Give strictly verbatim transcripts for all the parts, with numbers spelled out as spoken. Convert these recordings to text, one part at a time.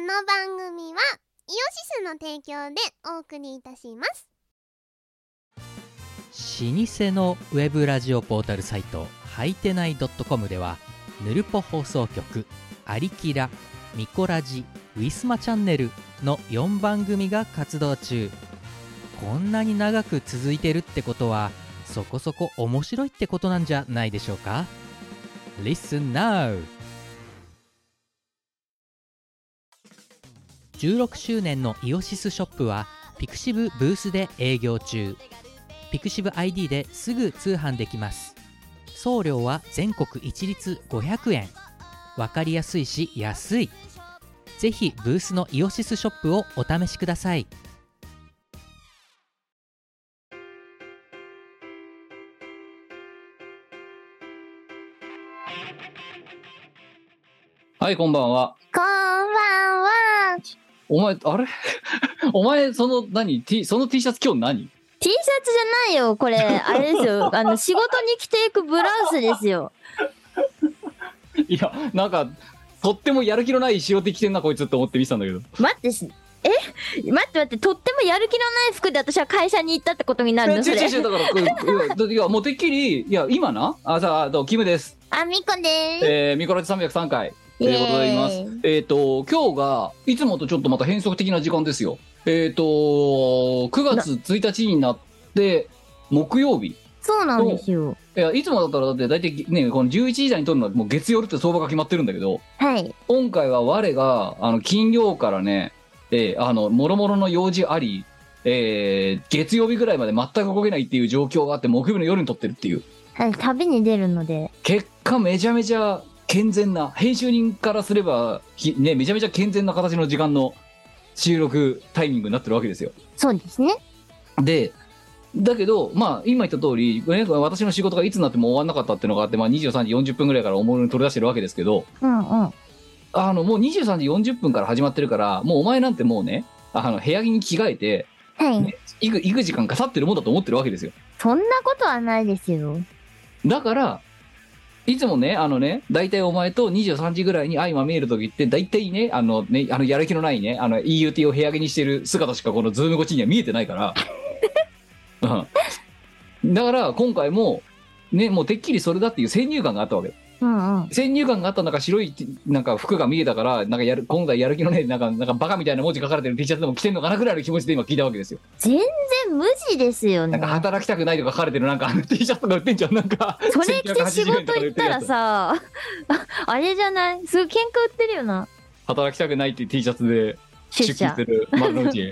の番組はイオシスの提供でお送りいたします。 老舗のウェブラジオポータルサイトはいてない .com ではヌルポ放送局、アリキラ、ミコラジ、ウィスマチャンネルのよんばん組が活動中。こんなに長く続いてるってことはそこそこ面白いってことなんじゃないでしょうか。 Listen now。 じゅうろくしゅうねんのイオシスショップはピクシブブースで営業中。ピクシブ アイディー ですぐ通販できます。送料は全国一律ごひゃくえん。わかりやすいし安い。ぜひブースのイオシスショップをお試しください。 はい、こんばんは。 こんばんは。 お前、あれお前、その、何 T、その T シャツ今日何 T シャツじゃないよ、これ。あれですよ。あの、仕事に着ていくブラウスですよ。 いや、なんか、とってもやる気のない仕様で着てんな、こいつって思って見てたんだけど。 待ってし、え待って待って、とってもやる気のない服で私は会社に行ったってことになるのそれ。 違う違う、だから、これいや、いやもうてっきり、いや、今な、あ、さあ、どう、キムです。 あみこです。 えー、ミコラジさんびゃくさんかい。ということで言います。えっ、ー、と、今日が、いつもとちょっとまた変則的な時間ですよ。えっ、ー、と、くがつついたちになって、木曜日。 そうなんですよ。 いや、いつもだったらだって大体ね、このじゅういちじ台に撮るのはもう月曜日って相場が決まってるんだけど、 はい。 今回は我が、あの、金曜からね、えー、あの、もろもろの用事あり、えー、月曜日ぐらいまで全く動けないっていう状況があって、木曜日の夜に撮ってるっていう。 はい、旅に出るので。 結果めちゃめちゃ健全な、編集人からすれば、ね、めちゃめちゃ健全な形の時間の収録タイミングになってるわけですよ。 そうですね。 で、だけど、まあ、今言った通り、ね、私の仕事がいつになっても終わんなかったっていうのがあって、まあ、にじゅうさんじよんじゅっぷんぐらいからおもむろに取り出してるわけですけど、 うんうん。 あの、もうにじゅうさんじよんじゅっぷんから始まってるから、もうお前なんてもうね、あの、部屋着に着替えて、 はい。 ね、行く、行く時間が経ってるもんだと思ってるわけですよ。 そんなことはないですよ。 だから、いつもね、あのね、大体お前とにじゅうさんじぐらいに相まみえるときって、大体ね、あのね、あの、やる気のないね、あの、イーユーティー を部屋着にしてる姿しかこのズーム越しには見えてないから、うん。だから、今回も、ね、もうてっきりそれだっていう先入観があったわけ。 うんうん。 先入観があった中、白い、なんか服が見えたから、なんかやる、今回やる気のね、なんか、なんかバカみたいな文字書かれてる T シャツでも着てんのかなぐらいの気持ちで今聞いたわけですよ。 全然無地ですよね。 なんか働きたくないとか書かれてるなんかあの T シャツが売ってんじゃん、なんか。 それ着て仕事行ったらさ、あれじゃないすごい喧嘩売ってるよな。 働きたくないっていう T シャツで出出勤してる丸の内へ。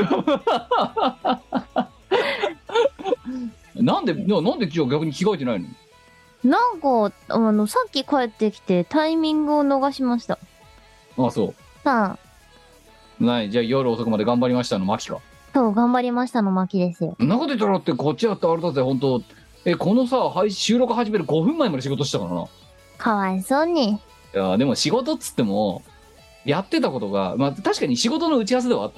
なんで、なんで今日逆に着替えてないの？ なんか、あの、さっき帰ってきてタイミングを逃しました。 ああ、そう。 さあ、 ない、じゃあ夜遅くまで頑張りましたの、マキか。 そう、頑張りましたの巻ですよ。 そんなこと言ったらってこっちだってあれだぜ、本当え、このさ、配収録始めるごふんまえまで仕事したからな。 かわいそうに。 いや、でも仕事っつっても、やってたことが、まあ確かに仕事の打ち合わせではあった。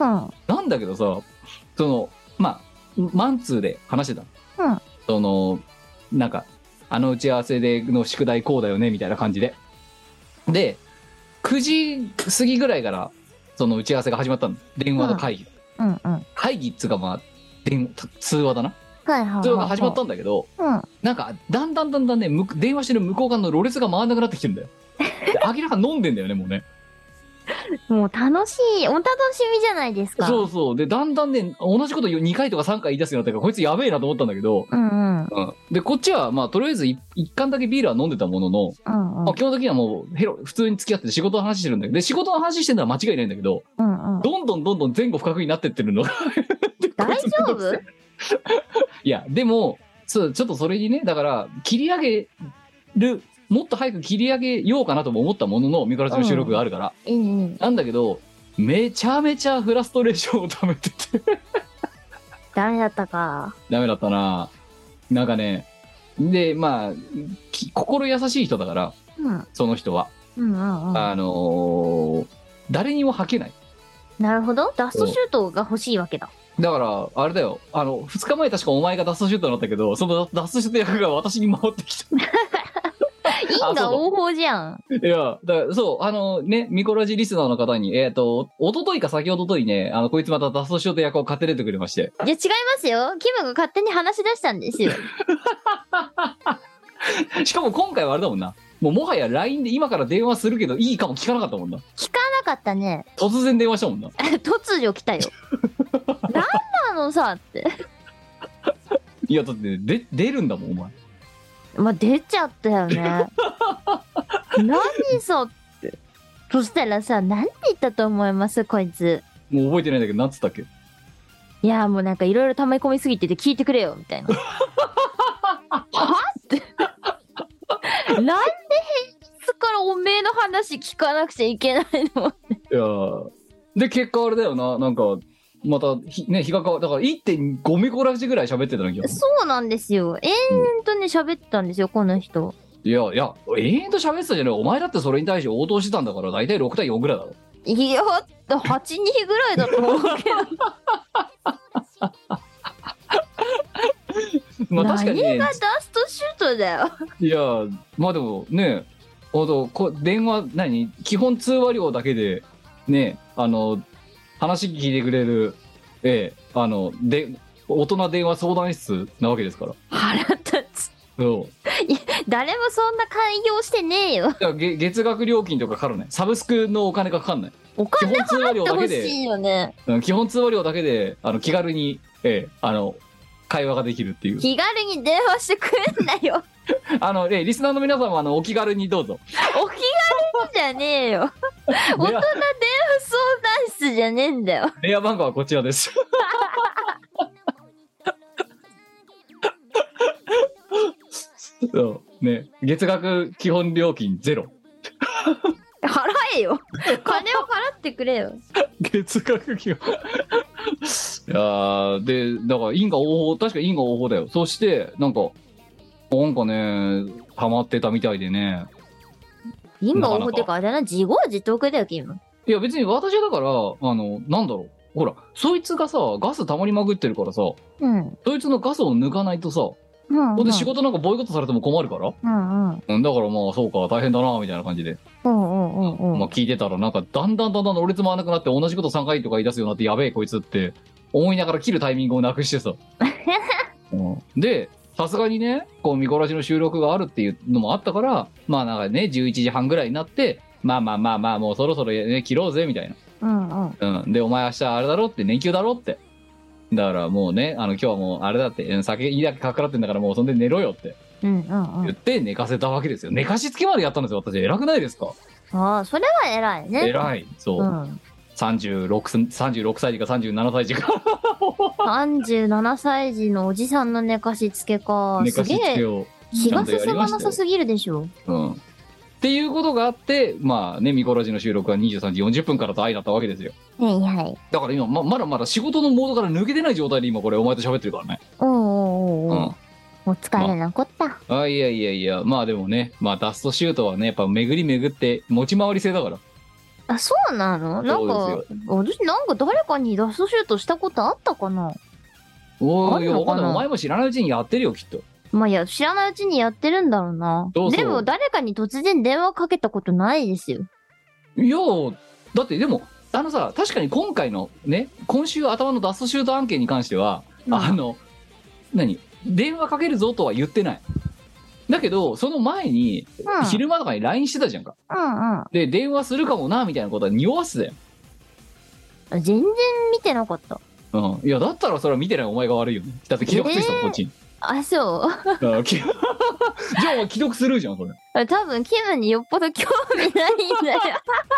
うん。 なんだけどさ、その、まあ、マンツーで話してた。 うん。 その、なんか、あの打ち合わせでの宿題こうだよね、みたいな感じで。で、くじ過ぎぐらいから、その打ち合わせが始まったの。電話の会議。 うんうん。 会議っつうかまあ、電通話だな。 はいはいはい。 通話が始まったんだけど、 うん。 なんか、だんだんだんだんね、む電話してる向こう側のろれつが回んなくなってきてるんだよ。で明らかに飲んでんだよね、もうね。 もう楽しい、お楽しみじゃないですか。 そうそう。で、だんだんね、同じことにかいとかさんかい言い出すようになったから、こいつやべえなと思ったんだけど、 うんうん。 うん、で、こっちは、まあ、とりあえずい一貫だけビールは飲んでたものの、 うんうん。 まあ、基本的にはもう、ヘロ、普通に付き合ってて仕事の話してるんだけど、で、仕事の話してるのは間違いないんだけど、 うんうん。 どんどんどんどん前後不覚になってってるのが大丈夫？ いや、でも、そう、ちょっとそれにね、だから、切り上げる、もっと早く切り上げようかなとも思ったものの、ミコラジの収録があるから。 うんうん。 なんだけど、めちゃめちゃフラストレーションを溜めててダメだったか。 ダメだったな。なんかね、で、まあ、心優しい人だから、 うん。 その人は。 うんうんうん。 あのー、誰にも吐けない。 なるほど。ダストシュートが欲しいわけだ。 だから、あれだよ。あの、ふつかまえ確かお前がダストシュートだったけど、そのダストシュート役が私に回ってきた。 因果応報じゃん。 いや、だからそう、あのね、ミコラジリスナーの方に、えっ、と、おとといか先ほどといね、あの、こいつまたダストショート役を買って出てくれまして。 いや、違いますよ。キムが勝手に話し出したんですよ。 しかも今回はあれだもんな。もうもはや ライン で今から電話するけどいいかも聞かなかったもんな。 聞かなかったね。 突然電話したもんな。 突如来たよ。なんなのさって。 いや、だってで出るんだもん、お前。 まあ、出ちゃったよね。何さって。そしたらさ、なんて言ったと思いますこいつ。 もう覚えてないんだけど、なんつったっけ。 いやもうなんかいろいろ溜め込みすぎてて聞いてくれよみたいな。はってなんで平日からおめえの話聞かなくちゃいけないの。 いやーで結果あれだよな、なんかまたひね日が変わだから いってんご ミコラジぐらい喋ってたのに。 そうなんですよ。延々とね喋ってたんですよこの人。 いやいや延々と喋ってたじゃない。お前だってそれに対して応答してたんだから大体ろくたいよんぐらいだろ。 いやはちにぐらいだと思うけど。 まあ確かに、ね、 何がダストシュートだよ。 いやまあでもね、ほんとこ電話何基本通話料だけでね、あの話聞いてくれる、ええ、あので大人電話相談室なわけですから。 腹立つ。 そういや誰もそんな開業してねえよ。 いやげ月額料金とかかかるね。サブスクのお金がかかんない。 お金基本通話料払ってほだけでしいよね。 うん基本通話料だけであの気軽に、ええ、あの会話ができるっていう。 気軽に電話してくれんなよ。 あの、ね、リスナーの皆さんもあのお気軽にどうぞ。 お気軽にじゃねえよ。大人電話相談室じゃねえんだよ。 電話番号はこちらです。そうね、月額基本料金ゼロ。 払えよ。金を払ってくれよ。 月額基本。いやーでだから因果応報、確か因果応報だよ。そしてなんかなんかねハマってたみたいでね。 因果応報っていうかあれだな、自業自得だよキム。 いや別に私はだからあのなんだろう、ほらそいつがさガス溜まりまくってるからさ、 うん。 そいつのガスを抜かないとさ、 うん、うん。 ほんで仕事なんかボイコットされても困るから、 うんうん。 うんだからまあそうか大変だなみたいな感じで、 うんうんうんうん。 まあ聞いてたらなんかだんだんだんだん俺つまらなくなって同じことさんかいとか言い出すようになって、やべえこいつって思いながら切るタイミングをなくしてさ、うん、でさすがにねこうミコラジの収録があるっていうのもあったから、まあなんかねじゅういちじはんぐらいになってまあまあまあまあもうそろそろね切ろうぜみたいな、 うんうん。 うん、でお前明日あれだろって年休だろって、だからもうねあの今日はもうあれだって酒いいだけかからってんだからもうそんで寝ろよってうんうんうん。 言って寝かせたわけですよ。寝かしつけまでやったんですよ私。偉くないですか。 ああ、それは偉いね。 偉い。そう、 うん。 さんじゅうろく、さんじゅうろくさい児かさんじゅうななさい児かさんじゅうななさい児のおじさんの寝かしつけか。 寝かしつけを気が進まなさすぎるでしょ。 うんっていうことがあって、まあねミコラジの収録はにじゅうさんじよんじゅっぷんからと愛だったわけですよ。 はいはい。 だから今 ま, まだまだ仕事のモードから抜けてない状態で今これお前と喋ってるからね。 おうおうおうおう。 うんお疲れなこった。 あいやいやいや、まあでもね、まあダストシュートはねやっぱ巡り巡って持ち回り制だから。 あ、そうなの？なんか私なんか誰かにダストシュートしたことあったかな。 おーいやわかんない。 あんのかな。 お前も知らないうちにやってるよきっと。 まあいや知らないうちにやってるんだろうな。 そうそうでも誰かに突然電話かけたことないですよ。 いやだってでもあのさ確かに今回のね今週頭のダストシュート案件に関しては、 うんあの何電話かけるぞとは言ってない。だけどその前に、 うん、 昼間とかに ライン してたじゃんか。 うんで電話するかもなみたいなことは匂わせたよ。 うん。全然見てなかった。 うん、いやだったらそれは見てないお前が悪いよね。だって既読ついてたもん、 えー、 こっちに。 あ、そうあきじゃあお前既読するじゃんそれ。 多分キムによっぽど興味ないんだよ。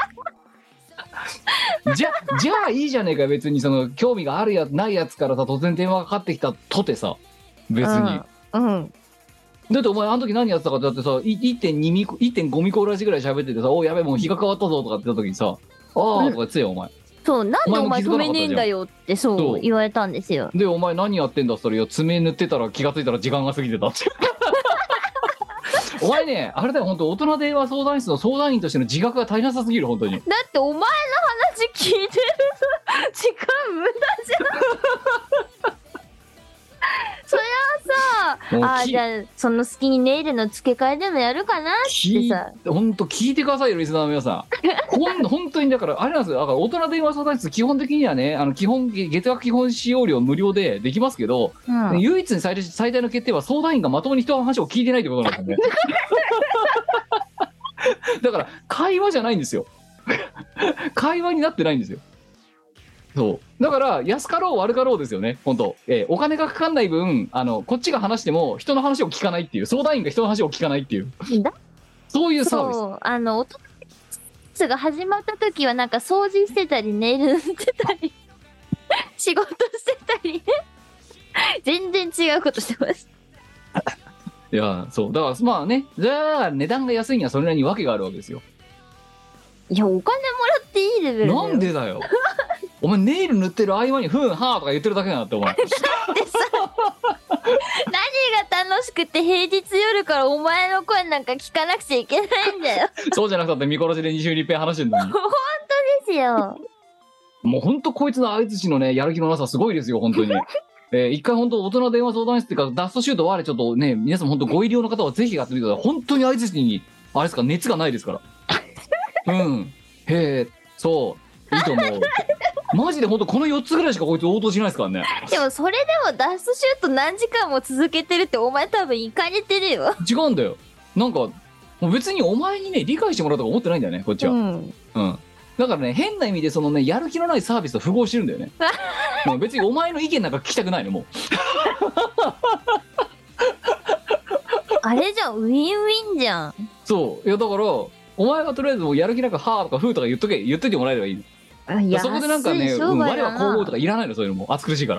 じゃじゃあいいじゃねえか別に。その興味があるやないやつからさ突然電話がかかってきたとてさ別に、 うん、うん、 だってお前あの時何やってたかってだってさ いってんに ミコ いってんご ミコラジぐらい喋っててさ、おやべもう日が変わったぞとかって言った時にさ、ああとか言ってたよお前。 そうなんでお前お前も気づかなかったじゃん止めねえんだよってそうそう言われたんですよ。 でお前何やってんだっつったら、いや爪塗ってたら気がついたら時間が過ぎてたってお前ねあれだよ本当大人電話相談室の相談員としての自覚が足りなさすぎる本当に。 だってお前の話聞いてる時間無駄じゃん。そりゃさもうああ、 きじゃあ、その隙にネイルの付け替えでもやるかなって聞いさ。 ほんと聞いてくださいよリスナーの皆さん。ほん本当にだからあれなんですよ。だから大人電話相談室基本的にはね、あの基本月額基本使用料無料でできますけど、 うん。 唯一に最大最大の欠点は相談員がまともに人の話を聞いてないってことなんですよね。だから会話じゃないんですよ。会話になってないんですよ。そうだから安かろう悪かろうですよね本当、えーお金がかかんない分あのこっちが話しても人の話を聞かないっていう、相談員が人の話を聞かないっていうだそういうサービス。 そう、あの、音が始まった時はなんか掃除してたり、ネイル塗ってたり、仕事してたり、全然違うことしてます。 いやそうだからまあね、じゃあ値段が安いにはそれなりに訳があるわけですよ。 いや、お金もらっていいレベルだよ。 なんでだよ。お前ネイル塗ってる合間にふんはーとか言ってるだけなんだってお前。 でさ、何が楽しくて平日夜からお前の声なんか聞かなくちゃいけないんだよ。 そうじゃなくたって見殺しでに週にいっぺん話してんのに。 本当ですよ。 もうほんとこいつの相づちのねやる気のなさすごいですよ本当に。えー、一回本当大人電話相談室っていうかダストシュート我ちょっとね皆さん本当ご入り用の方はぜひやってみてください。本当に相づちにあれですか熱がないですから。うんへえそういいと思う。マジで本当このよっつぐらいしかこいつ応答しないですからね。 でもそれでもダストシュート何時間も続けてるってお前多分イカれてるよ。 違うんだよ。なんかもう別にお前にね理解してもらうとか思ってないんだよねこっちは。 ううん。 ん。 だからね変な意味でそのねやる気のないサービスと符合してるんだよね。もう別にお前の意見なんか聞きたくないのもう。 あれじゃん、ウィンウィンじゃん。 そういやだからお前がとりあえずもうやる気なんかはーとかふーとか言っとけ言っといてもらえればいいの。 いやそこでなんかね、 安いうん、我商売だなはこう思うとかいらないのそういうのも暑苦しいから。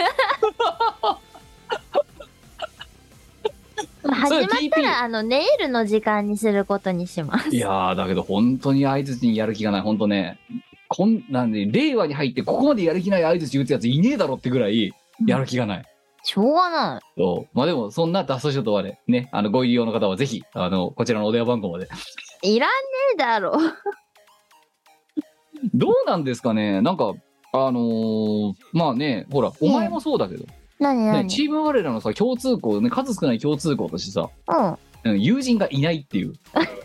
まあ始まったティーピーらあのネイルの時間にすることにします。 いやーだけど本当に相づちにやる気がない本当ねこんなんで令和に入ってここまでやる気ない相づち打つやついねえだろってぐらいやる気がない。 しょうがない。 そうまあでもそんなダストショットはねねあのご入り用の方はぜひあのこちらのお電話番号まで。 いらねえだろ。 どうなんですかねなんかあのー、まあねほらお前もそうだけど、ね、 何何、 チーム我らのさ共通項ね数少ない共通項としてさ、 うん。 うん友人がいないっていう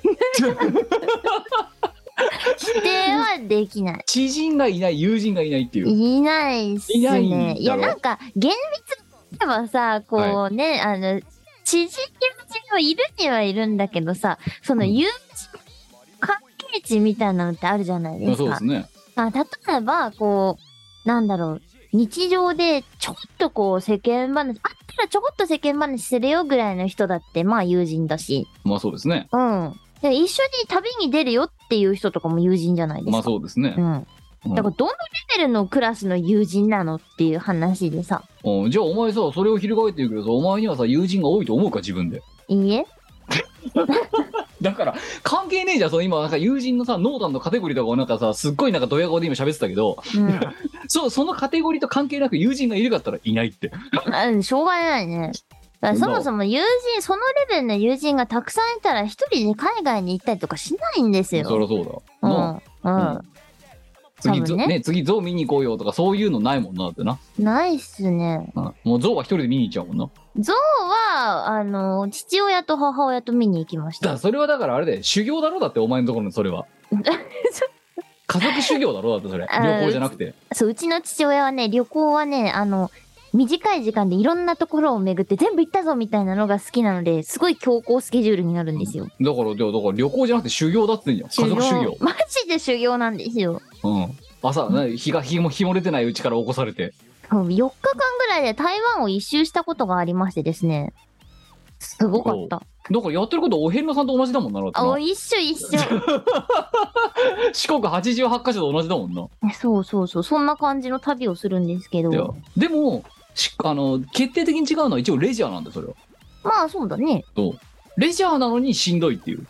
否定はできない。 知人がいない友人がいないっていういないっすね。 いないんだろいやなんか厳密にはさこうね、あの知人友人はいるにはいるんだけどさ、その友人関係値みたいなのってあるじゃないですか。 そうですね。 あ例えばこうなんだろう日常でちょっとこう世間話あったらちょこっと世間話するよぐらいの人だってまあ友人だし、 まあそうですね。 うん。で一緒に旅に出るよっていう人とかも友人じゃないですか。 まあそうですね。 うん。 うんだからどのレベルのクラスの友人なのっていう話でさ。 うんじゃあお前さそれを翻って言うけどさお前にはさ友人が多いと思うか自分で。 いいえ。 だから関係ねえじゃんその今なんか友人のさ濃淡のカテゴリーとかをなんかさすっごいなんかドヤ顔で今喋ってたけど、 うんそうそのカテゴリーと関係なく友人がいるかったらいないって。 うん。しょうがないね。だからそもそも友人、そのレベルの友人がたくさんいたら一人で海外に行ったりとかしないんですよ。 そりゃそうだ。なあうん。うん。 うん次ゾ多分ねね次ゾウ見に行こうよとかそういうのないもんなだってな。 ないっすね。 うんもうゾウは一人で見に行っちゃうもんな。 ゾウは、あの、父親と母親と見に行きました。 だからそれはだからあれで修行だろだってお前のところのそれは。家族修行だろだってそれあー旅行じゃなくて。 そう、うちの父親はね、旅行はね、あの、短い時間でいろんなところを巡って全部行ったぞみたいなのが好きなので、すごい強行スケジュールになるんですよ。 だから、じゃあだから旅行じゃなくて修行だっつってんじゃん。家族修行。 マジで修行なんですよ。 うん。朝、ね、日が、日も、日も出てないうちから起こされて。 そうよっかかんぐらいで台湾を一周したことがありましてですね。すごかった。 だからやってることお遍路さんと同じだもんな。だってなあ、一緒一緒。 四国はちじゅうはちか所と同じだもんな。 そうそうそう。そんな感じの旅をするんですけいやど。 でもしあの決定的に違うのは一応レジャーなんだよそれは。 まあそうだね。 そうレジャーなのにしんどいっていう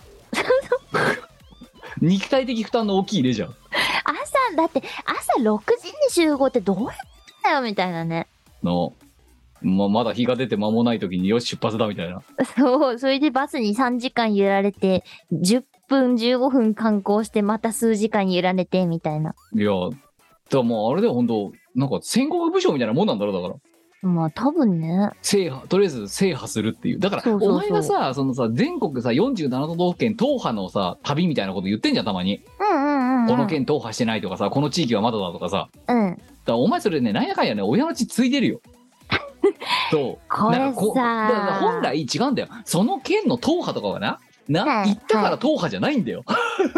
肉体的負担の大きいレジャー。 朝、だって朝ろくじに集合ってどうやってだよみたいなね。 の、ままだ日が出て間もない時によし出発だみたいな。 そう、それでバスにさんじかん揺られて、じゅっぷんじゅうごふん観光してまた数時間揺られてみたいな。 いやだからもうあれだよ本当なんか戦国武将みたいなもんなんだろうだから。 まあ多分ね。 制覇、とりあえず制覇するっていう。だからそうそうそうお前がさ、そのさ、全国さよんじゅうなな都道府県踏破のさ旅みたいなこと言ってんじゃん、たまに。 うんうんうん、うん。 この県踏破してないとかさ、この地域はまだだとかさ。 うん。 だからお前それね、なんやかんやね、親の血ついてるよ。そう。 これさなんかこだから本来違うんだよ。その県の踏破とかはな、な、 はい行ったから踏破じゃないんだよ。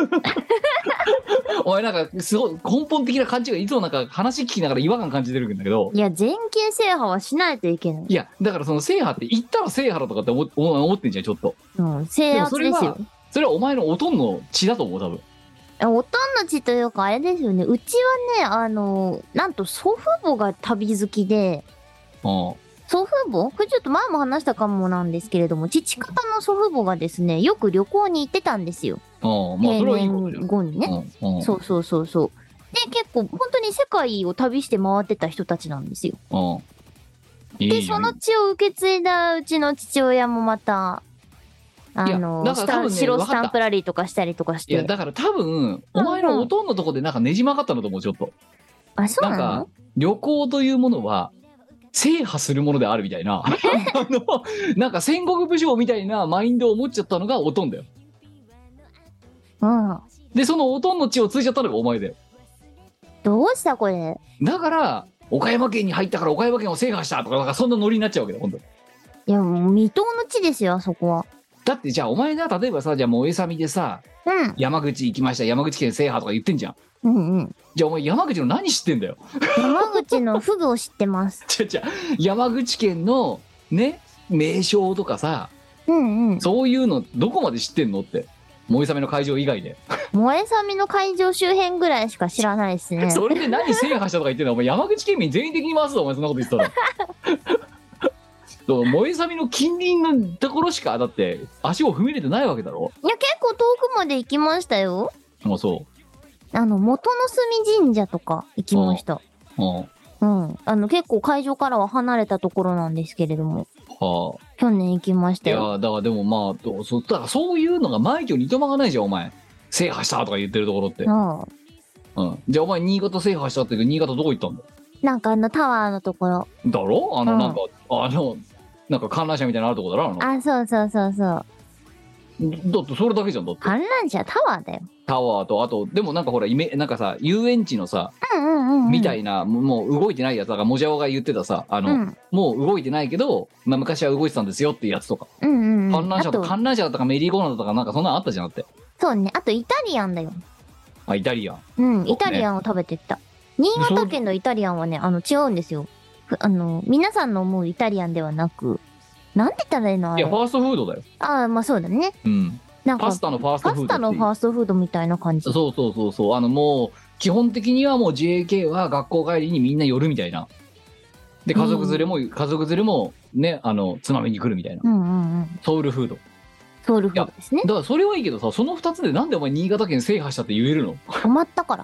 お前なんかすごい根本的な勘違い、いつもなんか話聞きながら違和感感じてるんだけど。 いや、全県制覇はしないといけない。 いや、だからその制覇って言ったら制覇だとかって思思思ってんじゃん、ちょっと。 うん、制圧ですよ。 それはお前のおとんの血だと思う、多分。 おとんの血というか、あれですよね。うちはね、あの、なんと祖父母が旅好きで、 ああ。 祖父母これちょっと前も話したかもなんですけれども、父方の祖父母がですね、よく旅行に行ってたんですよ。 ああ、まあそれはいいことだよ。 定年後にね。 うんうん、 そうそうそうそう。で、結構、本当に世界を旅して回ってた人たちなんですよ。 うん。いいで、その血を受け継いだうちの父親もまた、あの、 いやだから多分ね白スわかったタンプラリーとかしたりとかしいや、 て。 だから多分、お前のおとんのとこでなんかねじ曲がったんだと思う、ちょっと。 あ、そうななんのか、旅行というものは、制覇するものであるみたいな、あの、なんか戦国武将みたいなマインドを持っちゃったのがおとんだよ。 うん。 で、そのおとんの血をついちゃったのがお前だよ。 どうしたこれ。 だから、岡山県に入ったから岡山県を制覇したとか、なんかそんなノリになっちゃうわけだよ、ほんと。 いや、もう未踏の地ですよ、あそこは。 だってじゃあお前が例えばさ、じゃあ燃えさみでさ、 うん。 山口行きました、山口県制覇とか言ってんじゃん。 うんうん。 じゃあお前山口の何知ってんだよ。 山口のフグを知ってます。 じゃじゃ山口県のね、名称とかさ、 うんうん。 そういうのどこまで知ってんのって。燃えさめの会場以外で。 萌えさみの会場周辺ぐらいしか知らないですね。 それで何制覇したとか言ってんのお前山口県民全員的に回すぞお前そんなこと言ってたら。そう燃えさみの近隣のところしかだって足を踏み入れてないわけだろ。 いや、結構遠くまで行きましたよ。 あ、そあの、元の隅神社とか行きました。 う。うん。 うん。あの、結構会場からは離れたところなんですけれども、 はあ。 去年行きましたよ。 いやだからでもまあどうそだからそういうのが枚挙にいとまがないじゃんお前。制覇したとか言ってるところって。 うん。 うん。じゃあお前新潟制覇したって言うけど新潟どこ行ったんだよ。 なんかあのタワーのところ。 だろあのうんなんか、あのなんか観覧車みたいなのあるとこだろあの。 あ、そうそうそうそう。 だってそれだけじゃんだって。 観覧車タワーだよ。 タワーとあとでもなんかほらイメなんかさ遊園地のさ、 うんうんうん、うん。 みたいなももう動いてないやつだからもじゃおが言ってたさあの、 うんもう動いてないけど、まあ、昔は動いてたんですよっていうやつとか、 うんうんうん。 観覧車とあと観覧車だったかメリーゴーランドとかなんかそんなのあったじゃんだって。 そうね。あとイタリアンだよ。 あイタリアン。 うん。 そうねイタリアンを食べてった。新潟県のイタリアンはね、あの、違うんですよ。ふあの、皆さんの思うイタリアンではなく、なんて言ったらいいのあれ。 いやファーストフードだよ。 ああ、まあそうだね。 うん。 なんか、 パスタのファーストパスフードっていうタのファーストフードみたいな感じ。 そうそうそうそうあのもう基本的にはもう ジェーケー は学校帰りにみんな寄るみたいな。で家族連れも、家族連れもねあのつまみに来るみたいな、 うんうんうん。 ソウルフード。 ソウルフードですね。 だからそれはいいけどさそのふたつでなんでお前新潟県制覇したって言えるの。 止まったから。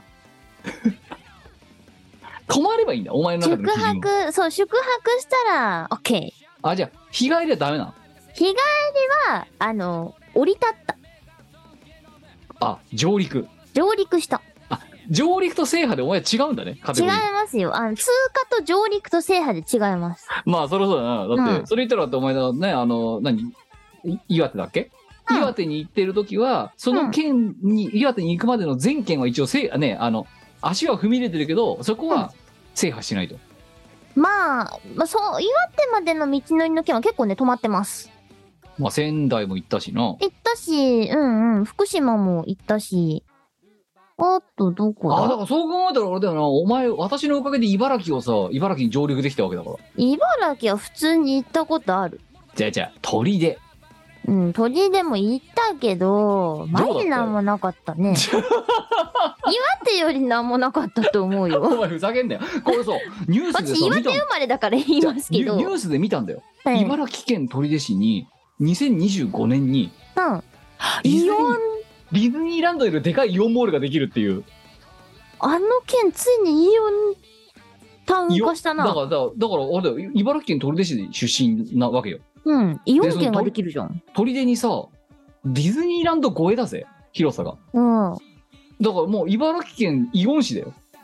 泊まればいいんだお前の中で宿の基準は。 泊、そう、宿泊したら、オッケー。 あじゃあ日帰りはダメなの。 日帰りは、あの、降り立った。 あ上陸。 上陸した。 上陸と制覇でお前違うんだねカテ違いゴリー。 ますよ。あの、通過と上陸と制覇で違います。 まあそりゃそうだな。だって、 うんそれ言ったらだってお前だねあの何い岩手だっけ、 うん岩手に行ってる時はその県に、岩手に行くまでの全県は一応せいねあの足は踏み入れてるけどそこは制覇しないと。 まあ、まあ、そう、岩手までの道のりの県は結構ね、止まってます。 まあ仙台も行ったしな。 行ったし、うんうん、福島も行ったし、あとどこあだかだらそう考えたらあれだよなお前私のおかげで茨城をさ茨城に上陸できたわけだから。 茨城は普通に行ったことある。 じゃあじゃあ鳥で。 うん、鳥でも行ったけど、マジなんもなかったね。岩手よりなんもなかったと思うおよ。 前ふざけんなよこれさニュースで私、岩さ見た手生まれだから言いますけど。 ニュニュースで見たんだよ、 はい茨城県取手市ににせんにじゅうごねんにうん。 ディズニーイオン、 ディズニーランドよりでかいイオンモールができるっていう。 あの県ついにイオンタウン化したな。 だからだからだからあれだよ茨城県取手市出身なわけよ。 うん。イオン県ができるじゃん。 取手にさディズニーランド超えだぜ広さが。 うん。 だからもう茨城県イオン市だよ。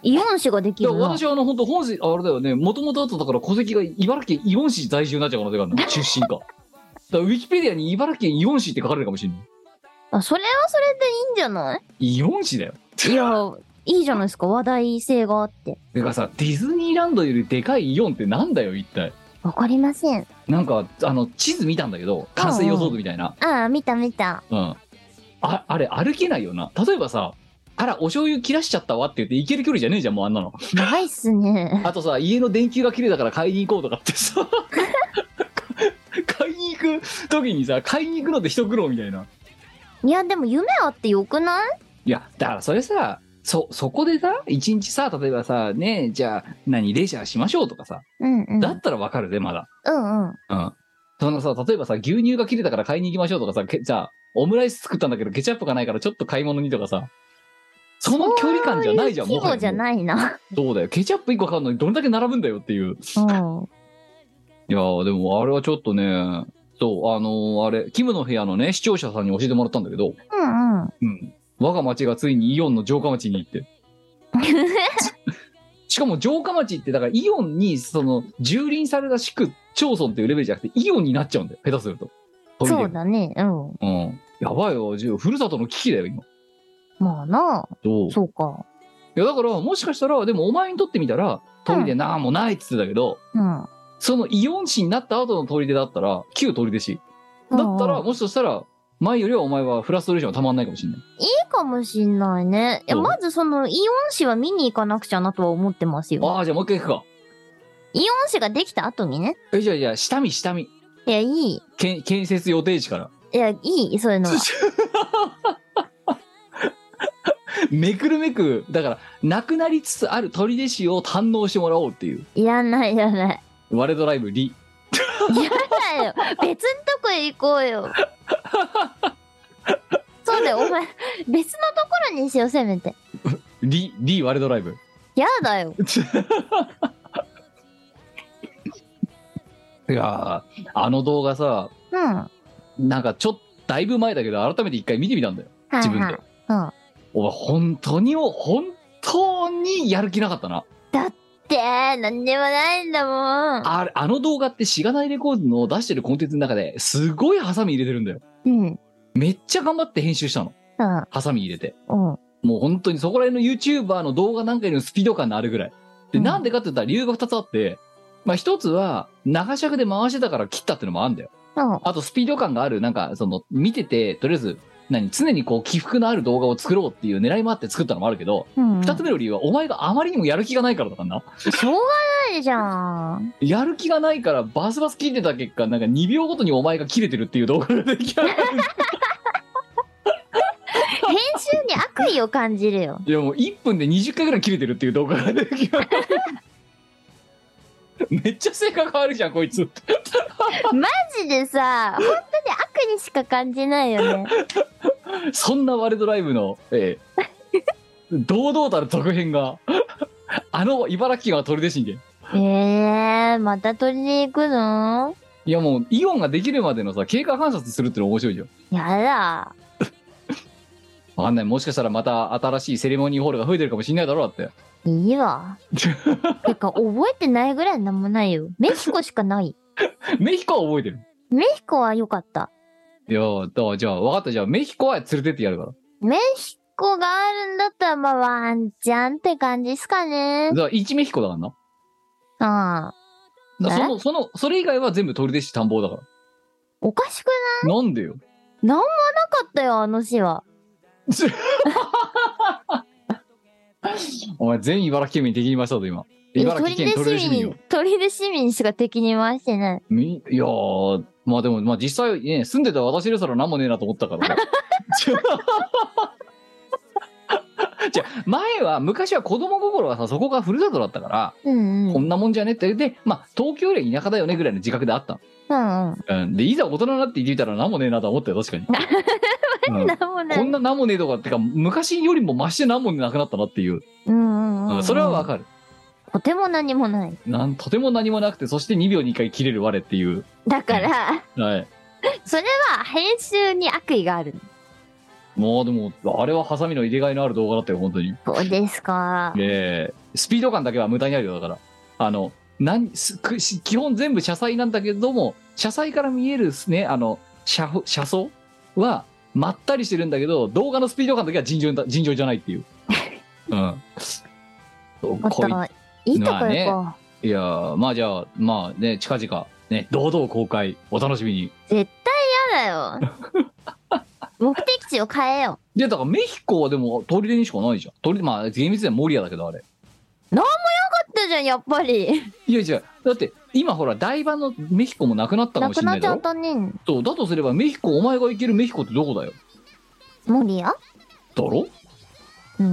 イオン市ができいやるな。 私はあの本当本市あれだよね、もともとあっただから戸籍が茨城県イオン市在住になっちゃう可能性があるの出身かだからウィキペディアに茨城県イオン市って書かれるかもしれない。 あ、それはそれでいいんじゃない？ イオン市だよ。 いや、いいじゃないですか、話題性があって。 てかさ、ディズニーランドよりでかいイオンってなんだよ一体。 わかりません。 なんかあの地図見たんだけど、完成予想図みたいな。 ああ、見た見た。 うん。あ、あれ歩けないよな。例えばさ、あらお醤油切らしちゃったわって言って行ける距離じゃねえじゃんもうあんなの。 長いっすね。 あとさ、家の電球が切れたから買いに行こうとかってさ買いに行く時にさ、買いに行くのって一苦労みたいな。 いや、でも夢あってよくない？ いやだからそれさ、そそこでさ一日さ、例えばさね、じゃあ何レジャーしましょうとかさ、 うんうん。 だったらわかるぜまだ。 うんうん。 うん。そのさ、例えばさ、牛乳が切れたから買いに行きましょうとかさ、けじゃあオムライス作ったんだけどケチャップがないからちょっと買い物にとかさ、その距離感じゃないじゃん。 規模じゃい。 ないな。 そうだよ。ケチャップいっこ買うのにどれだけ並ぶんだよっていう。 うん。 いやーでもあれはちょっとね、そうあのー、あれキムの部屋のね視聴者さんに教えてもらったんだけど、 うんうん。 うん。我が町がついにイオンの城下町に行って。しかも城下町ってだからイオンにその蹂躙された市区町村っていうレベルじゃなくてイオンになっちゃうんだよ下手すると。 そうだね。うん。 うん。やばいよ。じゅうふるさとの危機だよ今。 まあな。 そう。 そうか。 いやだからもしかしたらでもお前にとってみたら砦でなんもないっつってたけど、 うん。 そのイオン市になった後の砦だったら旧砦市だったら、 うんもしかしたら前よりはお前はフラストレーションがたまんないかもしれない。 いいかもしんないね。いや、 そうまずそのイオン市は見に行かなくちゃなとは思ってますよ。 ああじゃあもう一回行くか。 イオン市ができた後にね。 えじゃあじゃあ下見下見いや、いい。 けん建設予定地から。 いや、いい、そういうのは。 めくるめくだからなくなりつつある砦市を堪能してもらおうっていう。 いらない、いらない。 ワレドライブリ。 いらないよ。別のとこ行こうよ。そうだよ、お前、別のところにしよう、せめて。 リリワレドライブ。 やだよ。 いやーあの動画さ、 うん。はなんかちょっとだいぶ前だけど改めて一回見てみたんだよいはい自分で。 うん。 お前本当に本当にやる気なかったな。 だって何でもないんだもん。 あれあの動画ってしがないレコードの出してるコンテンツの中ですごいハサミ入れてるんだよ。 うん。 めっちゃ頑張って編集したの。 うん。 ハサミ入れて。 うん。 もう本当にそこら辺の YouTuber の動画なんかよりのスピード感のあるぐらい。で、 うんなんでかって言ったら理由がふたつあって、まあ一つは長尺で回してたから切ったってのもあるんだよ。 うん。 あとスピード感がある、なんかその見てて、とりあえず何常にこう起伏のある動画を作ろうっていう狙いもあって作ったのもあるけど、 うん。 二つ目の理由はお前があまりにもやる気がないからだからな。 しょうがないじゃん。 やる気がないからバスバス切ってた結果、なんかにびょうごとにお前が切れてるっていう動画が出来上がる。 編集に悪意を感じるよ。 いやもういっぷんでにじゅっかいぐらい切れてるっていう動画が出来上がる。めっちゃ性格変わるじゃんこいつ。 マジでさ、本当に悪にしか感じないよね。 そんなワレドライブの、ええ、堂々たる続編があの茨城県は砦市に。 えー、また取りに行くの？ いやもうイオンができるまでのさ経過観察するっての面白いじゃん。 やだ。 わかんない、もしかしたらまた新しいセレモニーホールが増えてるかもしんないだろうだって。 いいわ。てか覚えてないぐらいなんもないよ。メヒコしかない。 メヒコは覚えてる。 メヒコは良かった。 いやーだからじゃあ分かった、じゃあメヒコは連れてってやるから。 メヒコがあるんだったらまあワンチャンって感じっすかね。 だからいちメヒコだからな。 ああ。 だからそえのそのそれ以外は全部砦市田んぼだから。 おかしくなんでよ。 なんもなかったよ、あの市は。 お前全茨城県民敵に回したぞ今。茨城県砦市民よ。 鳥で市民しか敵に回してない。 みいやーまあでもまあ実際ね住んでた私ですら何もねえなと思ったからね。じゃあ前は昔は子供心はさそこがふるさとだったから、 うんうん。 こんなもんじゃねってでまあ東京より田舎だよねぐらいの自覚であったうんうん。 の、うん、でいざ大人になって言ってみたら何もねえなとは思ったよ確かに。うんなんもない。 こんな何もねえとかってか昔よりも増して何もなくなったなっていう、 うんうんうん、 うん、それはわかる。 とても何もない。 なんとても何もなくてそしてにびょうにいっかい切れる我っていう。 だから、 はい。 それは編集に悪意がある。 もうでもあれはハサミの入れ替えのある動画だったよ本当に。 そうですか。 えー、スピード感だけは無駄にあるよ。だからあのなんすく基本全部車載なんだけども、車載から見えるですね、あの 車, 車窓はまったりしてるんだけど、動画のスピード感だけは尋常だ尋常じゃないっていう。うん。 もっといいとこ行こう。いやー、まあじゃあまあね、近々ね、堂々公開お楽しみに。 絶対嫌だよ。目的地を変えよう。でだからメヒコはでもトリレにしかないじゃん。トリまあ厳密にはモリアだけどあれ。 なんもよかったじゃんやっぱり。 いや違う、だって今ほら台場のメヒコもなくなったかもしれないだろ。 なくなっちゃったね。 そうだとすればメヒコ、お前が行けるメヒコってどこだよ。 モリア？ だろ。 うん。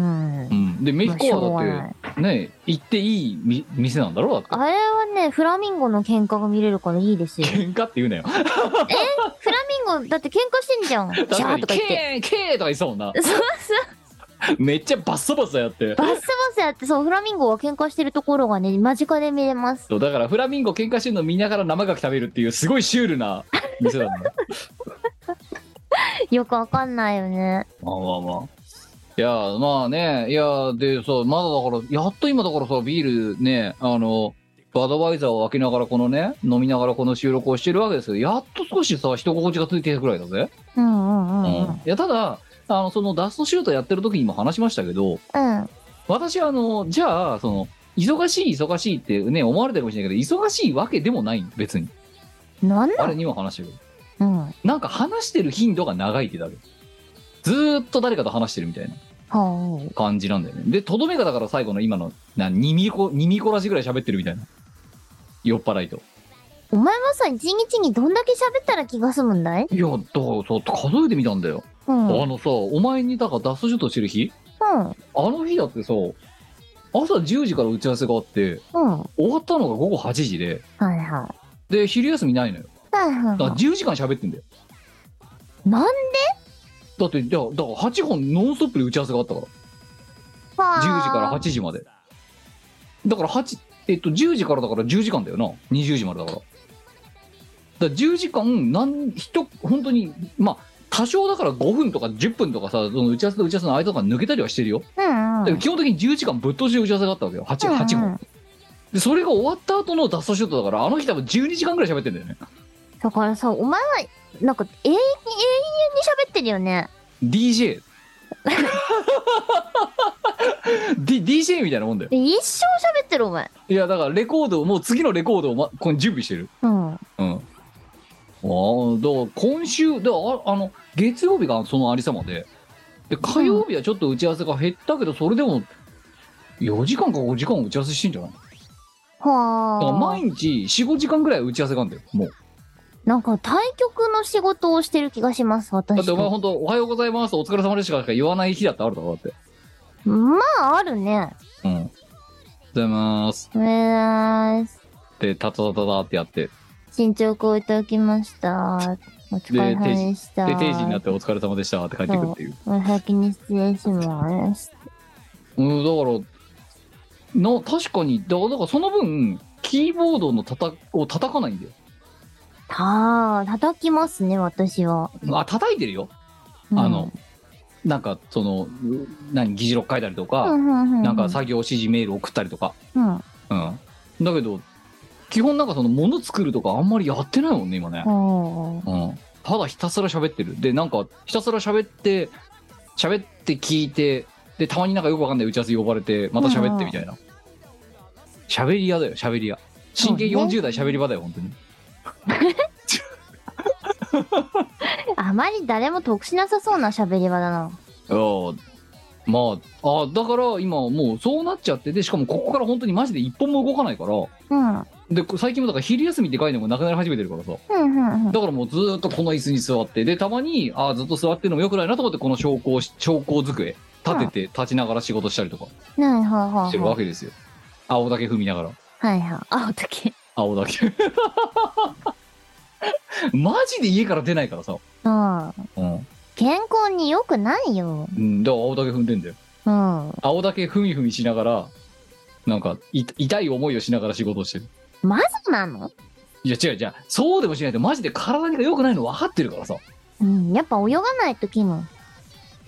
うん、でメヒコはだってね行っていいみ店なんだろうだって。 あれはねフラミンゴの喧嘩が見れるからいいですよ。 喧嘩って言うなよ。 えフラミンゴだって喧嘩してんじゃん。ジャーとか言って。 ケーケーとか言いそうな。 そうそう。 めっちゃバッサバサやって。 バッサバサやって、そうフラミンゴが喧嘩してるところがね間近で見れます。 そうだからフラミンゴ喧嘩してるの見ながら生牡蠣食べるっていうすごいシュールな店なんだ。 よくわかんないよね。 まあまあまあ。いやまあね、いやでさ、まだだからやっと今だからさビールね、あのバドワイザーを開けながらこのね飲みながらこの収録をしてるわけですけど、やっと少しさ人心地がついてるくらいだぜ。 うんうんうん、うん、 いやただあのそのダストシュートやってる時にも話しましたけど、 うん、 私あのじゃあその忙しい忙しいってね思われてるかもしれないけど、忙しいわけでもない別に。 なんだあれにも話してる。 うん。なんか話してる頻度が長いってだけ。ずーっと誰かと話してるみたいな感じなんだよね。でとどめがだから最後の今のなにミコにミコラジぐらい喋ってるみたいな。酔っ払いと。 お前はさ一日にどんだけ喋ったら気が済むんだい？ いやだからさ数えてみたんだよ。うん、あのさお前にだからダストシュートしてる日、うん、あの日だってさ朝じゅうじから打ち合わせがあって、うん、終わったのがごごはちじで、はいはい、で昼休みないのよ、はいはいはい、だからじゅうじかん喋ってんだよ。 なんで？ だってだだからはちほんノンストップで打ち合わせがあったからじゅうじからはちじまでだからはちえっとじゅうじからだからじゅうじかんだよな。にじゅうじまでだからだからじゅうじかんなん人本当にまあ多少だからごふんとかじゅっぷんとかさその打ち合わせと打ち合わせの間とか抜けたりはしてるよ、うんうん、だから基本的にじゅうじかんぶっ通しで打ち合わせがあったわけよ 8, うんうん、はちほんでそれが終わった後のダストシュートだからあの日多分じゅうにじかんぐらい喋ってんだよね。 だからさお前はなんか永遠に永遠に喋ってるよね。 ディージェーD、ディージェー みたいなもんだよ。 一生喋ってるお前。 いやだからレコードをもう次のレコードを、ま、この準備してる。うんうん。ああだから今週だからあの月曜日がそのありさまでで火曜日はちょっと打ち合わせが減ったけど、それでもよじかんかごじかん打ち合わせしてんじゃない？はあ。だから毎日 よん,ご 時間ぐらい打ち合わせがあるんだよもう。 なんか対局の仕事をしてる気がします私。 だってお前本当おはようございますお疲れ様でしたか言わない日だってあるだろだって。 まああるね。 うん。おはようございます。 おはようございます。 でタタタタタってやって進捗をいただきました。お疲れ様でした。 で定時になってお疲れ様でしたって帰ってくるっていう。 お先に失礼します。 うんだからな確かにだからだからその分キーボードのたたを叩かないんだよ。 た叩きますね私は。 あ叩いてるよ、うん、あのなんかその何議事録書いたりとか、うんうんうんうん、なんか作業指示メール送ったりとか、うんうん、だけど基本なんかその物作るとかあんまりやってないもんね今ね、うん、ただひたすら喋ってるでなんかひたすら喋って喋って聞いてでたまになんかよくわかんない打ち合わせ呼ばれてまた喋ってみたいな喋り屋だよ喋り屋真剣よんじゅう代喋り場だよ本当にあまり誰も得しなさそうな喋り場だな。 あまああだから今もうそうなっちゃってでしかもここから本当にマジで一本も動かないから、うん、で最近もだから昼休みって概念もなくなり始めてるからさ、うんうんうん、だからもうずっとこの椅子に座ってでたまにあずっと座ってるのもよくないなと思ってこの昇降昇降机立てて立ちながら仕事したりとかしてるわけですよ。青竹踏みながら。 はいはい青竹青竹マジで家から出ないからさ、 うん、健康に良くないよ。 うん、だから青竹踏んでんだよ、うん、青竹踏み踏みしながらなんかい痛い思いをしながら仕事をしてる。 マジなの？ いや違う違うそうでもしないとマジで体に良くないの分かってるからさ、 うん、やっぱ泳がないときも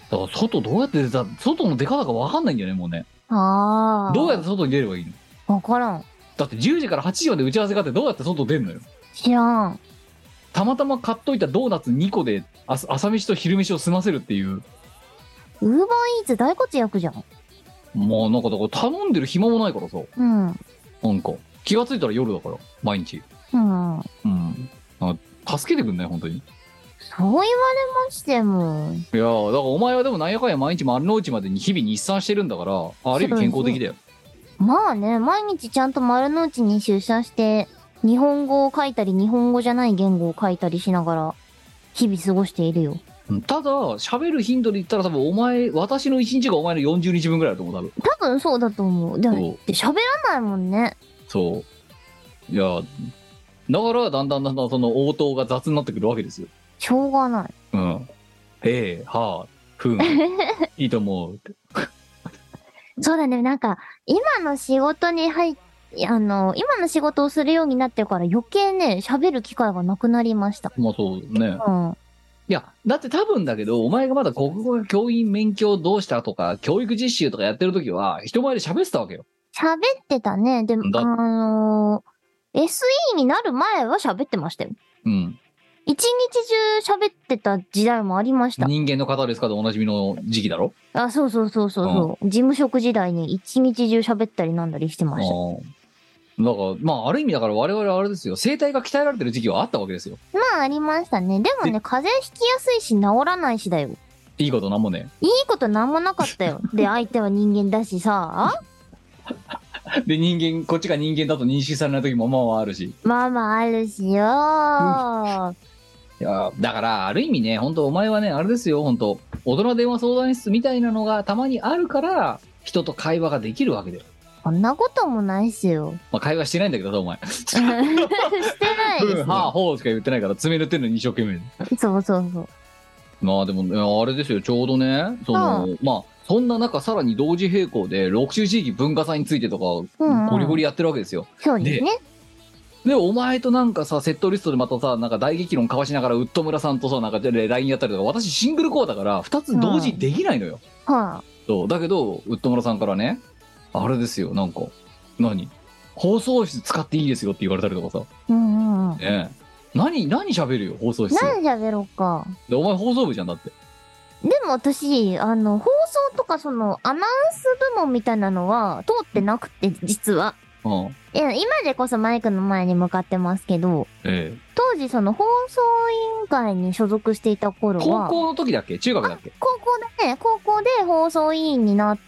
だから外どうやって出た、外の出方が分かんないんだよね、もうね。 ああ。 どうやって外に出ればいいの？ わからん。 だってじゅうじからはちじまで打ち合わせがあってどうやって外出んのよ。 知らん。 たまたま買っといたドーナツにこで朝朝飯と昼飯を済ませるっていう。 ウーバーイーツ大活躍じゃん。 まあなんかだから頼んでる暇もないからさ。 うん。 なんか気がついたら夜だから毎日。 うん。 うん。なんか助けてくんない本当に。 そう言われましても。 いやーだからお前はでもなんやかんや毎日丸の内までに日々日産してるんだから、ある意味健康的だよ。 まあね、毎日ちゃんと丸の内に出社して、日本語を書いたり、日本語じゃない言語を書いたりしながら、日々過ごしているよ。 ただ喋る頻度で言ったら多分お前私のいちにちがお前のよんじゅうにちぶんぐらいだと思う多分。 多分そうだと思う。でそうも、喋らないもんね。 そういやだからだんだんだんだんその応答が雑になってくるわけですよ。 しょうがない。 うんへえはあふんいいと思うって。 そうだね、なんか、今の仕事に入っあの、今の仕事をするようになってから余計ね、喋る機会がなくなりました。 まあそうね。 うん。 いやだって多分だけどお前がまだ国語教員免許どうしたとか教育実習とかやってる時は人前で喋ってたわけよ。 喋ってたね。でも、 だあのー、エスイー になる前は喋ってましたよ。 うん一日中喋ってた時代もありました。 人間の方ですかでおなじみの時期だろ。 あ、そうそうそうそうそう、事務職時代に一日中喋ったりなんだりしてました。 だからまあある意味だから我々はあれですよ声帯が鍛えられてる時期はあったわけですよ。 まあありましたね。でもね、風邪ひきやすいし治らないしだよ。 いいことなんもね。 いいことなんもなかったよ。で、相手は人間だしさ。 で人間こっちが人間だと認識されない時もまあまああるし。 まあまああるしよー。 いやだからある意味ね本当お前はねあれですよ本当大人電話相談室みたいなのがたまにあるから人と会話ができるわけだよ。 そんなこともないっすよ。 まあ会話してないんだけどさお前。 してないですね。 うんはあほうしか言ってないから爪塗ってんのに一生懸命。 そうそうそう。 まあでもいやあれですよちょうどねその、 うまあそんな中さらに同時並行で六州地域文化祭についてとかうんうんゴリゴリやってるわけですよ。 そうですね。 でお前となんかさセットリストでまたさなんか大激論交わしながらウッド村さんとさなんかで ライン やったりとか私シングルコアだからふたつ同時できないのよ。 はそうだけどウッド村さんからねあれですよなんか何放送室使っていいですよって言われたりとかさ、 あ。うんうんうん。 ねえ何何喋るよ放送室何喋ろうか。 でお前放送部じゃんだって。 でも私、あの、放送とかその、アナウンス部門みたいなのは通ってなくて、実は。 うんいや、今でこそマイクの前に向かってますけど、 ええ当時その放送委員会に所属していた頃は、 高校の時だっけ中学だっけ。 高校だね、高校で放送委員になって、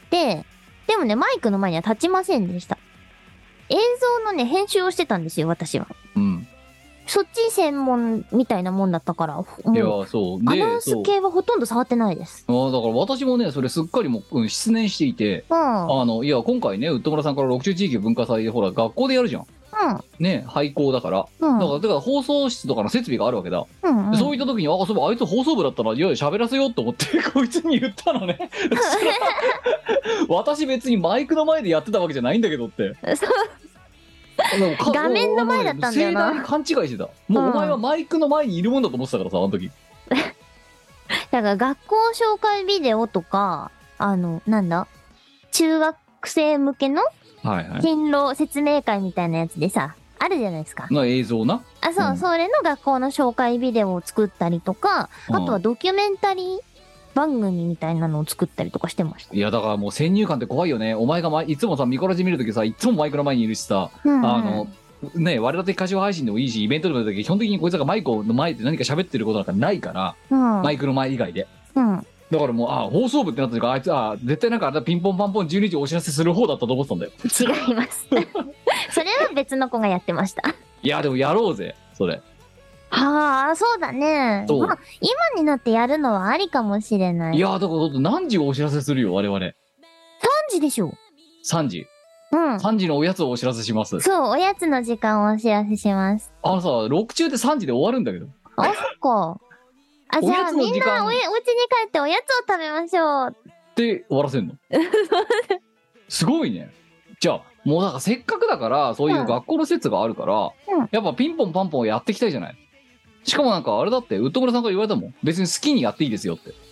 でもね、マイクの前には立ちませんでした。映像のね、編集をしてたんですよ、私は。 うんそっち専門みたいなもんだったから、もいやう、 そうアナウンスそう系はほとんど触ってないです。 あだから私もねそれすっかりもう、うん、失念していてうん。 あのいや今回ねウッド村さんから六中地域文化祭でほら学校でやるじゃんね廃校だからうん。 だからだから放送室とかの設備があるわけだ、 うん。うん。 でそういった時にあそういえばあいつ放送部だったらいやいや喋らせようと思ってこいつに言ったのねそしたら私別にマイクの前でやってたわけじゃないんだけどってそうでもか画面の前だったんだよな盛大に勘違いしてたもうお前はマイクの前にいるもんだと思ってたからさあの時だから学校紹介ビデオとか、あの、なんだ中学生向けのはいはい進路説明会みたいなやつでさ、あるじゃないですか。 な映像なあ、そう、 うんそれの学校の紹介ビデオを作ったりとか、 うんあとはドキュメンタリー番組みたいなのを作ったりとかしてました。 いやだからもう先入観って怖いよねお前が、ま、いつもさミコラジ見るときさいつもマイクの前にいるしさ、 うんうん、 あのね我ら的歌唱配信でもいいしイベントでもいい時基本的にこいつがマイクの前で何か喋ってることなんかないから、 うん、 マイクの前以外でうん。 だからもうあ放送部ってなった時あいつあ絶対なんかあれだピンポンパンポンじゅうにじお知らせする方だったと思ってたんだよ違います。それは別の子がやってました。 いやでもやろうぜそれはあ、そうだね。 そうまあ、今になってやるのはありかもしれない。 いやだからだって何時お知らせするよ我々 さんじでしょ。 さんじうん。 さんじのおやつをお知らせしますそう、おやつの時間をお知らせします。 あのさろく中でさんじで終わるんだけどあ、そっか。あ、じおやゃあみんつの時間なおやお家に帰っておやつを食べましょう。 って終わらせんのすごいねじゃあもうだからせっかくだからそういう学校の施設があるから、 うんやっぱピンポンパンポンやっていきたいじゃないしかもなんかあれだってウッド村さんから言われたもん別に好きにやっていいですよって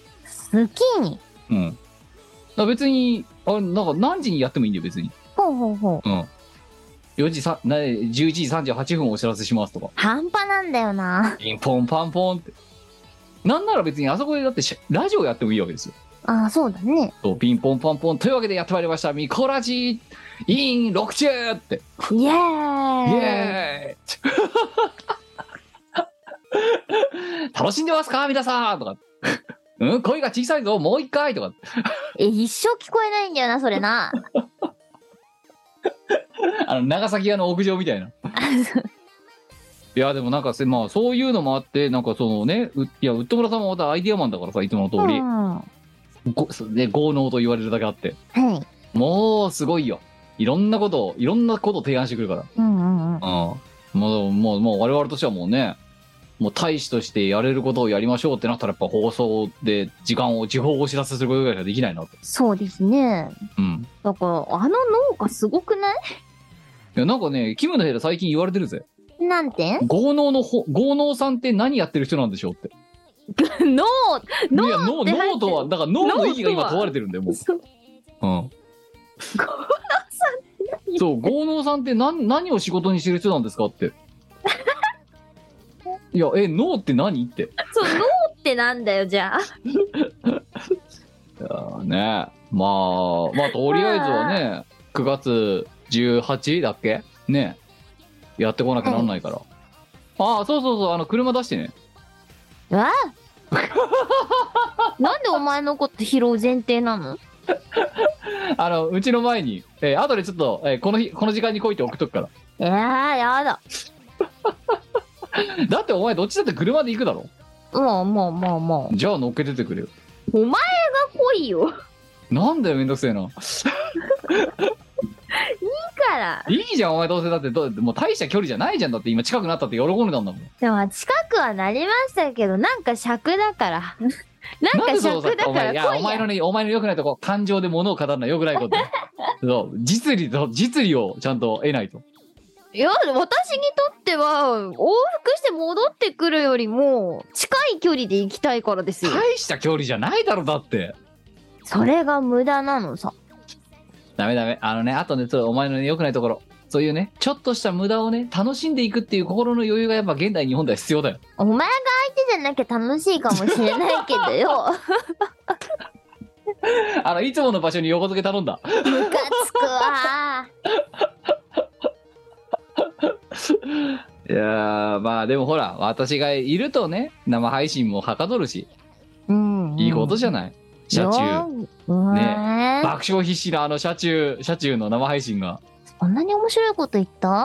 好きに。 うん。だから別に、あれ、なんか何時にやってもいいんだよ、別に。 ほうほうほう。 うん。よじさ、な、じゅういちじさんじゅうはっぷんお知らせしますとか。 半端なんだよな。 ピンポンパンポンって。なんなら別にあそこでだってしラジオやってもいいわけですよ。 ああ、そうだね。 そう、ピンポンパンポン。というわけでやってまいりました。ミコラジインろく中って。 イエーイ。 イエーイ楽しんでますか皆さんとか。うん、声が小さいぞ、もう一回とか。 え、一生聞こえないんだよな、それな。 あの、長崎屋の屋上みたいな。いや、でもなんかせ、まあ、そういうのもあって、なんかそのね、ういや、ウッド村さんもまたアイディアマンだからさ、いつもの通り。 うんはごね、豪農と言われるだけあって。 い。 もう、すごいよ。いろんなことを、いろんなことを提案してくるから。 うんうんうん。 うん。もう、もう、もう我々としてはもうね、もう大使としてやれることをやりましょうってなったらやっぱ放送で時間を地方をお知らせすることぐらいしかできないなと。 そうですね。 うん。 だから、あの農家すごくない？ いや、なんかね、キムの部屋最近言われてるぜ。 なんて？ 豪農のほ、豪農さんって何やってる人なんでしょうって。 農、農いや、脳、 って入ってる脳とは、だから脳の意義が今問われてるんだよ、もう。 そううん。そう、豪農さんって何、何を仕事にしてる人なんですかって。いや、え、脳って何って。 そう、農ってなんだよ、じゃあ。 いやーね、まあ、まあ、とりあえずはね、くがつじゅうはちだっけね、やってこなきゃなんないから。はい、ああ、そうそうそう、あの、車出してね。 わあなんでお前のこと拾う前提なの？ あの、うちの前に、えー、後でちょっと、えー、この日、この時間に来いって送っとくから。 いやー、やだ。 だってお前どっちだって車で行くだろ。 もう、もう、もう、もじゃあ乗っけててくれよ。 う。お前が来いよ。 なんだよ、めんどくせえな。 から。 いいじゃん、お前どうせだってどう、もう大した距離じゃないじゃん。だって今近くなったって喜んでたんだもん。 でも、近くはなりましたけど、なんか尺だから。なんか尺だお前、いや、 から来いや。 お前のね、お前の良くないとこ、感情で物を語るのは良くないこと。そう、実利と、実利をちゃんと得ないと。 いや、私にとっては、往復して戻ってくるよりも、近い距離で行きたいからですよ。 大した距離じゃないだろ、だって。 それが無駄なのさ。 ダメダメ。あのね、あとね、そうお前のね、良くないところ。そういうね、ちょっとした無駄をね、楽しんでいくっていう心の余裕がやっぱ現代日本では必要だよ。 お前が相手じゃなきゃ楽しいかもしれないけどよ。 あの、いつもの場所に横付け頼んだ。 ムカつくわいやー、まあでもほら、私がいるとね、生配信もはかどるし、 うん、うん。 いいことじゃない。車中。 中。 ねね爆笑必至なあの車中、車中の生配信が。 こんなに面白いこと言った？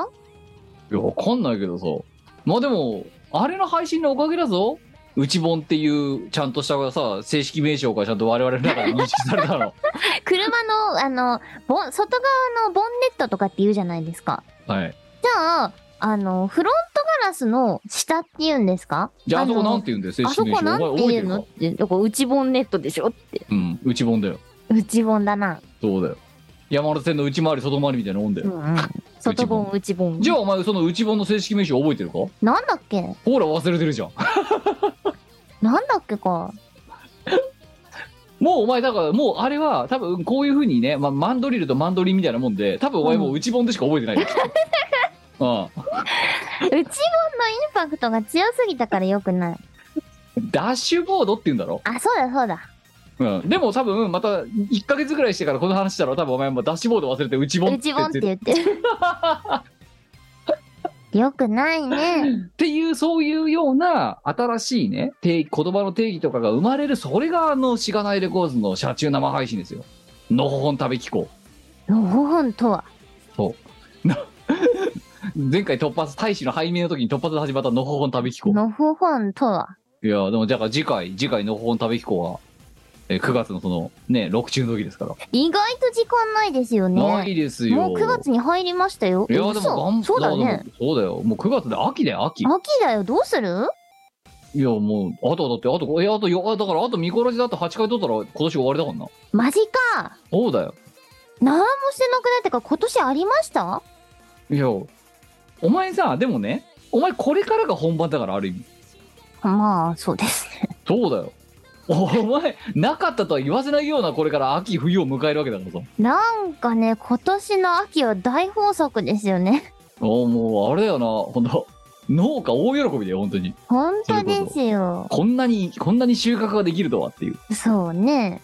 いや、わかんないけどさ。まあでも、あれの配信のおかげだぞ。内本っていうちゃんとしたさ、正式名称がちゃんと我々の中で認識されたの。 車の、あの、ボン、外側のボンネットとかって言うじゃないですか。 はい。 じゃあ、あの、フロントガラスの下って言うんですか？ じゃあ、あそこなんのて言うんだよ、正あそ式名称。 こなんてお前覚えてるか言うのって、だから内ボンネットでしょって。 うん、内本だよ。 内ボンだな。 そうだよ。山手線の内回り、外回りみたいなもんだよ。 うんうん。外ボン、内ボン。 じゃあ、お前その内本の正式名称覚えてるか？ なんだっけほら、忘れてるじゃん。 なんだっけか。 もうお前だからもうあれは多分こういう風にね、まあ、マンドリルとマンドリンみたいなもんで多分お前もう内本でしか覚えてないよ、うん、 内ボンのインパクトが強すぎたからよくない。 ダッシュボードって言うんだろ、 あ、そうだそうだ。 うん、でも多分またいっかげつぐらいしてからこの話したら多分お前もダッシュボード忘れて内本内ボンって言ってる。よくないね。 っていうそういうような新しいね定言葉の定義とかが生まれる、それがあのしがないレコーズの車中生配信ですよ。のほほん食べ機構。 のほほんとは。 そうな前回突発大使の背面の時に突発で始まったのほほん食べ機構。 のほほんとは。 いやでもじゃあ次回次回のほほん食べ機構は、えー、くがつのそのねろく中の時ですから。 意外と時間ないですよね。 ないですよ。 もうくがつに入りましたよ。 いやでも嘘がんそうだね。 いやでもそうだよ。もうくがつで秋だよ、秋。 秋だよ。どうする？ いやもうあとだってあといやあとよだからあとミコラジだとはちかい取ったら今年終わりだからな。 マジか。 そうだよ。 何もしてなくなってか今年ありました？ いやお前さでもねお前これからが本番だからある意味。 まあそうですね。 そうだよ。 お前なかったとは言わせないようなこれから秋冬を迎えるわけだからさ。 なんかね、今年の秋は大豊作ですよね。 おもうあれだよな、ほんと農家大喜びだよ本当に。 本当ですよ。 こんなにこんなに収穫ができるとはっていう。 そうね。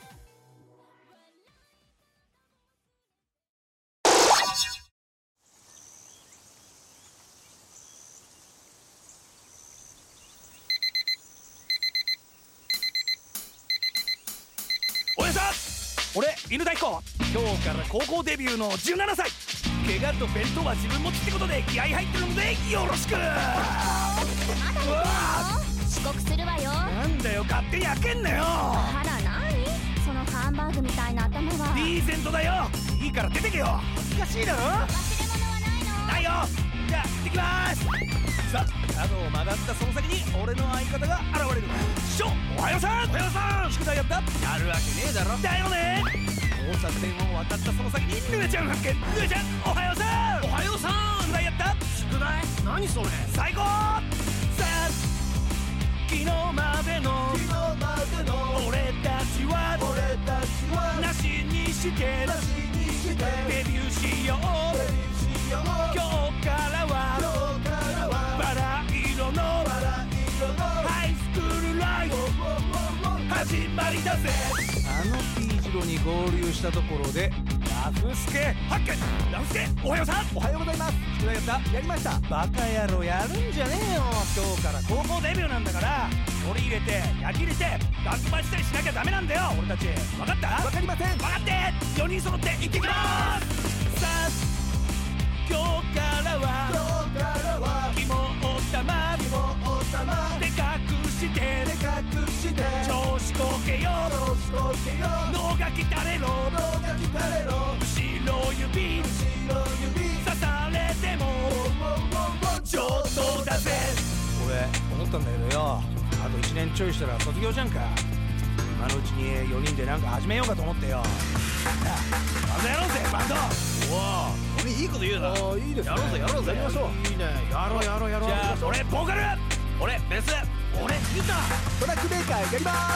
おやさん、俺犬大彦、今日から高校デビューのじゅうななさい。怪我と弁当は自分持ちってことで気合入ってるのでよろしく。 まだ行くの？遅刻するわよ。 なんだよ勝手に開けんなよ。 あら、なにそのハンバーグみたいな頭は。 リーゼントだよ。いいから出てけよ。難しいだろ。 忘れ物はないの？ ないよ。じゃあ行ってきまーす。さあ、角を曲がったその先に俺の相方が現れる。師匠、おはようさん。おはようさん。宿題やった？やるわけねえだろ。だよね。交差点を渡ったその先にぬねちゃん発見。ぬねちゃん、おはようさん。おはようさん。宿題やった？宿題？何それ？最高。さあ、昨日までの昨日までの俺たちは俺たちはなしにしてなしにしてデビューしよう。デビューしよう。今日からは今日からはバラ色のバラ色のハイスクールライフ始まりだぜ。 あの T 字路に合流したところでラフスケ発見。ラフスケ、おはようさん。おはようございます。宿題やった？やりました。バカ野郎、やるんじゃねえよ。今日から高校デビューなんだから取り入れて焼き入れしてガンツバしたりしなきゃダメなんだよ俺たち。分かった？分かりません。分かってよにん揃って行ってきまーす。さあ、今日からは今日からは肝を玉肝を玉で隠してで隠して調子こけよ調子こけよ脳がきたれろ脳がきたれろ後ろ指後ろ指刺されてもちょっとだぜ。 俺思ったんだけどよ、あといちねんちょいしたら卒業じゃんか。今のうちによにんでなんか始めようかと思ってよ。 なあ、バンドやろうぜバンド。おお、俺いいこと言うな。 ああ、いいですね。 やろうぜやろうぜ。 やりましょう。いいね。やろうやろうやろう。 じゃあ俺ボーカル、俺ベース、俺ギター、 トラックメーカーやります。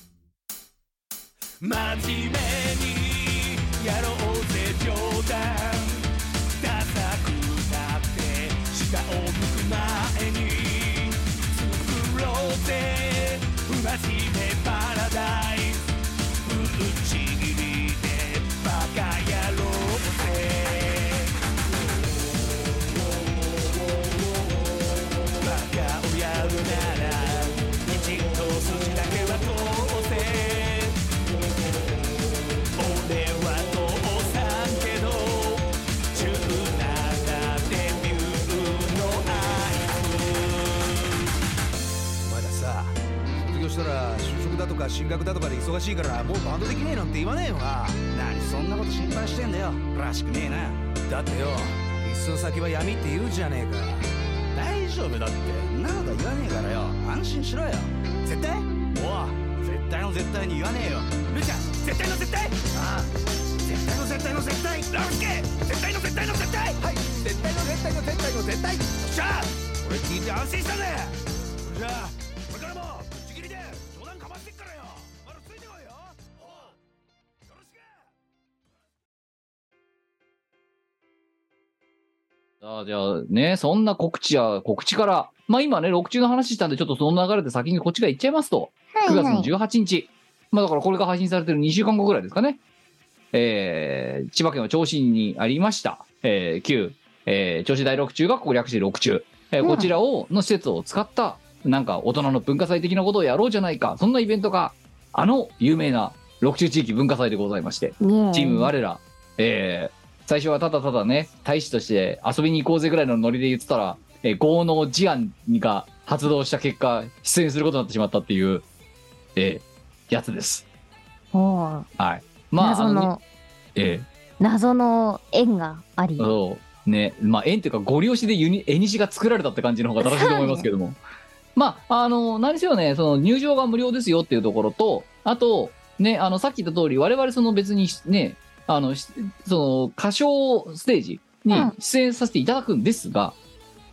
真面目にやろうぜ冗談。ダサくなって下を向く前に作ろうぜ不真面目パラダイス。ぶっちぎりでバカ野郎ぜ。バカをやるならきちんと筋だけは通せ。俺は父さんけどじゅうななデビューのアイお前らさ、卒業したら就職だとか進学だとかで忙しいからもうバンドできねえなんて言わねえよな。 何そんなこと心配してんだよ。らしくねえな。 だってよ、一寸先は闇って言うじゃねえか。 大丈夫だって、んなこと言わねえからよ。安心しろよ。絶対？おう、絶対の絶対に言わねえよ。ルーちゃん、絶対の絶対？ああ、絶対の絶対の絶対。ラフスケ、絶対の絶対の絶対。 はい、絶対の絶対の絶対の絶対。 よっしゃ、俺聞いて安心したぜ。それじゃあこれからもぶっちぎりで冗談かましてっからよ。まだついてこいよ。おう、よろしく。 さあ、じゃあね、そんな告知や告知から、まあ今ね、ろく中の話したんで、ちょっとその流れで先にこっちが行っちゃいますと、 はいくがつのはい。 じゅうはちにち、まあだからこれが配信されてるにしゅうかんごぐらいですかね、えー、千葉県は銚子にありました、えー、旧、えー、銚子第六中学校略してろく中、えーうんこちらを、の施設を使った、なんか大人の文化祭的なことをやろうじゃないか、そんなイベントが、あの有名なろく中地域文化祭でございまして、チーム我ら、えー、最初はただただね、大使として遊びに行こうぜぐらいのノリで言ってたら、えー、豪農事案が発動した結果、出演することになってしまったっていう、えー、やつです。 おーはい。まあ、 謎のあのえ謎の縁がありー、。そう。ね、まあ、縁っていうか、ご利用しでユニ絵西が作られたって感じの方が正しいと思いますけども。まあ、あの、何せよね、その入場が無料ですよっていうところと、あと、ね、あの、さっき言った通り、我々その別にね、あの、しその、歌唱ステージに出演させていただくんですが、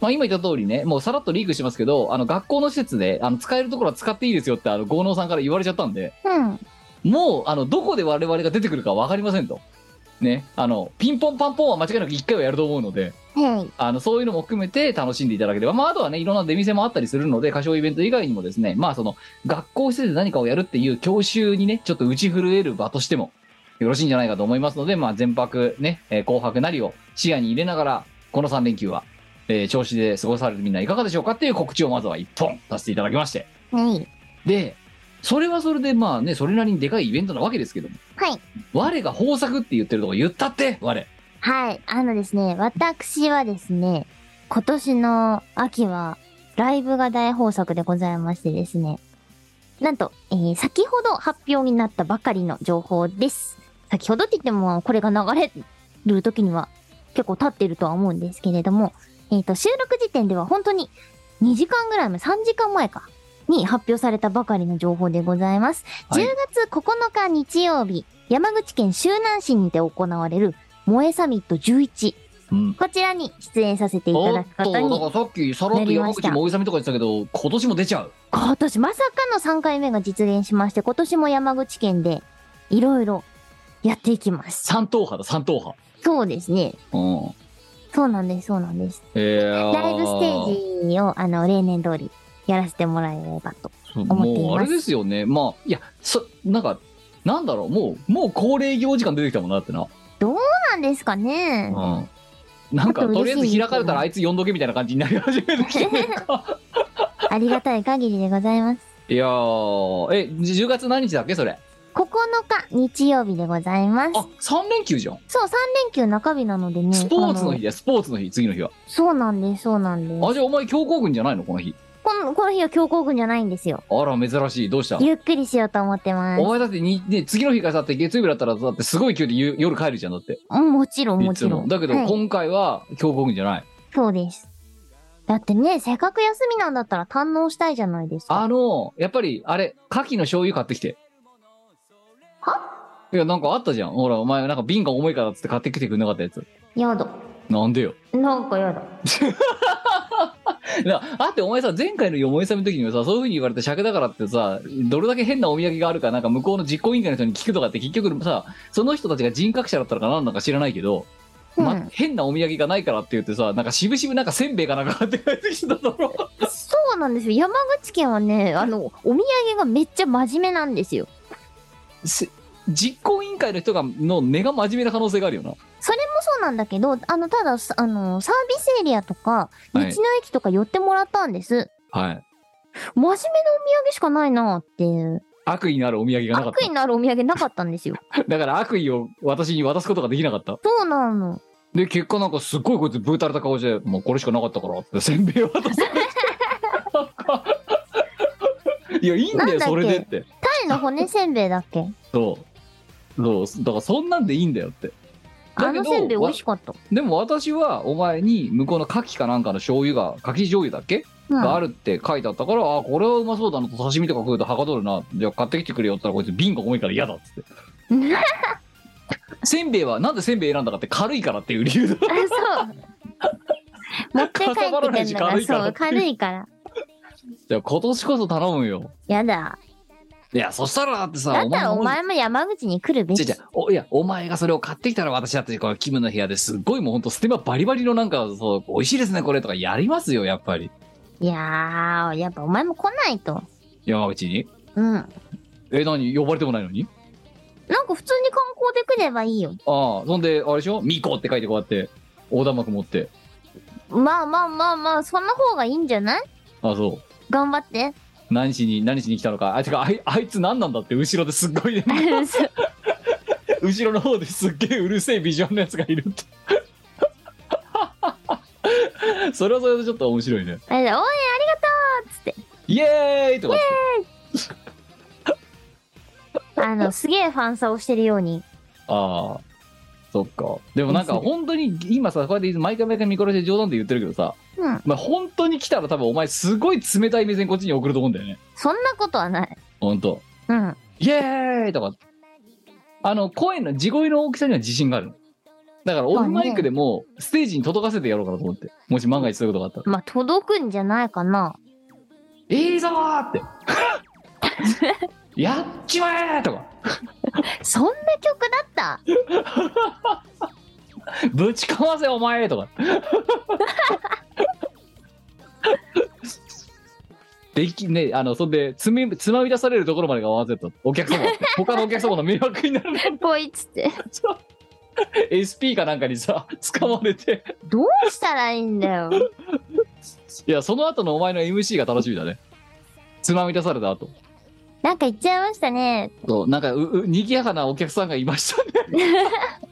まあ、今言った通りね、もうさらっとリークしてますけど、あの学校の施設であの使えるところは使っていいですよってあの豪農さんから言われちゃったんで、 うんもうあのどこで我々が出てくるか分かりませんと。ね、あのピンポンパンポンは間違いなくいっかいはやると思うので、 はいあのそういうのも含めて楽しんでいただければ、まあ、あとはねいろんな出店もあったりするので、歌唱イベント以外にもですね、まあその学校施設で何かをやるっていう教習にねちょっと打ち震える場としてもよろしいんじゃないかと思いますので、まあ全泊ね、えー紅白なりを視野に入れながらこのさん連休は、えー、銚子で過ごされるみんないかがでしょうかっていう告知をまずはいっぽんさせていただきまして、 はいでそれはそれでまあねそれなりにでかいイベントなわけですけども、 はい我が豊作って言ってるとこ言ったって我はいあのですね、私はですね、今年の秋はライブが大豊作でございましてですね、なんと、えー先ほど発表になったばかりの情報です。先ほどって言ってもこれが流れる時には結構経ってるとは思うんですけれども、えっと収録時点では本当ににじかんぐらい前、さんじかんまえかに発表されたばかりの情報でございます。 はいじゅうがつここのか日曜日、山口県周南市にて行われる萌えサミットじゅういち、 うんこちらに出演させていたおっと、 だくことに、 だからさっきさらっと山口もおいさみとか言ってたけど、今年も出ちゃう。 今年まさかのさんかいめが実現しまして、今年も山口県でいろいろやっていきます。 三等派だ、三等派。 そうですね。 うん。 そうなんです、そうなんです。 えー、 ライブステージを、あの、例年通りやらせてもらえればと。 そう思っていますもうあれですよね。まあ、いや、そ、なんか、なんだろう、もう、もう恒例行事感出てきたもんなってな。 そうなんですかね。 うん。なんか、 ちょっととりあえ嬉しいんですけどず開かれたらあいつ呼んどけみたいな感じになり始めてきてるか。 ありがたい限りでございます。 いやー、え、じゅうがつ何日だっけ、それ。 ここのか日曜日でございます。 あ、さん連休じゃん。 そう、さん連休中日なのでね。 スポーツのあ日だよ、スポーツの日、次の日は。 そうなんです、そうなんです。 あ、じゃあお前強行軍じゃないのこの日。 この、この日は強行軍じゃないんですよ。 あら、珍しい。どうしたゆっくりしようと思ってますお。前だってに、ね、次の日からだって月曜日だったらだってすごい勢いでゆ夜帰るじゃんだって。 うんもちろん、 いつもちろん。 もだけど、 はい、 今回は強行軍じゃない。 そうです。だってね、せっかく休みなんだったら堪能したいじゃないですか。 あの、やっぱり、あれ、牡蠣の醤油買ってきて。はいや、なんかあったじゃん。ほら、お前なんか瓶が重いからっつって買ってきてくんなかったやつ。 やだ。 なんでよ。 なんかやだ。 だあってお前さ、前回のよもえさんの時にもさ、そういう風に言われて鮭だからってさ、どれだけ変なお土産があるかなんか向こうの実行委員会の人に聞くとかって結局さ、その人たちが人格者だったのかなんだか知らないけど、 うんま、変なお土産がないからって言ってさ、なんか渋々なんかせんべいかなんか買って帰ってきてただろ。 そうなんですよ。山口県はね、あの、お土産がめっちゃ真面目なんですよ。 せ実行委員会の人がの根が真面目な可能性があるよな。 それもそうなんだけど、あの、ただ、あの、サービスエリアとか、道のはい駅とか寄ってもらったんです。 はい。 真面目なお土産しかないなっていう。 悪意のあるお土産がなかっ悪意のあるお土産なかったんですよ。 た。だから悪意を私に渡すことができなかった。 そうなの。 で、結果なんかすっごいこいつブータれた顔して、もうこれしかなかったからってせんべい渡されて。いや、いいんだよ、 なんだっけそれでって。 タイの骨せんべいだっけそう。そう。だからそんなんでいいんだよって。 あのせんべい美味しかった。 でも私はお前に向こうの牡蠣かなんかの醤油が、牡蠣醤油だっけ、 うんがあるって書いてあったから、あ、これはうまそうだなと刺身とか食うとはかどるな。じゃあ買ってきてくれよって言ったらこいつ瓶が重いから嫌だっつって。せんべいはなんでせんべい選んだかって軽いからっていう理由だ。 あ、そう。持って帰ってくるのが、そう、軽いから。 じゃあ今年こそ頼むよ。 やだ。 いや、そしたらだってさ、 だったらおの前も山口に来るべき。 じゃじゃおいや、お前がそれを買ってきたら私だってこのキムの部屋ですっごいもうほんとステマバリバリのなんかそう美味しいですねこれとかやりますよやっぱり。 いやー、やっぱお前も来ないと。 山口に。 うん。なんかえ、何呼ばれてもないのに。 普通に観光で来ればいいよ。 ああ、そんであれでしょミコって書いてこうやって横断幕持って。 まあまあまあまあ、そんな方がいいんじゃないあ、そう。 頑張って。 何しに何しに来たのか。あ、てかあいあいつ何なんだって後ろですっごいね後ろの方ですっげえうるせえビジョンのやつがいるってそれはそれでちょっと面白いね。 あれだ、応援ありがとうっつって。 イエーイとかってあの、すげえファンサをしてるように。 ああ、そっか。でもなんか本当に今さこうやって毎回毎回見殺して冗談で言ってるけどさ、 うん。 まあ、本当に来たら多分お前すごい冷たい目線こっちに送ると思うんだよね。 そんなことはない。 本当。 うん。 イエーイとか。あの声の地声の大きさには自信がある。 だからオフマイクでもステージに届かせてやろうかなと思って、もし万が一そういうことがあったら、 まあ届くんじゃないかな。 いいぞーってやっちまえーとかそんな曲だったぶちかませお前とかできね、あのそんでつみつまみ出されるところまでがワンセット、お客様他のお客様の迷惑になるポイっつってそう エスピー かなんかにさ掴まれて、 どうしたらいいんだよ。 いやその後のお前の エムシー が楽しみだね。つまみ出された後、 なんか言っちゃいましたね。 そうなんかうう賑やかなお客さんがいましたね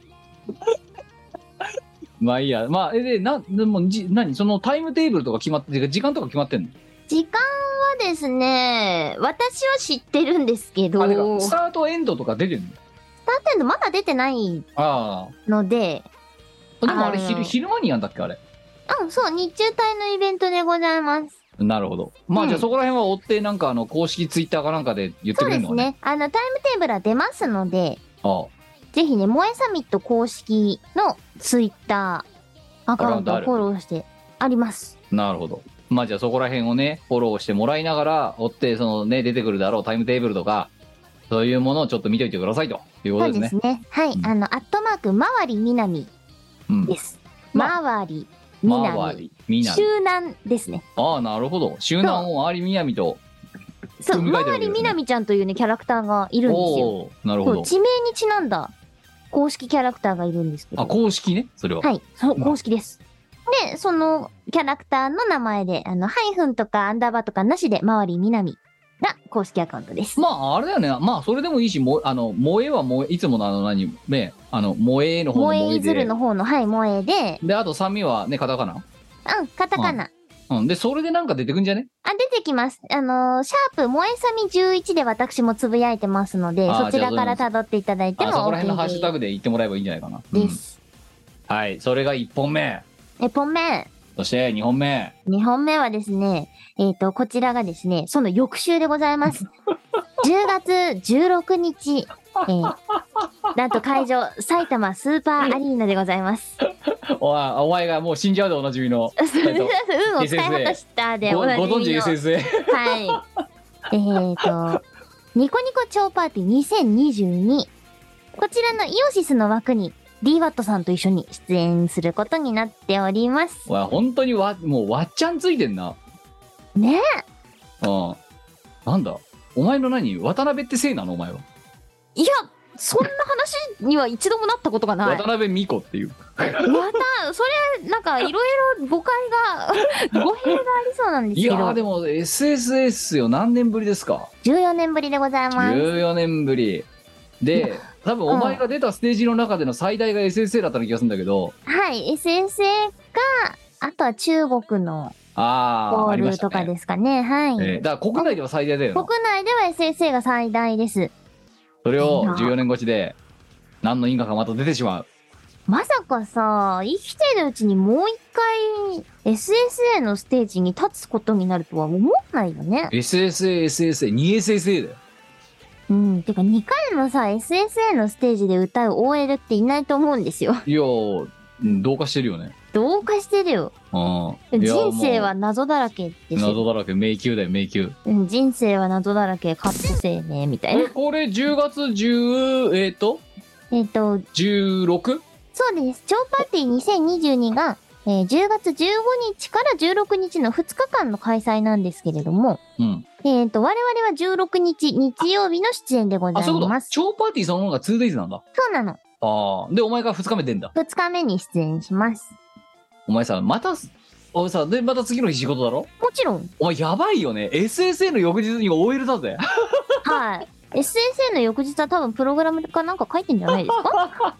まあいいや、まあえでなでもじ何そのタイムテーブルとか決まって時間とか決まってんの？ 時間はですね、私は知ってるんですけど、 あれかススタートエンドとか出てんの？ タートエンドまだ出てないあので、 あでもあれあの昼昼間にやんだっけあれ。 うん、そう、日中帯のイベントでございます。 なるほど。まあ、 うんじゃあそこら辺は追ってなんかあの公式ツイッターかなんかで言ってそうですくれるのかね。 ね。あの、タイムテーブルは出ますので、 あぜひね、萌えサミット公式のツイッターアカウントをフォローしてあります。 あ、なるほど。まあじゃあそこら辺をねフォローしてもらいながら追ってそのね出てくるだろうタイムテーブルとかそういうものをちょっと見ておいてくださいというこそうとですね。 ですね。はい。 うんあの、アットマーク、まわりみなみうん。 です。 ままわりみなみ。 周りみなみ。 周南ですね。 ああなるほど。周南を周りみなみとそう、 組み替えてるまわりわけですねみなみちゃんというね、キャラクターがいるんですよ。 おーなるほど。 そう、地名にちなんだ公式キャラクターがいるんですけど。 あ公式ねそれは。 はい、そう、 うん公式です。で、そのキャラクターの名前で、あの、ハイフンとかアンダーバーとかなしで、まわりみなみが公式アカウントです。 まああれだよね。まあそれでもいいし、もあの萌えは萌えいつものあの何ねあの萌えの方の萌萌えで。 えいずるの方の、はい、萌えで、 であと酸味はねカタカナ。 うん、カタカナ。 うんでそれでなんか出てくんじゃね？ あ、出てきます。あのーシャープ、萌えさみじゅういちで私もつぶやいてますので、 あーそちらから辿っていただいてもあそこら OK 辺のハッシュタでグで言ってもらえばいいんじゃないかな。うんす。 はいそれがいっぽんめ。 え、ポンメそしてにほんめ。 にほんめはですね、えっ、と、こちらがですね、その翌週でございます。じゅうがつじゅうろくにち、えー、なんと会場、埼玉スーパーアリーナでございます。 おいお前がもう死んじゃうでおなじみの。 運を使い果たしたでごおなじみの。 ご存知 エスエスエー。 はい。えーと、ニコニコ超パーティーにせんにじゅうに。こちらのイオシスの枠に ディーワット さんと一緒に出演することになっております。 おい本当にわもうわっちゃんついてんな。 ねうん。なんだお前の何渡辺ってせいなのお前は。 え。いや、そんな話には一度もなったことがない。 渡辺美子っていう。 また、それ、なんか、いろいろ誤解が、語弊がありそうなんですいけど。 やーでも エスエスエス よ何年ぶりですか？ じゅうよねんぶりでございます。 じゅうよねんぶりで多分お前が出たステージの中での最大が エスエスエー だったような気がするんだけど。 はい、エスエスエー か、あとは中国のああボーありましたねルとかですかね。はい。 えーだから国内では最大だよな。 国内では エスエスエー が最大です。 それいいなをじゅうよねん越しで何の因果かまた出てしまう。 まさかさ、生きてるうちにもう一回 エスエスエー のステージに立つことになるとは思わないよね。 エスエスエー、エスエスエー、にエスエスエー だよ。 うん。てかにかいもさ、エスエスエー のステージで歌う オーエル っていないと思うんですよ。 いやー、うん同化してるよね。 どうかしてるよ。 うん。いや人生はも謎だらけうですよ。 謎だらけ、迷宮だよ、迷宮。 うん、人生は謎だらけ、カット生命みたいえ、 な。 これじゅうがつじゅう、えっ、ー、と、 えっと、 じゅうろく? そうです。超パーティーにせんにじゅうにが、えーじゅうがつじゅうごにちからじゅうろくにちのふつかかんの開催なんですけれども、 うん。 えっと、我々はじゅうろくにち日曜日の出演でござあ、そういうこといます。 超パーティーそのものが ツーデイズ なんだ。 そうなの。 ああ。で、お前がふつかめ出んだ。 ふつかめに出演します。 お前さ、また、お前さ、で、また次の日仕事だろ？ もちろん。 お前やばいよね。エスエスエー の翌日に オーエル だぜ。 はい。エスエスエー の翌日は多分プログラムかなんか書いてんじゃないですか？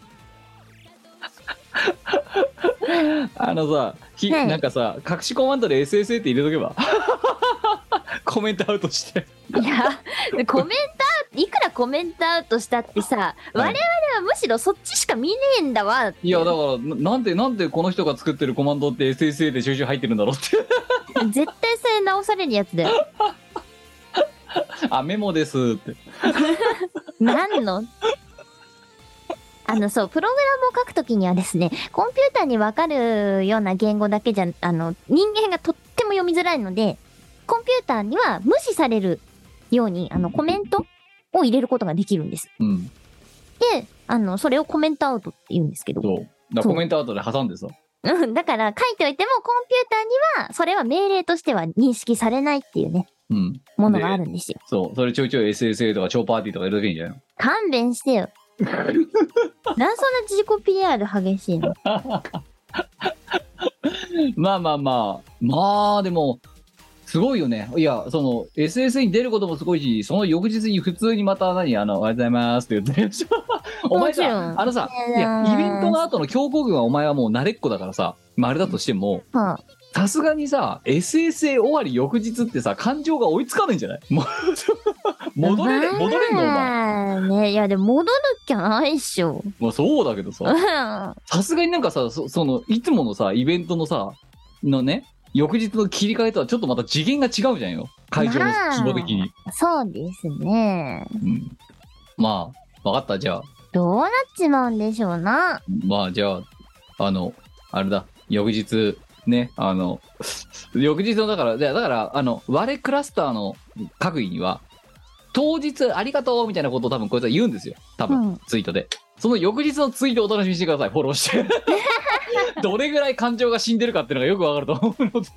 あのさ、ひねえなんかさ、隠しコマンドで エスエスエー って入れとけば。コメントアウトして。 いや、コメント、いくらコメントアウトしたってさ、我々はむしろそっちしか見ねえんだわって。 いや、だから、ななんで、なんでこの人が作ってるコマンドって エスエスエー で収集入ってるんだろうって。 絶対それ直されるやつだよ。 あ、メモですって。 何のあの、そう、プログラムを書くときにはですね、コンピューターにわかるような言語だけじゃ、あの、人間がとっても読みづらいので、コンピューターには無視されるように、あの、コメントを入れることができるんです。 うん。 で、あの、それをコメントアウトって言うんですけど。 そう。だからコメントアウトで挟んでさ。 うん、だから書いておいても、コンピューターには、それは命令としては認識されないっていうね、 うん。 ものがあるんですよ。 そう。それちょいちょい エスエスエー とか超パーティーとかやるだけいいんじゃないの？ 勘弁してよ。なんそんな自己 ピーアール 激しいの？ まあまあまあ。まあ、でも、すごいよね。いや、その、エスエス に出ることもすごいし、その翌日に普通にまた何、あの、おはようございますって言ってるでしょ。お前もちろさ、 んあのさ、いや、イベントの後の強行軍はお前はもう慣れっこだからさ、まああれだとしても、 はあ、 さすがにさ、エスエスエー 終わり翌日ってさ、感情が追いつかないんじゃない？もう戻れね、戻れんのお前。 まあね、いやでも戻るっきゃないっしょ。 まあそうだけどさ、さすがになんかさ、そ、その、いつものさ、イベントのさ、のね、翌日の切り替えとはちょっとまた次元が違うじゃんよ。会場の規模的に。 そうですね。 うん。まあ、わかった、じゃあ。 どうなっちまうんでしょうな。 まあ、じゃあ、あの、あれだ、翌日、ね、あの、翌日の、だから、だから、あの、我クラスターの各位には、当日ありがとうみたいなことを多分こいつは言うんですよ。多分、 うんツイートで。その翌日のツイートをお楽しみにしてください。フォローして。どれぐらい感情が死んでるかっていうのがよくわかると思うので。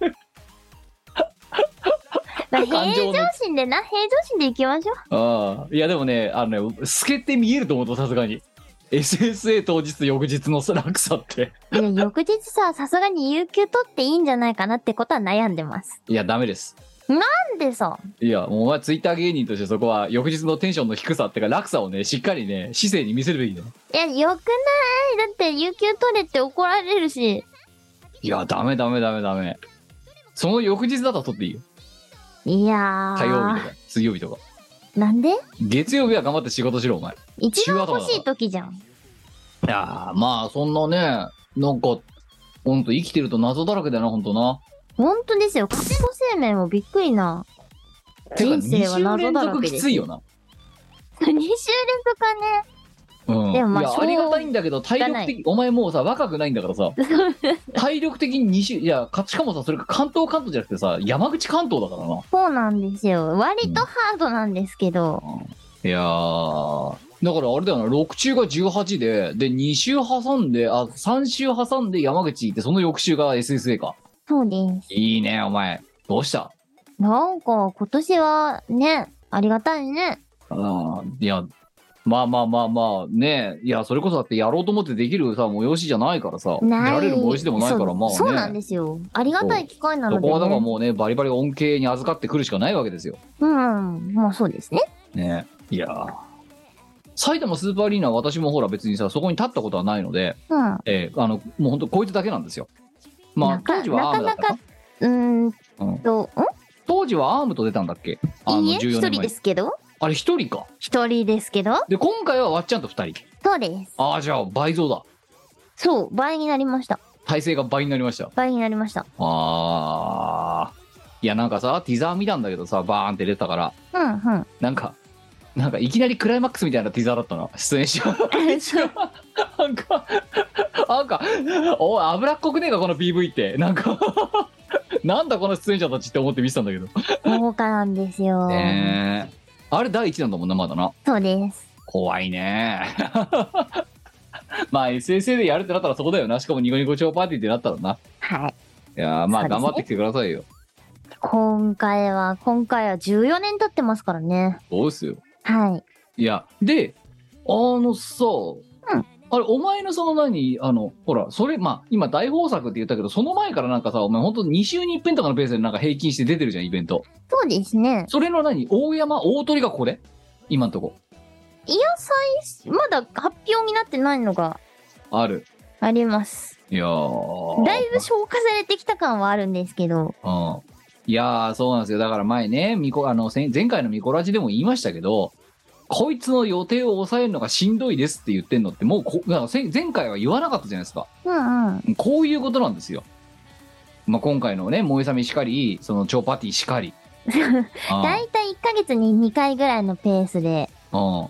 まあ平感情の常心でな、平常心でいきましょう。 ああ、いやでもね、あのね、透けて見えると思うとさすがに。エスエスエー 当日翌日の落差って。 いや、翌日さ、さすがに有給取っていいんじゃないかなってことは悩んでます。 いや、ダメです。 なんでさ、 いや、もうお前ツイッター芸人としてそこは翌日のテンションの低さってか落差をね、しっかりね、姿勢に見せるべきだよ。 いや、よくない？だって有給取れって怒られるし。 いや、ダメダメダメダメ。その翌日だったら取っていいよ。 いやー。 火曜日とか、水曜日とか。 なんで？ 月曜日は頑張って仕事しろ、お前。 一番欲しい時じゃん。 いやー、まあ、そんなね、なんか、ほんと生きてると謎だらけだよな、ほんとな。 ほんとですよ。家庭生命もびっくりな。 てか、 人生は謎だらけに週連続です。 きついよな。 に週連続かね。 うん。 でもまあいや、 しょうありがたいんだけど、体力的、お前もうさ、若くないんだからさ、体力的にに週、いや、かしかもさ、それが関東関東じゃなくてさ、山口関東だからな。 そうなんですよ。割とハードなんですけど。 いやー、だからあれだよな、ろく週がじゅうはちで、で、に週挟んで、あ、さん週挟んで山口行って、その翌週が エスエスエー か。 そうです。 いいね、お前。どうした？ なんか、今年はね、ありがたいね。 ああ、いや、まあまあまあまあ、ねいや、それこそだってやろうと思ってできるさ、催しじゃないからさ、 ないやられる催しでもないから、 そうまあね。 そうなんですよ。ありがたい機会なのでそこはだからね。 もうね、バリバリ恩恵に預かってくるしかないわけですよ。 うん、まあそうですね。 ねいやー埼玉スーパーアリーナは私もほら別にさ、そこに立ったことはないので、 うん。 えーあの、もう本当こいつだけなんですよ。まあな、か当時はアームだったかなかうーんうんと、 当時はアームと出たんだっけ？あのんいいえ、 じゅうよねんまえ一人ですけど。 あれ一人か。 一人ですけど。 で、今回はわっちゃんと二人。 そうです。 ああ、じゃあ倍増だ。 そう、倍になりました。 体勢が倍になりました。 倍になりました。 あー。いや、なんかさ、ティザー見たんだけどさ、バーンって出たから、 うん、うん。 なんか、なんかいきなりクライマックスみたいなティザーだったな。出演者。なんか、なんか、おい、脂っこくねえか、この ピーブイ って。なんか、なんだこの出演者たちって思って見てたんだけど。 豪華なんですよ。 ねえ。あれ第一なんだもんな、まだな。 そうです。 怖いね。まあ エスエスエー でやるってなったらそこだよな。しかもニコニコ超パーティーってなったらな。 はい。 いやーまあそうですね頑張ってきてくださいよ。 今回は、今回はじゅうよねん経ってますからね。 そうですよ。 はい。 いや、で、あのさ、 んあれ、お前のその何、あの、ほら、それ、まあ、今大豊作って言ったけど、その前からなんかさ、お前ほんとに週にいっぺんとかのペースでなんか平均して出てるじゃん、イベント。 そうですね。 それの何、大山、大鳥がここで今んとこ。 いや、最、まだ発表になってないのがある。 あります。 いやー。 だいぶ消化されてきた感はあるんですけど。 うん。いやー、そうなんですよ。だから前ね、ミコ、あの、前前回のミコラジでも言いましたけど、こいつの予定を抑えるのがしんどいですって言ってんのって、もうこ、だからせ前回は言わなかったじゃないですか。 うんうん。 こういうことなんですよ。まあ、今回のね、萌えさみしかり、その超パーティーしかり。あだいたいいっかげつににかいぐらいのペースで。 あうん。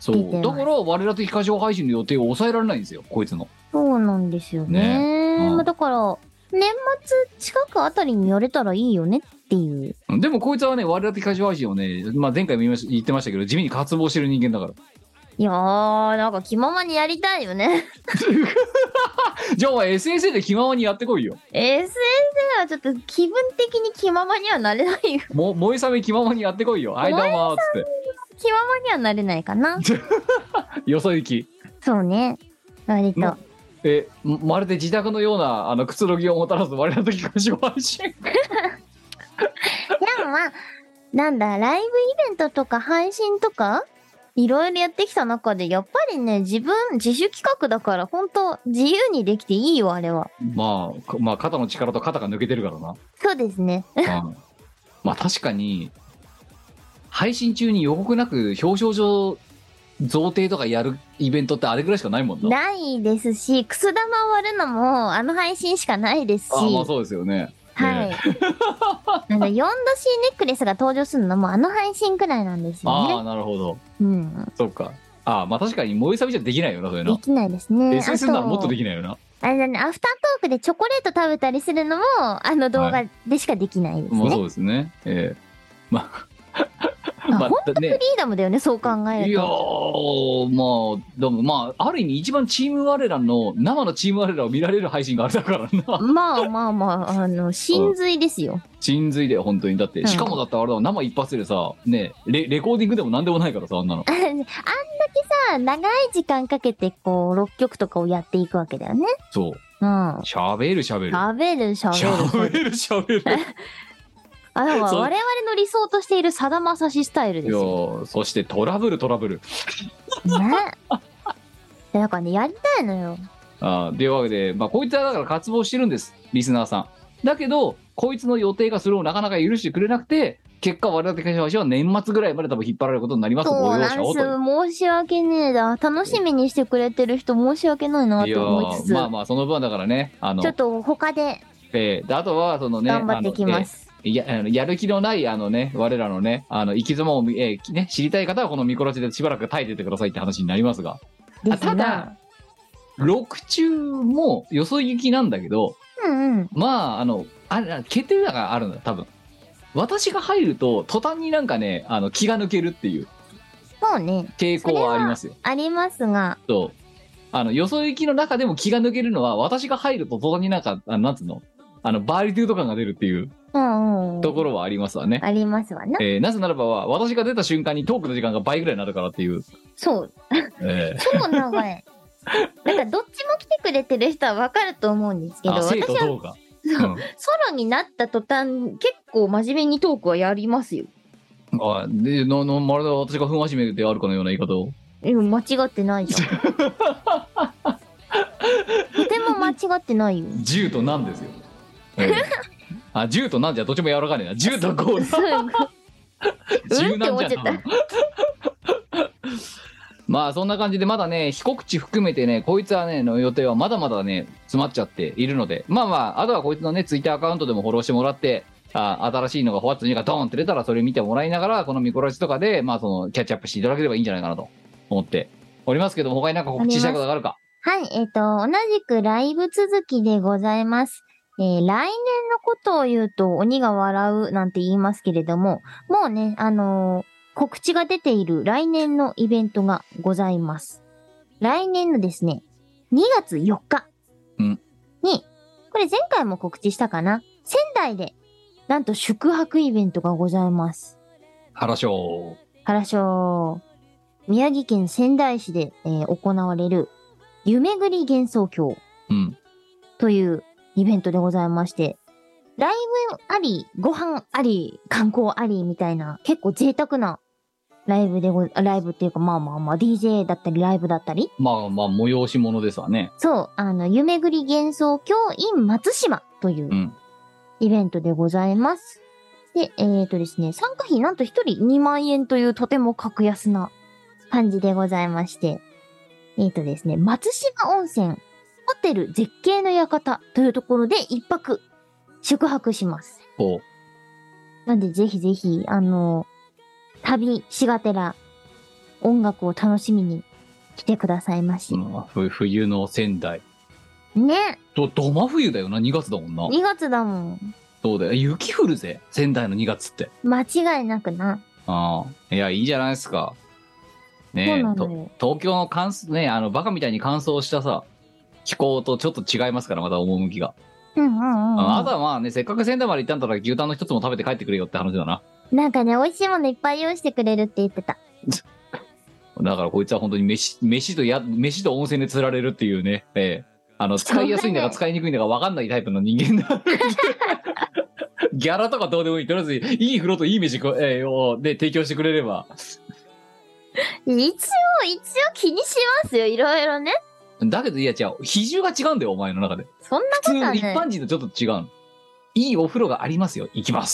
そう出てますだから我ら的歌唱配信の予定を抑えられないんですよこいつの。 そうなんですよね。 ねうんまあだから年末近くあたりにやれたらいいよねっていう。 でもこいつはね我ら的歌唱配信をね、まあ、前回も言いまし言ってましたけど地味に渇望してる人間だから。 いやーなんか気ままにやりたいよね。 じゃあお前 エスエスエー で気ままにやってこいよ。 エスエスエー はちょっと気分的に気ままにはなれないよ。 も萌えさめ気ままにやってこいよ。はいどうもーっつって気ままにはなれないかな。 よそ行き。 そうね。割と。 まえまるで自宅のようなあのくつろぎをもたらす我ら的歌唱配信。 でもまあ、なんだ、ライブイベントとか配信とか、いろいろやってきた中で、やっぱりね、自分、自主企画だから、ほんと、自由にできていいよ、あれは。 まあ、かまあ肩の力と肩が抜けてるからな。 そうですね。 うんまあ確かに配信中に予告なく表彰状贈呈とかやるイベントってあれぐらいしかないもんな。 ないですし、くす玉割るのも、あの配信しかないですし。 あまあそうですよね。 はい。 ねあの、よんど C ネックレスが登場するのも、あの配信くらいなんですよああね。 なるほど。 うん。 そっか。ああまあ確かに萌えさびじゃできないよなそういうの。 できないですね。 エスエス ならもっとでききないよな。 あれだね、アフタートークでチョコレート食べたりするのも、あの動画でしかできないですね。 まあそうですね。ええまああまあねフリーダムだよね、そう考えいやると。 ーまあでもまあある意味一番チーム我らの生のチーム我らを見られる配信があれだからな。 まあまあまあ、あの、真髄ですよ。 真髄だよ本当に。だって、 うんしかもだってあれだわ生一発でさねレレコーディングでもなんでもないからさあんなの。 あんだけさ、長い時間かけて、こう、ろっきょくとかをやっていくわけだよね。 そううん。 喋る喋る喋る、喋る。 喋る喋る。 あ、だからそう我々の理想としているさだまさしスタイルいですよ。 やそしてトラブルトラブル。 ね。でだからね、やりたいのよ。 あーというわけで、まあ、こいつはだから渇望してるんですリスナーさん。だけどこいつの予定がそれをなかなか許してくれなくて結果我々的会社は年末ぐらいまで多分引っ張られることになります。 そうご容なんです。 赦をという。 申し訳ねえだ。楽しみにしてくれてる人申し訳ないなと思いつつ、 いやーまあまあその分はだからねあのちょっと他でえーであとはそのね頑張ってきまあのす。 えーやあのやる気のないあのね我らのねあの生き様を、えーね、知りたい方はこのミコラジでしばらく耐えててくださいって話になりますが、 ですなただろく中もよそ行きなんだけどうんうん。 まああのあれ決定打があるんだ多分。私が入ると途端になんかねあの気が抜けるっていうそうね。 傾向はありますよ。 ありますが、 そうあのよそ行きの中でも気が抜けるのは私が入ると途端になんかあのなんつうのあのバーリテュード感が出るっていううんうん。 ところはありますわね。 ありますわな。 えーなぜならばは私が出た瞬間にトークの時間が倍ぐらいになるからっていう、 そう。 え超長い。なんかどっちも来てくれてる人はわかると思うんですけー、 ど、 あ生私はと動画、 そうソロになった途端、結構真面目にトークはやりますよ。 うん、あでななまるで私が不真面目であるかのような言い方を。 でも間違ってないじゃん。とても間違ってないよ。 銃となんですよ。えーあ銃となんじゃどっちも柔らかねえな。銃とこうそうだ。 うん柔って思軟じゃんっちゃった。 まあそんな感じでまだね非告知含めてねこいつはねの予定はまだまだね詰まっちゃっているので、まあまああとはこいつのねツイッターアカウントでもフォローしてもらって、あ新しいのがホワッツにがドーンって出たらそれ見てもらいながらこのミコラジとかでまあそのキャッチアップしていただければいいんじゃないかなと思っておりますけども、他になんか告知したいことがあるか。 はい、えっ、と、同じくライブ続きでございます。えー来年のことを言うと鬼が笑うなんて言いますけれども、もうね、あのー告知が出ている来年のイベントがございます。来年のですね、にがつよっかうんに、これ前回も告知したかな、仙台で、なんと宿泊イベントがございます。 原賞。 原賞、宮城県仙台市で、えー行われる、夢ぐり幻想郷うん。 というイベントでございまして、ライブあり、ご飯あり、観光ありみたいな、結構贅沢なライブでご、ライブっていうかまあまあまあ ディージェー だったりライブだったり、 まあまあ催し物ですわね。 そう、あの、夢ぐり幻想郷 in 松島といううん。 イベントでございます。で、えーとですね、参加費なんと一人にまんえんというとても格安な感じでございまして、えーとですね、松島温泉、ホテル絶景の館というところで一泊宿泊します。 こなんでぜひぜひ、あの、旅しがてら、 音楽を楽しみに来てくださいまし。 うん、ふ冬の仙台。 ね。 ど、ど真冬だよな、にがつだもんな。 にがつだもん。 そうだよ。雪降るぜ、仙台のにがつって。 間違いなくな。 ああ。いや、いいじゃないですか。ねえ、 そうなのよ。 と東京の乾燥、ね、あの、バカみたいに乾燥したさ、気候とちょっと違いますから、また趣が。 うんうんうん、うん。 ああとはまあね、せっかく仙台まで行ったんだったら牛タンの一つも食べて帰ってくれよって話だな。 なんかね、美味しいものいっぱい用意してくれるって言ってた。 だからこいつは本当に飯、飯とや、飯と温泉で釣られるっていうね、ええあの、使いやすいんだか使いにくいんだか分かんないタイプの人間だ。ギャラとかどうでもいい。とりあえず、いい風呂といい飯こ、えーを、で、提供してくれれば。 一応、一応気にしますよ、いろいろね。 だけど、いや違う。比重が違うんだよ、お前の中で。 そんなことはね。 普通、一般人とちょっと違うの。いいお風呂がありますよ。行きます。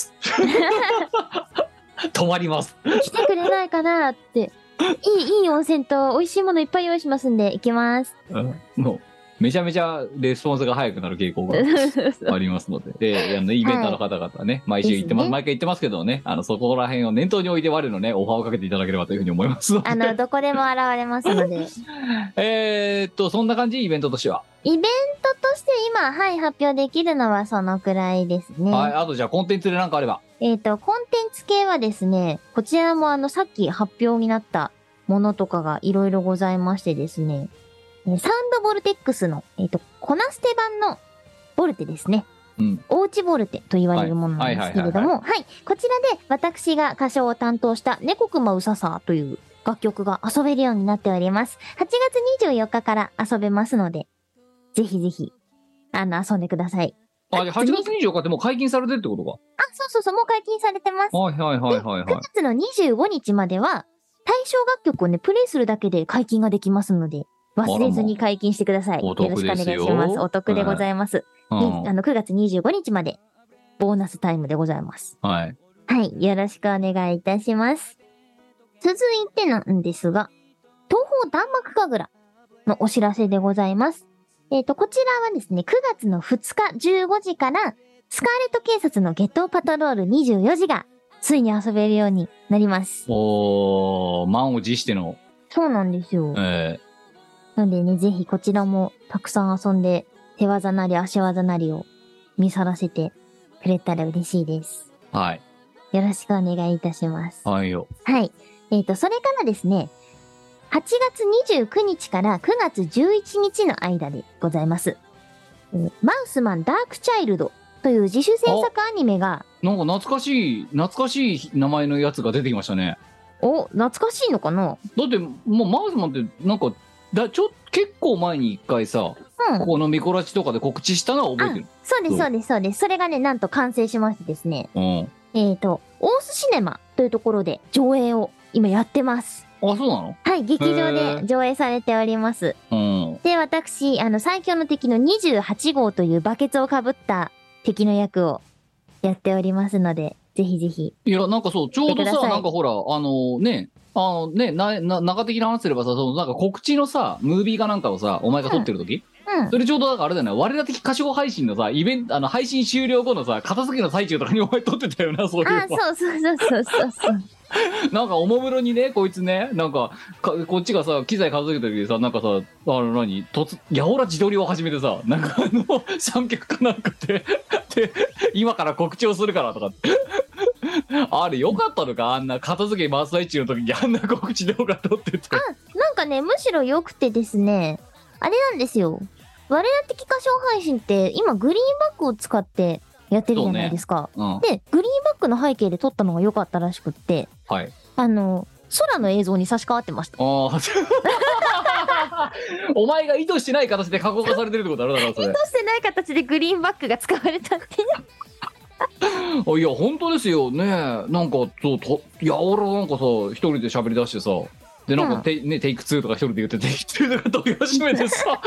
泊まります。 来てくれないかなって。いい、いい温泉と美味しいものいっぱい用意しますんで、行きます。 うん、もう、めちゃめちゃレスポンスが早くなる傾向がありますので、で、あの、イベンターの方々ね、はい、毎週言ってます、ね、毎回言ってますけどね、あの、そこら辺を念頭に置いて我のね、オファーをかけていただければというふうに思いますので。 あの、どこでも現れますので。 えーっと、そんな感じ、イベントとしては。 イベントとして今、はい、発表できるのはそのくらいですね。 はい、あとじゃあコンテンツで何かあれば。 えっと、コンテンツ系はですね、こちらもあの、さっき発表になったものとかがいろいろございましてですね、サウンドボルテックスの、えっと、コナステ版のボルテですね。 うん。 おうちボルテと言われるものなんですけれども、はい。こちらで私が歌唱を担当した猫熊うささという楽曲が遊べるようになっております。はちがつにじゅうよっかから遊べますので、ぜひぜひ、あの、遊んでください。 あ、じゃあはちがつにじゅうよっかってもう解禁されてるってことか。 あ、そうそうそう、もう解禁されてます。 はいはいはいはい、はい。 くがつのにじゅうごにちまでは、対象楽曲をね、プレイするだけで解禁ができますので、忘れずに解禁してください。よろしくお願いします。お得でございます。はい、ね、あの、くがつにじゅうごにちまで、ボーナスタイムでございます。 はい。 はい。よろしくお願いいたします。続いてなんですが、東方弾幕神楽のお知らせでございます。えっと、こちらはですね、くがつのふつかじゅうごじから、スカーレット警察のゲットパトロールにじゅうよじが、ついに遊べるようになります。 おー、満を持しての。 そうなんですよ。 えーなのでね、ぜひこちらもたくさん遊んで、手技なり足技なりを見さらせてくれたら嬉しいです。 はい。 よろしくお願いいたします。 はいよ。 はい。えっと、それからですね、はちがつにじゅうくにちからくがつじゅういちにちの間でございます。マウスマンダークチャイルドという自主制作アニメが、 なんか懐かしい、懐かしい名前のやつが出てきましたね。 お、懐かしいのかな？ だって、もうマウスマンってなんか、だちょ結構前に一回さ、うん、このミコラチとかで告知したのは覚えてる。 そうですそうですそうです。それがね、なんと完成しましてですね。うん、えっと、オースシネマというところで上映を今やってます。 あ、そうなの？ はい、劇場で上映されております。うん、で、私、あの、最強の敵のにじゅうはちごうというバケツをかぶった敵の役をやっておりますので、ぜひぜひ。 いや、なんかそう、ちょうどさ、なんかほら、あのね、あのね、な、な、中的な話すればさ、そのなんか告知のさ、ムービーかなんかをさ、お前が撮ってる時、うんうん、それちょうどなんかあれだよね、我ら的歌唱配信のさ、イベント、あの、配信終了後のさ、片付けの最中とかにお前撮ってたよな、そういうの。 あ、そうそうそうそうそうそう。 なんかおもむろにね、こいつね、なんか、かこっちがさ、機材片付けた時にさ、なんかさ、あの何、突、やおら自撮りを始めてさ、なんかあの、三脚かなんかで、で、今から告知をするからとかって。あれよかったのか、あんな片付け回す最中の時にあんな告知動画撮ってて。 あ、なんかね、むしろ良くてですね、あれなんですよ。我ら的歌唱配信って今グリーンバックを使ってやってるじゃないですか。ね、うん、で、グリーンバックの背景で撮ったのが良かったらしくって、 はい。 あの、空の映像に差し替わってました。ああ。お前が意図してない形で加工化されてるってことあるだろ、それ。 意図してない形でグリーンバックが使われたって。 いや本当ですよね。なんかそうといや俺なんかさ一人で喋り出してさ、でなんかテ、うん、ね、テイクツーとか一人で言ってテイクツーとか撮り始めてさ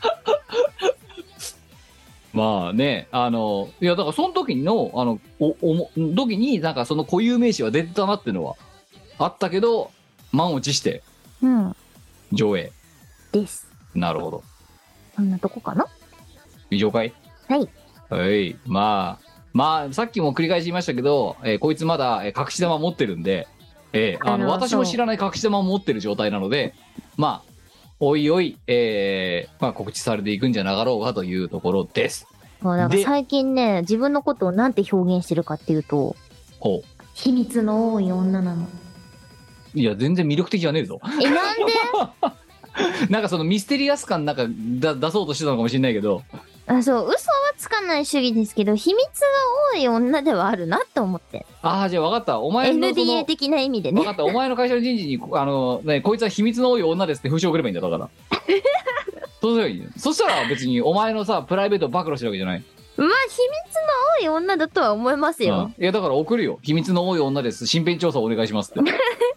まあね、あのいやだからその時のあのおお時になんかその固有名詞は出てたなっていうのはあったけど、満を持して上映、 うん、です。 なるほど。 そんなとこかな。 以上かい。 はいはい。まあまあさっきも繰り返し言いましたけど、えー、こいつまだ、えー、隠し玉持ってるんで、 えー、あのあの私も知らない隠し玉を持ってる状態なので、まあおいおい、えーまあ、告知されていくんじゃなかろうかというところです。 もうなんかで最近ね、自分のことをなんて表現してるかっていうと、 ほ秘密の多い女なの。 う。いや全然魅力的じゃねえぞ。 え、なんでなんかそのミステリアス感なんかだ出そうとしてたのかもしれないけど、 あ、そう、嘘はつかない主義ですけど、秘密が多い女ではあるなって思って。 ああじゃあ分かった。お前のそのエヌディーエー 的な意味でね。 分かった。お前の会社の人事にあの、ね、こいつは秘密の多い女ですって風習を送ればいいんだだから。そうすればいいよ。そしたら別にお前のさプライベートを暴露してるわけじゃない。 まあ、秘密の多い女だとは思いますよ。 うん、いやだから送るよ。秘密の多い女です。身辺調査お願いしますって。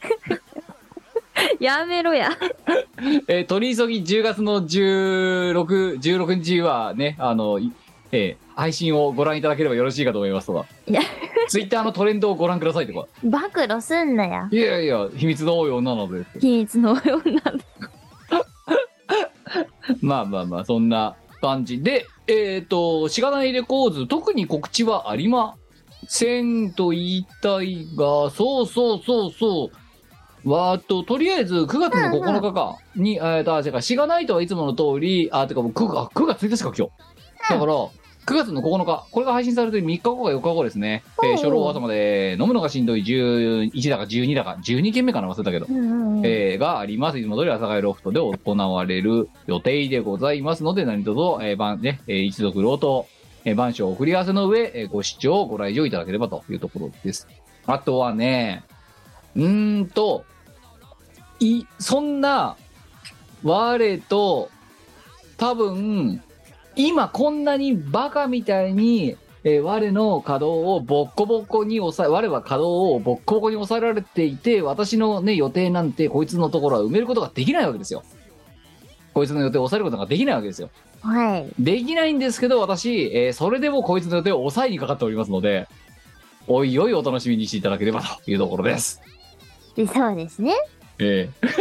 やめろや。 えー、取り急ぎじゅうがつのじゅうろく、じゅうろくにちはね、あの、えー、配信をご覧いただければよろしいかと思いますとか。 いや、 ツイッターのトレンドをご覧くださいとか。 暴露すんなや。 いやいや、秘密の多い女なので。 秘密の多い女だ。 まあまあまあ、そんな感じで、えっ、ー、と、しがないレコーズ、特に告知はありませんと言いたいが、そうそうそうそう。わーっと、とりあえずくがつのここのかかに、うんうん、えーと、あ、違う、しがないとはいつもの通り、あ、てかもう 9, あくがつついたちか今日。だから、くがつのここのか、これが配信されてみっかごかよっかごですね。えー、初老朝まで飲むのがしんどいじゅういちだかじゅうにだか、じゅうにけんめかな忘れたけど、 うんうん、 えー、があります。いつも通り朝会ロフトで行われる予定でございますので、何卒、えー、晩ね、えー、一族老と、えー、晩鐘を振り合わせの上、えー、ご視聴、ご来場いただければというところです。あとはね、うーんと、い、そんな、我と、多分、今こんなにバカみたいに、えー、我の稼働をボッコボコに抑え、我は稼働をボッコボコに抑えられていて、私のね、予定なんてこいつのところは埋めることができないわけですよ。こいつの予定を抑えることができないわけですよ。 はい。 できないんですけど、私、えー、それでもこいつの予定を抑えにかかっておりますので、おいおいお楽しみにしていただければというところです。 で、そうですね。 ええ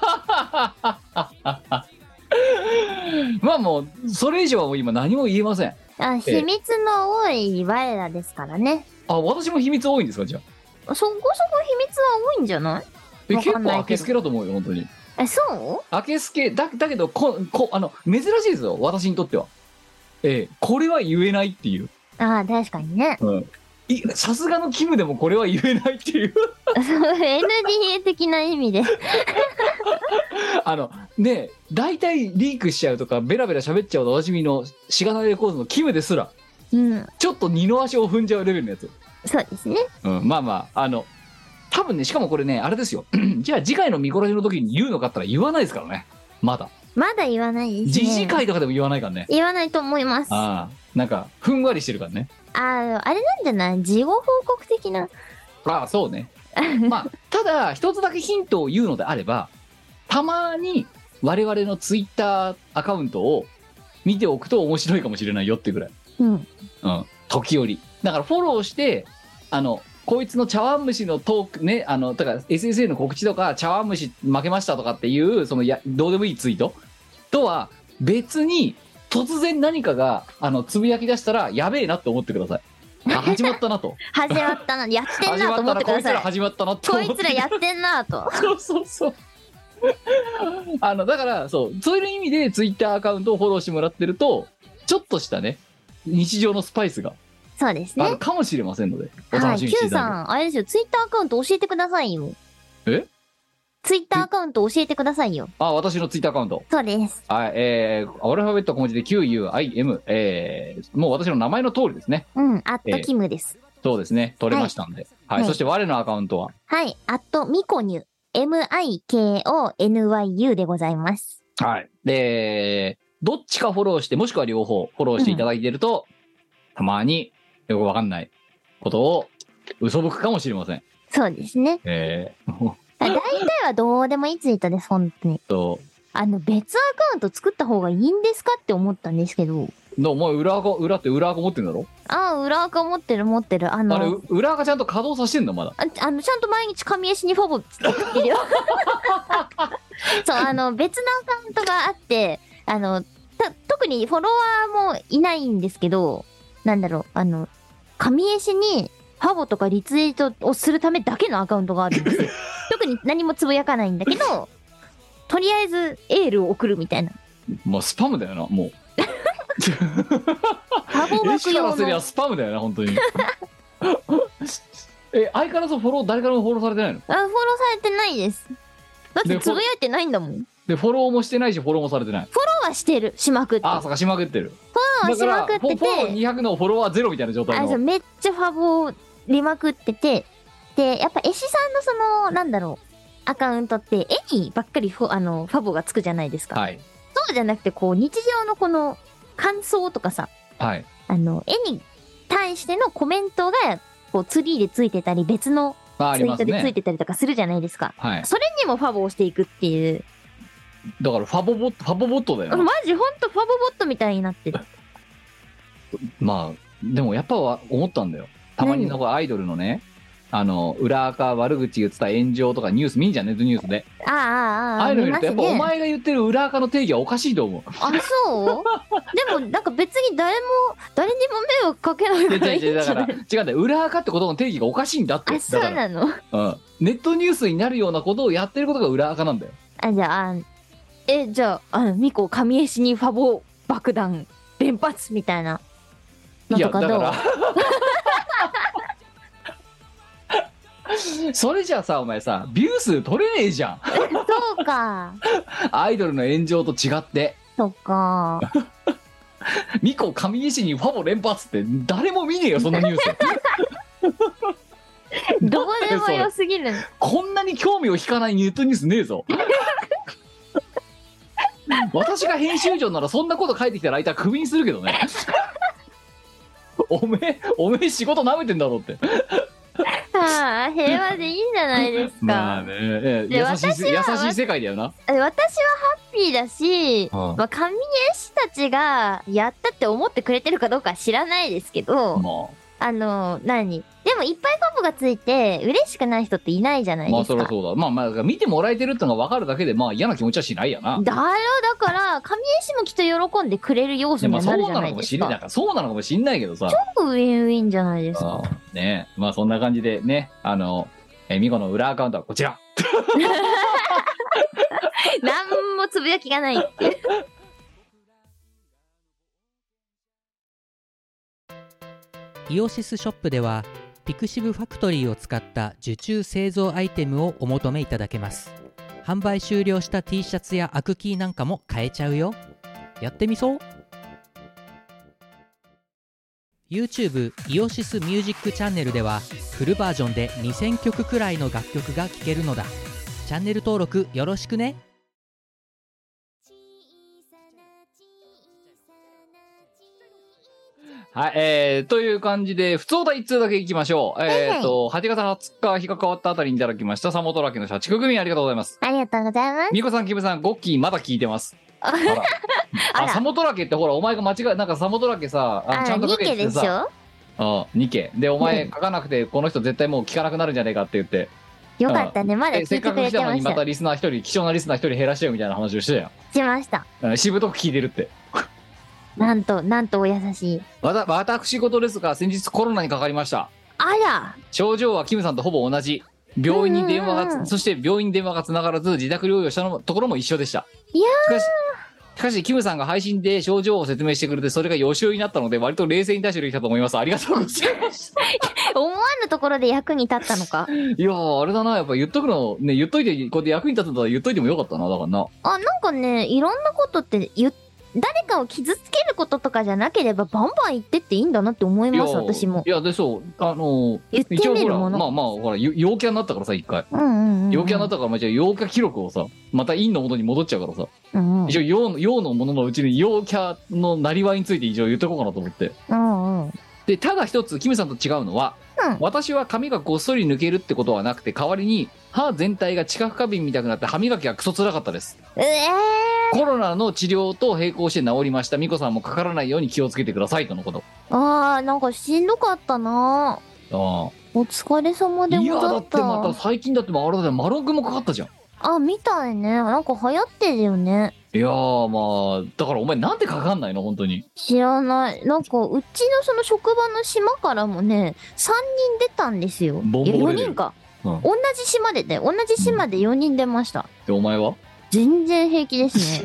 まあもうそれ以上はもう今何も言えません。 あ、秘密の多い我らですからね。 あ、私も秘密多いんですか？じゃあ、そこそこ秘密は多いんじゃない？ え、結構明けすけだと思うよ本当に。 え、そう明けすけだだけどここあの珍しいですよ私にとっては。ええ、これは言えないっていう。 ああ、確かにね。 うん。さすがのキムでもこれは言えないっていうエヌディーエー 的な意味であのね、大体リークしちゃうとかベラベラ喋っちゃうとおなじみのしがないレコードのキムですら、 うん、 ちょっと二の足を踏んじゃうレベルのやつ。 そうですね、 うん、まあまああの多分ね、しかもこれねあれですよじゃあ次回のミコラジの時に言うのかって言ったら言わないですからね。まだまだ言わないですね。 次次回とかでも言わないからね。 言わないと思います。 ああ、なんかふんわりしてるからね。 ああ、あれなんじゃない？事後報告的な。 ああ、そうねまあただ一つだけヒントを言うのであれば、たまに我々のツイッターアカウントを見ておくと面白いかもしれないよっていうぐらい、 うん、 うん、時折だからフォローして、あのこいつの茶碗蒸しのトークね、あのだから エスエスエー の告知とか茶碗蒸し負けましたとかっていうそのやどうでもいいツイートとは別に突然何かがあのつぶやき出したらやべえなって思ってください。あ、始まったなと始まったな、やってんなと思ってください。 始まったなこいつら始まったなとこ思っていつらやってんなとそうそうそうあのだからそうそういう意味でツイッターアカウントをフォローしてもらってるとちょっとしたね日常のスパイスがそうですねあるかもしれませんので、おはい、 楽しみに Q していたださん、あれですよ、ツイッターアカウント教えてくださいよ。 えツイッターアカウント教えてくださいよ。 あ、私のツイッターアカウント。 そうです。 はい、えー、アルファベット小文字で キューユーアイエム、えー、もう私の名前の通りですね。 うん、アットキムです。 そうですね、取れましたんで。はい、はい、そして我のアカウントははい、アットミコニュ、エムアイケーオーエヌワイユー でございます。 はい。で、どっちかフォローして、もしくは両方フォローしていただいていると、うん、たまによくわかんないことを嘘吹くかもしれません。そうですね。えー大体はどうでもいいツイートです、本当に。そう。あの、別アカウント作った方がいいんですかって思ったんですけど。お前、裏アカ、裏って裏アカ持ってんだろ？ああ、裏アカ持ってる持ってる。あの、あれ、裏アカちゃんと稼働させてんのまだ。あ、あの、ちゃんと毎日神絵師にフォボ作ってるよ。そう、あの、別のアカウントがあって、あの、た、特にフォロワーもいないんですけど、なんだろう、あの、神絵師にファボとかリツイートをするためだけのアカウントがあるんですよ。特に何もつぶやかないんだけど、とりあえずエールを送るみたいな。 まあスパムだよな、もう。 ファボ絵枠用師からすりゃの。 スパムだよな、本当に。え、相変わらずフォロー、誰からもフォローされてないの？ あ、フォローされてないです。だってでつぶやいてないんだもん。フォロで、フォローもしてないし、フォローもされてない。 ーはしてる。しまくって。 ああ、そうか、しまくってる。 フォローはしまくってだからフォフォローて。 にひゃくのフォロワーゼロみたいな状態あ、そう、 の。 めっちゃファボをりまくってて、で、やっぱ絵師さんのその、なんだろう、アカウントって絵にばっかりフォあのファボがつくじゃないですか。 はい。 そうじゃなくて、こう、日常のこの感想とかさ、 はい。 あの、絵に対してのコメントが、こう、ツリーでついてたり、別のあ、あツイートでついりますね。 てたりとかするじゃないですか。 はい。 それにもファボをしていくっていう。 だからファボボット、ファボボットだよな。 マジほんとファボボットみたいになってる。 まあ、でもやっぱは思ったんだよ。たまにのアイドルのね、あの、裏垢悪口言ってた炎上とかニュース見んじゃん、ネットニュースで。 ああ、ああ、 ああいうの見ると、やっぱお見ますね。 前が言ってる裏垢の定義はおかしいと思う。 あ、そうでも、なんか別に誰も、誰にも迷惑かけない違うからいいんじ違う、だから、 ゃない？ 違うんだよ。裏垢ってことの定義がおかしいんだって。 あ、そうだから、 なの？ うん。ネットニュースになるようなことをやってることが裏垢なんだよ。 あ、じゃあ、あえ、じゃあ、あの、ミコ、神絵師にファボ爆弾連発みたいな。のいや、 とかどう？ だから、それじゃあさ、お前さ、ビュー数取れねえじゃん。 そうか。 アイドルの炎上と違って。 そっか。 ミコ神絵師にファボ連発って誰も見ねえよ、そんなニュース。 どうでもよすぎる。 こんなに興味を引かないネットニュースねえぞ。私が編集長ならそんなこと書いてきたライタークビにするけどね。おめえ、おめえ仕事舐めてんだろって。 はあ、平和でいいんじゃないですか。 まあね、えで優しい私は優しい世界だよな。 私はハッピーだし、 うんまあ、神絵師たちがやったって思ってくれてるかどうかは知らないですけど、 まあの、何でもいっぱいファボがついて嬉しくない人っていないじゃなあ、まあいですか。 そりゃそうだ。まあまあ見てもらえてるってのが分かるだけでまあ嫌な気持ちはしないやな。 だろ、だから神絵師もきっと喜んでくれる要素でまあそうにはなるじゃなのかもしないですか。 れないからそうなのかもしんないけどさ。 超ウィンウィンじゃないですか。 あねまあそんな感じでね、あの、えミコの裏アカウントはこちら。 なんもつぶやきがないって。 イオシスショップではピクシブファクトリーを使った受注製造アイテムをお求めいただけます。販売終了した T シャツやアクキーなんかも買えちゃうよ。やってみそう。 YouTube イオシスミュージックチャンネルではフルバージョンでにせんきょくくらいの楽曲が聴けるのだ。チャンネル登録よろしくね。 はい、えー、という感じで、普通歌一通だけいきましょう。えーと、はちがつはつか日が変わったあたりにいただきました、サモトラケの社畜組ありがとうございます。 ありがとうございます。 ミコさん、キムさん、ゴッキーまだ聞いてます。あら。 ああ、 らサモトラケってほら、お前が間違え、なんかサモトラケさ、ああ、 ちゃんと書ニケけててさ、 でしょ？ うん、にけ。で、お前うん書かなくて、この人絶対もう聞かなくなるんじゃねえかって言って、 よかったね。まだえせっかく聞いてくれ来たのにまてましたた。 リスナー一人、貴重なリスナー一人減らしてよみたいな話をしてたよ。 しました。 うんしぶとく聞いてるって。 なんと、なんとお優しい。 わた私事ですが、先日コロナにかかりました。 あら、 症状はキムさんとほぼ同じ。病院に電話がつ、 うんうんうんそして病院に電話がつながらず、自宅療養したのところも一緒でした。 いやしかし、しかし、キムさんが配信で症状を説明してくれて、それが予習になったので、割と冷静に対処できたと思います。ありがとうございます。 思わぬところで役に立ったのか。 いやー、あれだな、やっぱ言っとくの、ね、言っといて、こうやって役に立つんだったら言っといてもよかったな、だからな。 あ、なんかね、いろんなことって言っ誰かを傷つけることとかじゃなければバンバン言ってっていいんだなって思います、 いや私もい。や、で、そう、あのー、 言って一応ほら、 みるもの。 まあまあ、ほら、よ陽キャになったからさ、一回。 うんうんうんうん。 陽キャになったから、まあ、じゃあ陽キャ記録をさ、また陰の元に戻っちゃうからさ、 うんうん。 一応陽の、陽のもののうちに陽キャのなりわいについて一応言っておこうかなと思って。 うんうん。 で、ただ一つ、キムさんと違うのは、 うん私は髪がごっそり抜けるってことはなくて、代わりに歯全体が知覚過敏みたくなって歯磨きがクソ辛かったです。 ええコロナの治療と並行して治りました。ミコさんもかからないように気をつけてくださいとのこと。 ー。あー、なんかしんどかったな。 あお疲れ様あ。いや、 でござっだってまたた。 最近だってあれだよ、マロングもかかったじゃん。 あ、みたいね。なんか流行ってるよね。 いやーまあだからお前なんでかかんないの本当に。 知らない。なんか、うちのその職場の島からもね、さんにん出たんですよ。 ボンボンいや、よ出てるにんか。 うん同じ島でね、同じ島でよにん出ました。 でお前は全然平気ですね。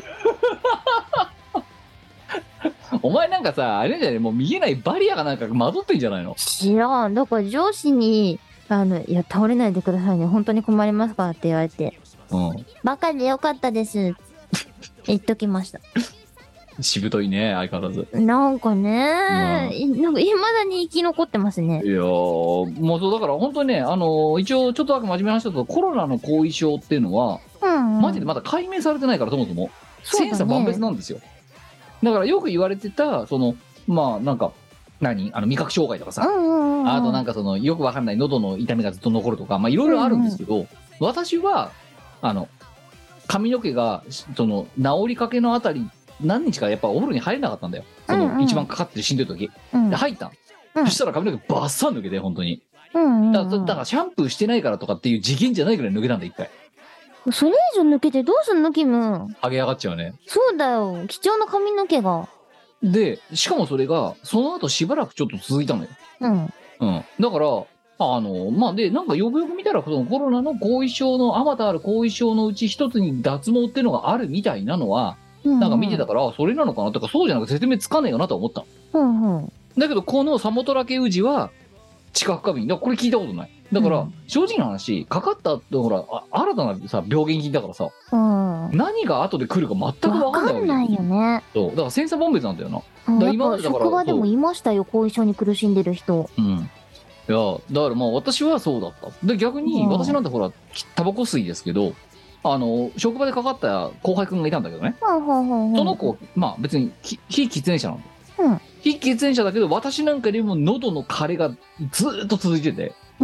お前なんかさあれじゃねもう見えないバリアがなんかまとってんじゃないの。 知らん。だから上司に、あの、いや、倒れないでくださいね。本当に困りますからって言われて、 うんバカでよかったです。言っときました。 しぶといね相変わらず。 なんかね、いなんか未だに生き残ってますね。 いやーもうそうだから本当にねあのー一応ちょっとだけ真面目な話だとコロナの後遺症っていうのは、 うん、うん。 マジでまだ解明されてないからそもそもそうだね千差万別なんですよ。だからよく言われてたそのまあなんか何あの味覚障害とかさ、 うんうんうん、 あとなんかそのよくわかんない喉の痛みがずっと残るとかまあいろいろあるんですけど、私はあの髪の毛がその治りかけのあたり何日かやっぱお風呂に入れなかったんだよ。その、 うんうん一番かかってるしんどい時、 うんで入った、 うんそしたら髪の毛バッサン抜けて本当にうんうんうん、 だからだからシャンプーしてないからとかっていう次元じゃないぐらい抜けたんだ一回。 それ以上抜けてどうすんのキム。 ハゲ上がっちゃうね。 そうだよ。貴重な髪の毛が。 でしかもそれがその後しばらくちょっと続いたのよ。 うん。 うんだからあのまあでなんかよくよく見たらそのコロナの後遺症のあまたある後遺症のうち一つに脱毛っていうのがあるみたいなのはなんか見てたから、あそれなのかなとかそうじゃなくて説明つかねえよなとは思ったの。 うんうん。 だけどこのサモトラケウジは知覚過敏だからこれ聞いたことない。だから、 うん、 正直な話かかったってほらあ新たなさ病原菌だからさ、 うん、 何が後で来るか全く分わかんないわけかんないよね。 そうだから千差万別なんだよな。 うん、 だからやっぱ今までだから職場でもいましたよ、後遺症に苦しんでる人。 うんいやだからまあ私はそうだったで逆にうん私なんてほらタバコ吸いですけどあの職場でかかった後輩くんがいたんだけどね、 うんうんうん、 その子まあ別にき非喫煙者なんだ、 うん、 非喫煙者だけど私なんかよりも喉の枯れがずーっと続いててうん、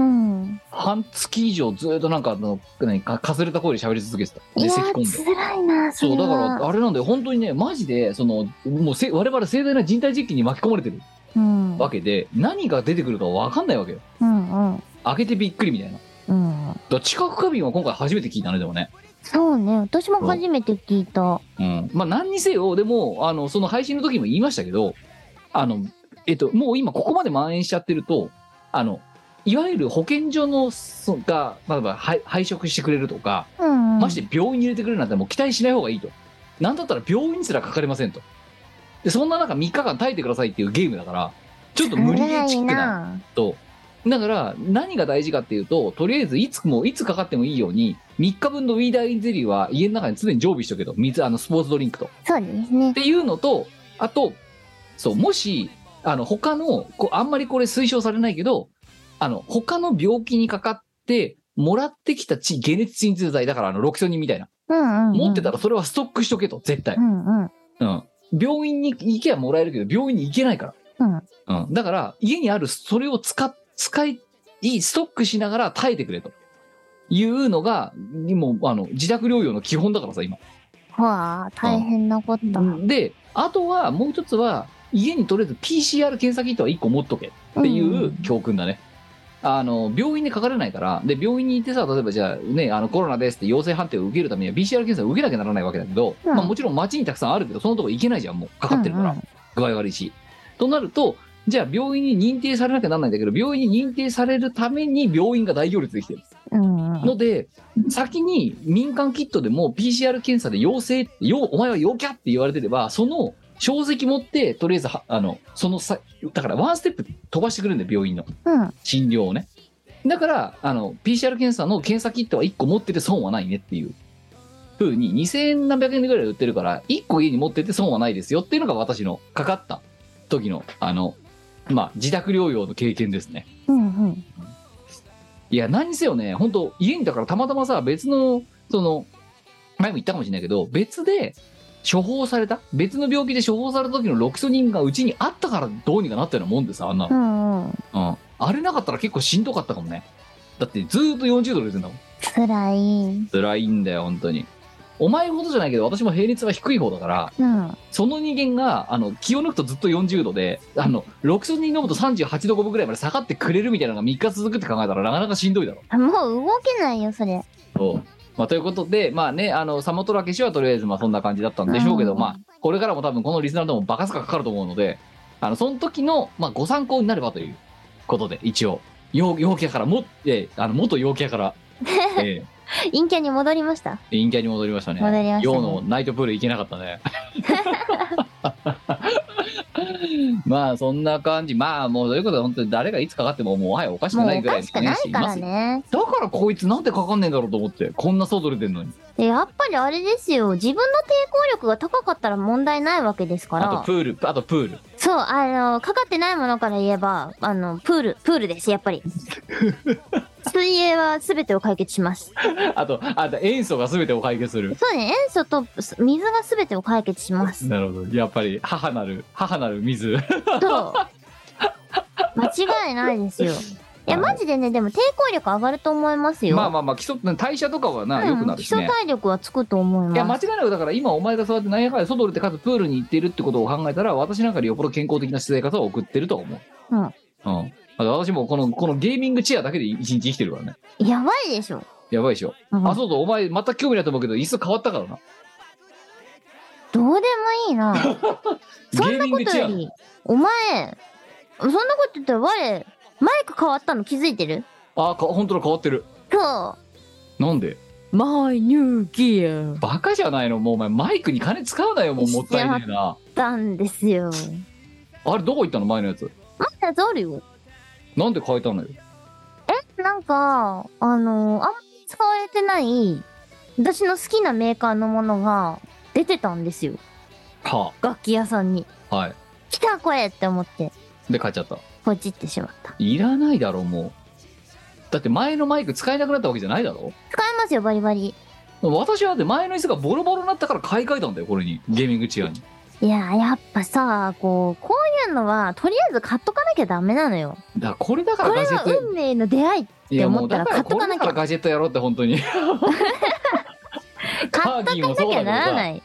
半月以上ずーっとなんかあの何かかすれた声で喋り続けてたでいや咳込んで辛いなそれは。 そうだからあれなんだよ本当にねマジでそのもうせ我々盛大な人体実験に巻き込まれてるうんわけで、何が出てくるか分かんないわけよ。 うんうん開けてびっくりみたいな。 うん、 だから知覚過敏は今回初めて聞いたねでもね。 そうね、私も初めて聞いた。 うんまあ何にせよでもあのその配信の時も言いましたけどあのえっともう今ここまで蔓延しちゃってるとあのいわゆる保健所のそが例えば配配食してくれるとか、 うんうん、 まして病院に入れてくれるなんてもう期待しない方がいいと。なんだったら病院すらかかれませんと。でそんな中みっかかん耐えてくださいっていうゲームだからちょっと無理ゲーチックなと。だから何が大事かっていうととりあえずいつもいつかかってもいいようにみっかぶんのウィーダーインゼリーは家の中に常に常備しとけと。水あのスポーツドリンクとそうですねっていうのとあとそうもしあの他のこあんまりこれ推奨されないけどあの他の病気にかかってもらってきた血解熱鎮痛剤だからあのロキソニンみたいな、 うんうんうん、 持ってたらそれはストックしとけと絶対、 うんうんうん、病院に行けばもらえるけど病院に行けないから、うんうん、だから家にあるそれを使っ使いいいストックしながら耐えてくれというのがもうあの自宅療養の基本だからさ今。 わあ大変なことだ、うん、 であとはもう一つは家にとりあえず ピーシーアール 検査キットはいっこ持っとけっていう教訓だね、うん、あの病院でかかれないからで病院に行ってさ例えばじゃあねあのコロナですって陽性判定を受けるためには ピーシーアール 検査を受けなきゃならないわけだけど、うんまあ、もちろん街にたくさんあるけどそのとこ行けないじゃんもうかかってるから、うんうん、具合悪いしとなるとじゃあ病院に認定されなきゃならないんだけど病院に認定されるために病院が大行列できてる、うんうん、ので先に民間キットでも ピーシーアール 検査で陽性ってお前は陽キャって言われてればその証跡持ってとりあえずあのそのさだからワンステップ飛ばしてくるんで病院の、うん、診療をねだからあの ピーシーアール 検査の検査キットはいっこ持ってて損はないねっていう風ににせんなんびゃくえんぐらいで売ってるからいっこ家に持ってて損はないですよっていうのが私のかかった時のあのまあ自宅療養の経験ですね、うんうん、いや何にせよね本当家にだからたまたまさ別のその前も言ったかもしれないけど別で処方された別の病気で処方された時のロキソニンがうちにあったからどうにかなったようなもんでさあんなの、うんうんうん、あれなかったら結構しんどかったかもねだってずーっとよんじゅうど出てんだもん辛い辛いんだよ本当にお前ほどじゃないけど私も平熱は低い方だから、うん、その人間があの気を抜くとずっとよんじゅうどであのロキソニン飲むとさんじゅうはちどごぶぐらいまで下がってくれるみたいなのがみっか続くって考えたらなかなかしんどいだろもう動けないよそれそうまあ、ということで、まあね、あの、サモトラ消しはとりあえず、まあそんな感じだったんでしょうけど、 うんまあ、これからも多分このリスナーでもバカスカかかると思うので、あの、その時の、まあ、ご参考になればということで、一応、陽陽キャからも、えー、あの、元陽キャから、え陰キャに戻りました。 ー、陰キャに戻りましたね。 戻りましたね陽のナイトプール行けなかったね。まあ、そんな感じ。まあ、もう、ということで、本当に誰がいつかかっても、もう、おはやおかしくもうないぐらいおかしくないからね。 だからこいつなんでかかんねえんだろうと思って、こんな外出てんのに。 でやっぱりあれですよ、自分の抵抗力が高かったら問題ないわけですかあとら。 プール、あとプール。 そう、あの、かかってないものから言えば、あの、プール、プールです、やっぱり。水泳は全てを解決します。 あと、あと塩素が全てを解決する。 そうね、塩素と水が全てを解決します。 なるほど。やっぱり、母なる、母なる水。 そう。間違いないですよ。いや、マジでね、でも抵抗力上がると思いますよ。 まあまあまあ、基礎、代謝とかはな、 うん良くなる基しね。 礎体力はつくと思います。 いや、間違いなく、だから今お前がそうやって何やかんや外出てかつプールに行っているってことを考えたら、私なんかよりよっぽど健康的な生活を送ってると思う。 うん。 うん。あと私もこの、このゲーミングチェアだけで一日生きてるからね。 やばいでしょ。 やばいでしょ。 うんあ、そうそう、お前全く興味ないと思うけど、椅子変わったからな。 どうでもいいな。そゲーんなこミングチェア。 とより、お前、そんなこと言ったら我、マイク変わったの気づいてる？ あ、か、本当だ変わってる。 そう。 なんでマイニューギアバカじゃないのもうお前マイクに金使うなよ、もうもったいねえな。 たんですよ。 あれどこ行ったの前のやつ。 まだやつあるよ。 なんで変えたのよ。 なんか、あのーあんまり使われてない、私の好きなメーカーのものが出てたんですよ。 は楽器屋さんに。 あ、はい。 来たこれって思って、 で変えちゃった。 ポチってしまった。 いらないだろもう。だって前のマイク使えなくなったわけじゃないだろ。 使えますよ、バリバリ。 私はだって前の椅子がボロボロになったから買い替えたんだよ、これに。ゲーミングチェアに。 いや、やっぱさ、こう、こういうのは、とりあえず買っとかなきゃダメなのよ。 だからこれだからこれがガジェット。 運命の出会いっいやもうて思ったらだからこれ買っとかなきゃ。 だからガジェットやろうって本当に。カ買っーギーもとかなきゃそうだけどさ。 ならない。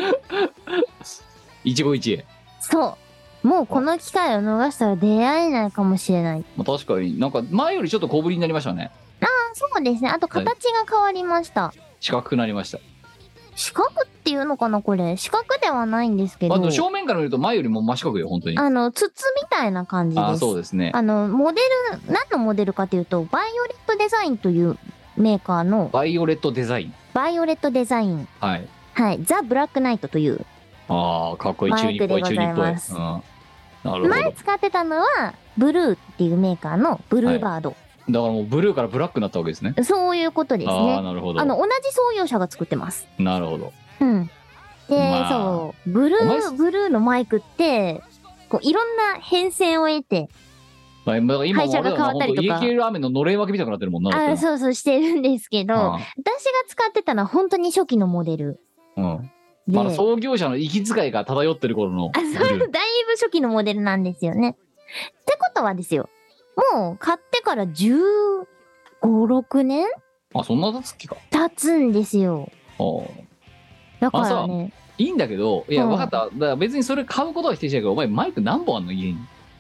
一期一会。 そう。もうこの機会を逃したら出会えないかもしれない。 まあ、確かになんか前よりちょっと小ぶりになりましたね。 あ、そうですね。あと形が変わりました。 四角くなりました。 四角っていうのかなこれ。四角ではないんですけど。 あと正面から見ると前よりも真四角よ、本当に。 あの、筒みたいな感じです。 あ、そうですね。 あの、モデル、何のモデルかというと、バイオレットデザインというメーカーの、 バイオレットデザイン。 バイオレットデザイン。 はい。 はい。ザ・ブラックナイトという。 ああ、かっこいい。中二っぽい、 マイクでござい中二っぽい。 ますうん。なるほど。 前使ってたのは、ブルーっていうメーカーのブルーバード。 だからもうブルーからブラックになったわけですね。 そういうことですああ、 ね。 なるほど。 あの、同じ創業者が作ってます。 なるほど。 うん。で、 まあそう、ブルお前ー、ブルーのマイクって、こう、いろんな変遷を得て、 まあ、今今会社が変わったりとか本当家系ラーメンののれん分けみたいになってるもんな。だってあそうそうしてるんですけど、 あ私が使ってたのは本当に初期のモデル。 あうん。 で、 まだ創業者の息遣いが漂ってる頃のあそうブだいぶルー。 初期のモデルなんですよね。ってことはですよ、もう買ってからじゅうご、ろくねんあ、そんな経つっけか。 経つんですよ。 ああ。 だからね、 いいんだけど、いや、 うん分かった。だから別にそれ買うことは否定しないけど、お前マイク何本あんの家に。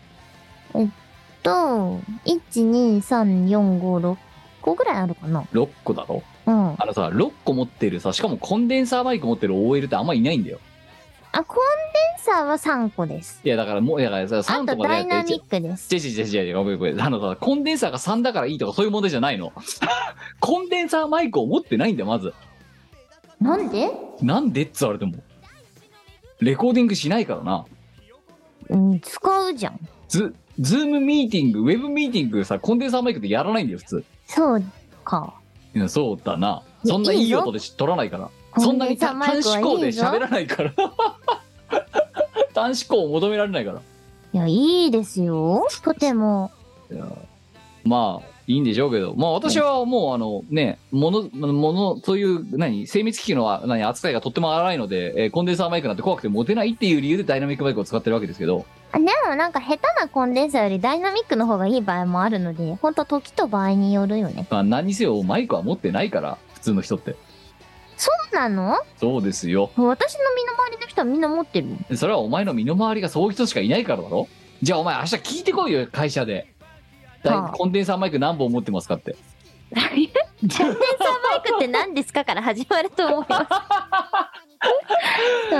と、いち、に、さん、よん、ご、ろっこぐらいあるかな。 ろっこだろうん。 あのさ、ろっこ持ってるさ、しかもコンデンサーマイク持ってる オーエル ってあんまいないんだよ。 あ、コンデンサーはさんこです。 いや、だからもう、いやだからさ、 あさんととかでやってダイナミックです。 違う違う違う違う、ごめんごめん。あのさ、コンデンサーがさんだからいいとかそういう問題じゃないの。コンデンサーマイクを持ってないんだよ、まず。 なんで？ なんでって言われても。レコーディングしないからな。 うん、使うじゃん。 ズ、ズームミーティング、ウェブミーティングさ、コンデンサーマイクでやらないんだよ、普通。 そうか。 いや、そうだな。 いやそんないいいよい音で取らないから。そんなにコンデンサーマイ短クはいいぞ縮項で喋らないから。短縮項を求められないから。 いや、いいですよ。とても。 いやまあいいんでしょうけど、まあ私はもうあのね、もの、もの、そういう何、精密機器の何扱いがとっても荒いので、えーコンデンサーマイクなんて怖くて持てないっていう理由でダイナミックマイクを使ってるわけですけど、 あでもなんか下手なコンデンサーよりダイナミックの方がいい場合もあるので、ほんと時と場合によるよね。 まあ何にせよマイクは持ってないから、普通の人って。 そうなの？ そうですよ。 私の身の回りの人はみんな持ってる。 それはお前の身の回りがそういう人しかいないからだろ。じゃあお前明日聞いてこいよ、会社で。だいはあコンデンサーマイク何本持ってますかって。 残念さバイクって何ですかから始まると思います。うん、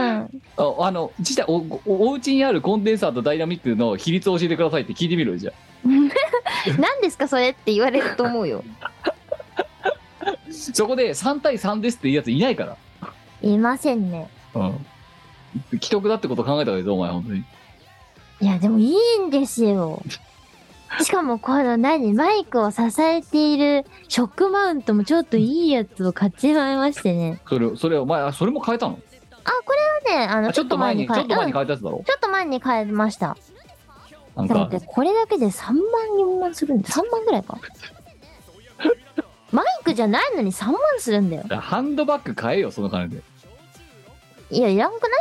ああの実際 お, お, お家にあるコンデンサーとダイナミックの比率を教えてくださいって聞いてみるじゃん。 何ですかそれって言われると思うよ。 そこでさん対さんですっていうやついないから。 いませんね。 うん。既得だってこと考えた方がいいぞお前本当に。 いやでもいいんですよ。しかもこの何マイクを支えているショックマウントもちょっといいやつを買っちまいましてね。 それそれお前あそれも変えたの？ あこれはねあのちょっと前にちょっと前に変えたやつだろ、 うん、ちょっと前に変えました。 なんだっかてこれだけでさんまんよんまんするんでさんまんぐらいか。マイクじゃないのにさんまんするんだよ。 ハンドバッグ買えよその金で。 いやいらんくない？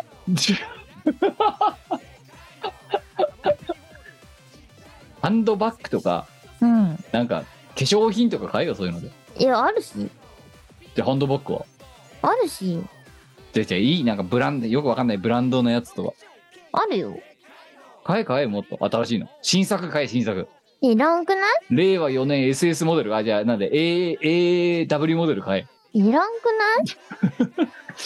ハンドバッグとか、 うん、 なんか化粧品とか買えよそういうので。 いやあるし。 でハンドバッグはあるし。 じゃじゃいいなんかブランドよくわかんないブランドのやつとかあるよ。 買え買えもっと新しいの新作買え新作。 いらんくない？ れいわよねん エスエス モデルあじゃあなんで エーエーダブリュー モデル買え。 いらんくない？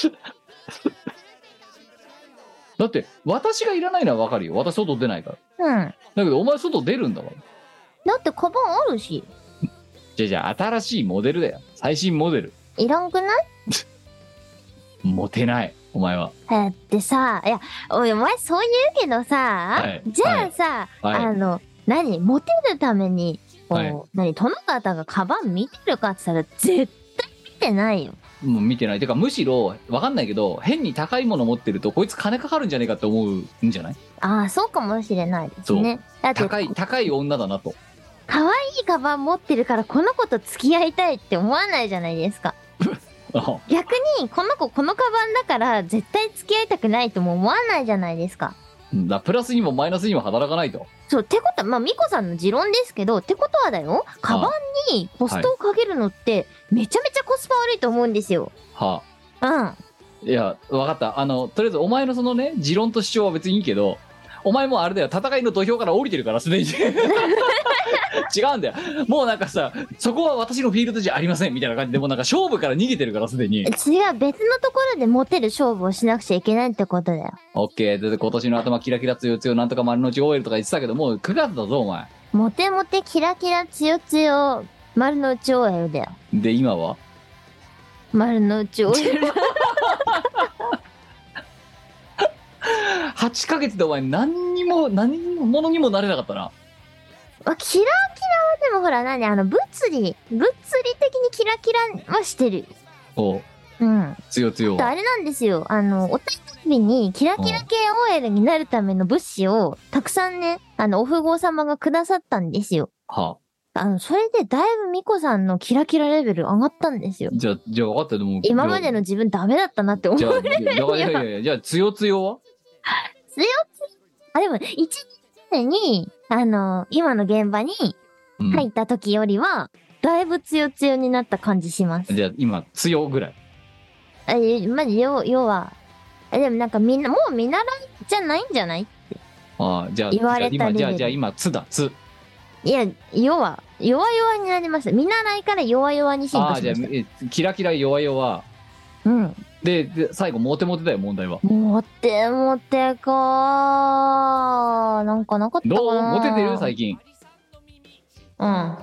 だって私がいらないのはわかるよ私外出ないから。 うん。 だけどお前外出るんだから。 だってカバンあるし。 じゃあじゃあ新しいモデルだよ最新モデル。 いらんくない？ モテないお前は。 だってさいやおいお前そう言うけどさ、 はい、 じゃあさ、はい、あの何モテるためにこう、はい、何殿方がカバン見てるかって言ったら絶対見てないよ。 もう見てない。てかむしろわかんないけど変に高いもの持ってるとこいつ金かかるんじゃねえかって思うんじゃない？ああそうかもしれないですね。 だって高い高い女だなと。 可愛いカバン持ってるからこの子と付き合いたいって思わないじゃないですか。逆にこの子このカバンだから絶対付き合いたくないとも思わないじゃないですか。 だプラスにもマイナスにも働かないと。 そうってことはまあミコさんの持論ですけどってことはだよカバンにコストをかけるのってめちゃめちゃコスパ悪いと思うんですよ。 はあ、うん。 いや分かったあのとりあえずお前のそのね持論と主張は別にいいけどお前もあれだよ戦いの土俵から降りてるからすでに違うんだよもうなんかさそこは私のフィールドじゃありませんみたいな感じでもうなんか勝負から逃げてるからすでに。 違う別のところでモテる勝負をしなくちゃいけないってことだよ。 オッケーで今年の頭キラキラつよつよなんとか丸の内 オーエル とか言ってたけどもうくがつだぞお前。 モテモテキラキラつよつよ丸の内 オーエル だよ。 で今は丸の内 オーエルはちかげつでお前何にも何者にもなれなかったな。 あキラキラはでもほら何あの物理物理的にキラキラはしてる。 おううん強強あれなんですよあのお誕生日にキラキラ系 オーエル になるための物資をたくさんねあのお富豪様がくださったんですよ。 はあ、あのそれでだいぶミコさんのキラキラレベル上がったんですよ。 じゃあじゃあ分かったでも今までの自分ダメだったなって思う。 じゃあいやいやいやいやじゃあ強強は強強あでもいちねんにあの今の現場に入った時よりは、うん、だいぶ強強になった感じします。 じゃあ今強ぐらい。 えマジ要要はえでもなんかみんなもう見習いじゃないんじゃないってあじゃあ言われたレベル。 じゃあじゃあ今つだつ。 いや要は弱々になりました。見習いから弱々に進化しました。あじゃあえキラキラ弱々。 うんでで最後モテモテだよ問題は。 モテモテかーなんかなかったかな。 どうモテてる最近。 うん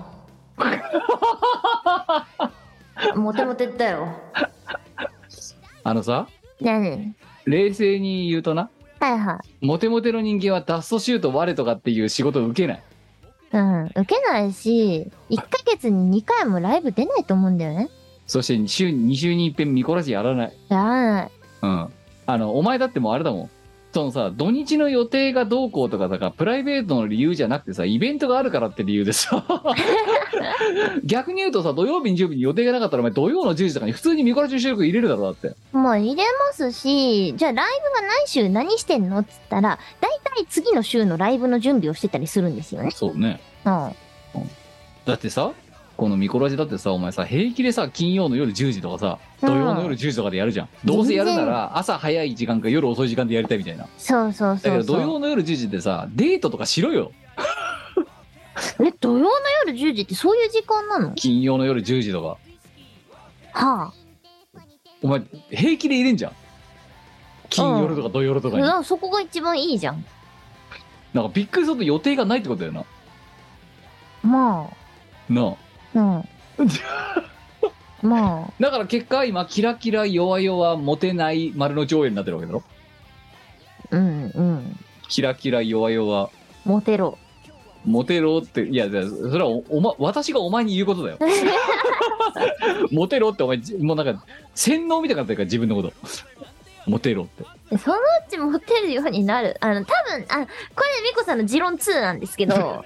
モテモテだよ。 あのさ何冷静に言うとなはいはいモテモテの人間はダストシュート我とかっていう仕事を受けない。 うん受けないしいっかげつににかいもライブ出ないと思うんだよね。 そして週に週にいっぺんミコラジやらない。 やらない。 うんあのお前だってもうあれだもんそのさ土日の予定がどうこうとかだからプライベートの理由じゃなくてさイベントがあるからって理由でさ逆に言うとさ土曜日日曜日に予定がなかったらお前土曜のじゅうじとかに普通にミコラジ収録入れるだろだって。 まあ入れますしじゃあライブが何週何してんのっつったらだいたい次の週のライブの準備をしてたりするんですよね。 そうね、 うん、うん、 だってさこのミコラジだってさお前さ平気でさ金曜の夜じゅうじとかさ土曜の夜じゅうじとかでやるじゃん、うん、どうせやるなら朝早い時間か夜遅い時間でやりたいみたいな。 そうそうそうそう。 だけど土曜の夜じゅうじでさデートとかしろよ。 え土曜の夜夜じゅうじってそういう時間なの？ 金曜の夜じゅうじとか。 はお前平気で入れんじゃん。金夜とか土夜とかに。 あ、そこが一番いいじゃん。 なんかびっくりすると予定がないってことだよな。 まなあ。 あ、うん。まあ。 だから結果今キラキラ弱々モテない丸の内 オーエル になってるわけだろ。 うんうん。 キラキラ弱々 モテろ。 モテろって、いや、それはおお、ま、私がお前に言うことだよ。モテろってお前、もうなんか洗脳みたいになってるから自分のこと。モテろって。 そのうちモテるようになる。あの、多分、あ、これミコさんの持論ツーなんですけど。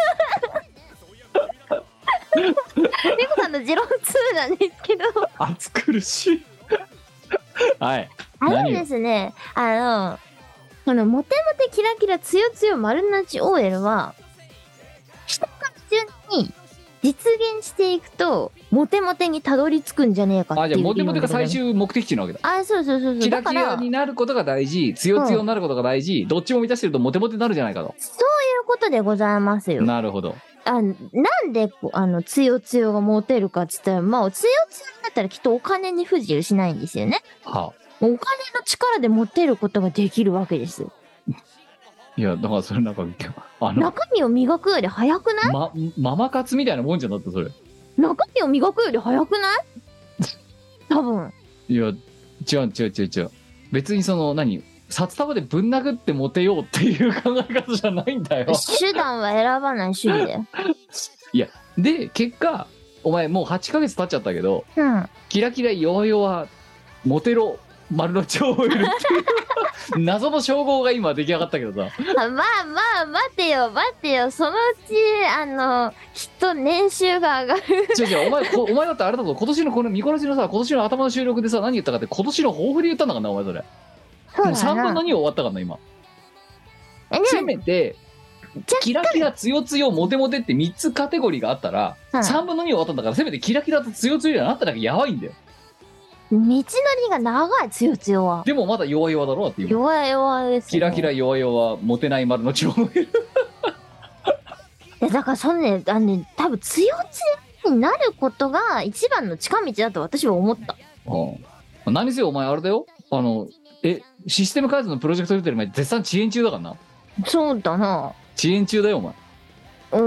ミコさんの持論ツーなんですけど。 暑苦しい。はい。 あれですね、あの、このモテモテキラキラつよつよ丸の内 オーエル は、人から順に実現していくと、モテモテにたどり着くんじゃねえかっていう。 あ、じゃあモテモテが最終目的地なわけだ。 あ、そうそうそうそう。 キラキラになることが大事、つよつよになることが大事、うん、どっちも満たしてるとモテモテになるじゃないかと。 そういうことでございますよ。 なるほど。 あ、なんで、あの、つよつよがモテるかっつったら、まあ、つよつよだったらきっとお金に不自由しないんですよね。 はあ。 お金の力でモテることができるわけです。 いや、だからそれなんか、あの、 中身を磨くより早くない？ ま、ママ活みたいなもんじゃなくて、それ。 中身を磨くより早くない？多分。 いや、違う違う違う違う。別にその、何札束でぶん殴ってモテようっていう考え方じゃないんだよ。 手段は選ばない主義だよ。 いや、で、結果、お前もうはちかげつ経っちゃったけど、 うん。 キラキラ弱々、モテろ、丸の内 オーエル っていう謎の称号が今出来上がったけどさ。 まあまあ待てよ待てよ、そのうちあのきっと年収が上がる。 違う違う、お前お前だってあれだぞ、今年のこのミコラジのさ、今年の頭の収録でさ、何言ったかって今年の抱負で言ったんだからな、お前それ。 そうだな。 さんぶんのに終わったからな今。せめてキラキラつよつよモテモテってみっつカテゴリーがあったら、うん、さんぶんのに終わったんだから、せめてキラキラとつよつよになっただけやばいんだよ。 道のりが長い、つよつよは。 でもまだ弱々だろうっていう。 弱々です、ね。 キラキラ弱々モテない丸の内 オーエル。 だからそのね、あのね、多分つよつよになることが一番の近道だと私は思った。ああ、何せよお前あれだよ。あのえシステム開発のプロジェクト出てる前絶賛遅延中だからな。 そうだな。 遅延中だよお前。 うん、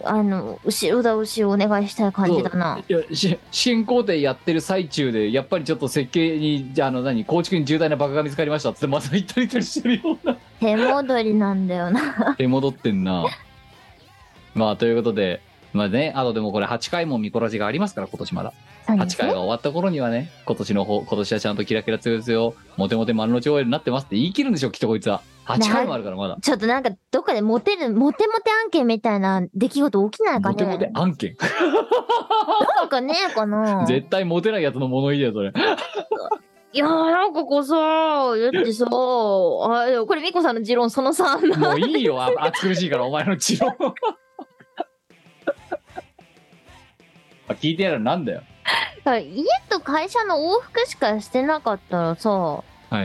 あの後ろ倒しをお願いしたい感じだな。 いやし試験工程やってる最中でやっぱりちょっと設計にあの何構築に重大なバグが見つかりましたっつってまた行ったり来たりしてるような。 手戻りなんだよな。 手戻ってんな。まあということでまあね、あとでもこれはちかいもミコラジがありますから今年まだ。はちかいが終わった頃にはね、今年の方今年はちゃんとキラキラ強い強モテモテ丸の内 オーエル になってますって言い切るんでしょきっとこいつは。はちかいもあるからまだ。 ちょっとなんかどっかでモテるモテモテ案件みたいな出来事起きないかね。 モテモテ案件。 なんかねえかな。 絶対モテないやつの物言いだよそれ。 いやーなんかこうさ、だってさ、あこれミコさんの持論そのさん。 もういいよ、あ暑苦しいからお前の持論。聞いてやるなんだよ。 家と会社の往復しかしてなかったらさ、 はい、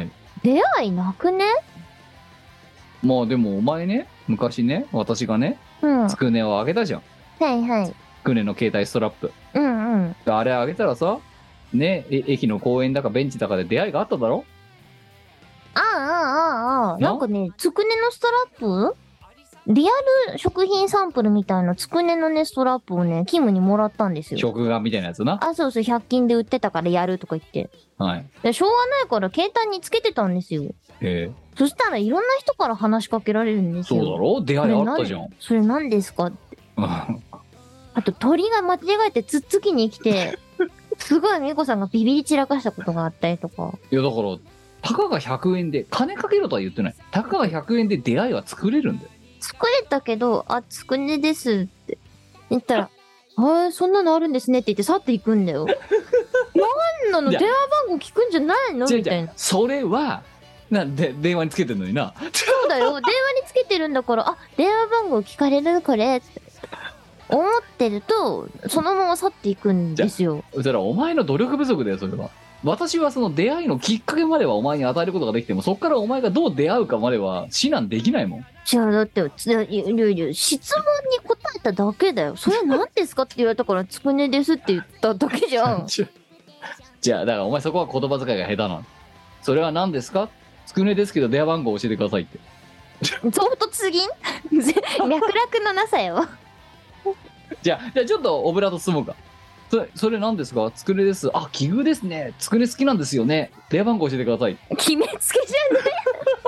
出会いなくね？ まあでもお前ね、昔ね、私がね、うん、つくねをあげたじゃん。 はいはい。 つくねの携帯ストラップ。 うんうん。 あれあげたらさ、ね、駅の公園だかベンチだかで出会いがあっただろ？ ああああああ。なんかね、つくねのストラップ？リアル食品サンプルみたいなつくねのねストラップをねキムにもらったんですよ。 食玩みたいなやつな。 あ、そうそう、ひゃく均で売ってたからやるとか言って。 はい。 でしょうがないから携帯につけてたんですよ。 へえ。 そしたらいろんな人から話しかけられるんですよ。 そうだろ？出会いあったじゃん。 それ何ですかって。あと鳥が間違えてつっつきに来てすごい美子さんがビビり散らかしたことがあったりとか。 いやだからたかがひゃくえんで金かけろとは言ってない。たかがひゃくえんで出会いは作れるんだよ。 作れたけど、あ、つくねですって言ったら、あそんなのあるんですねって言って去っていくんだよ。なんなの、電話番号聞くんじゃないのみたいな。 それはなんで電話につけてんのにな。 そうだよ、電話につけてるんだから、あ、電話番号聞かれるこれって思ってると、そのまま去っていくんですよ。 そしたらお前の努力不足だよそれは。私はその出会いのきっかけまではお前に与えることができても、そこからお前がどう出会うかまでは指南できないもん。 違う、だって質問に答えっただけだよ。それ何ですかって言われたからつくねですって言っただけじゃん。 じゃあだからお前そこは言葉遣いが下手なの。それは何ですか？つくねですけど電話番号教えてくださいって。 唐突ぎん脈絡のなさよ。 じゃあじゃあちょっとオブラート進もうか。それそれ何ですか？つくねです。あ、奇遇ですね。つくね好きなんですよね。電話番号教えてください。 決めつけじゃね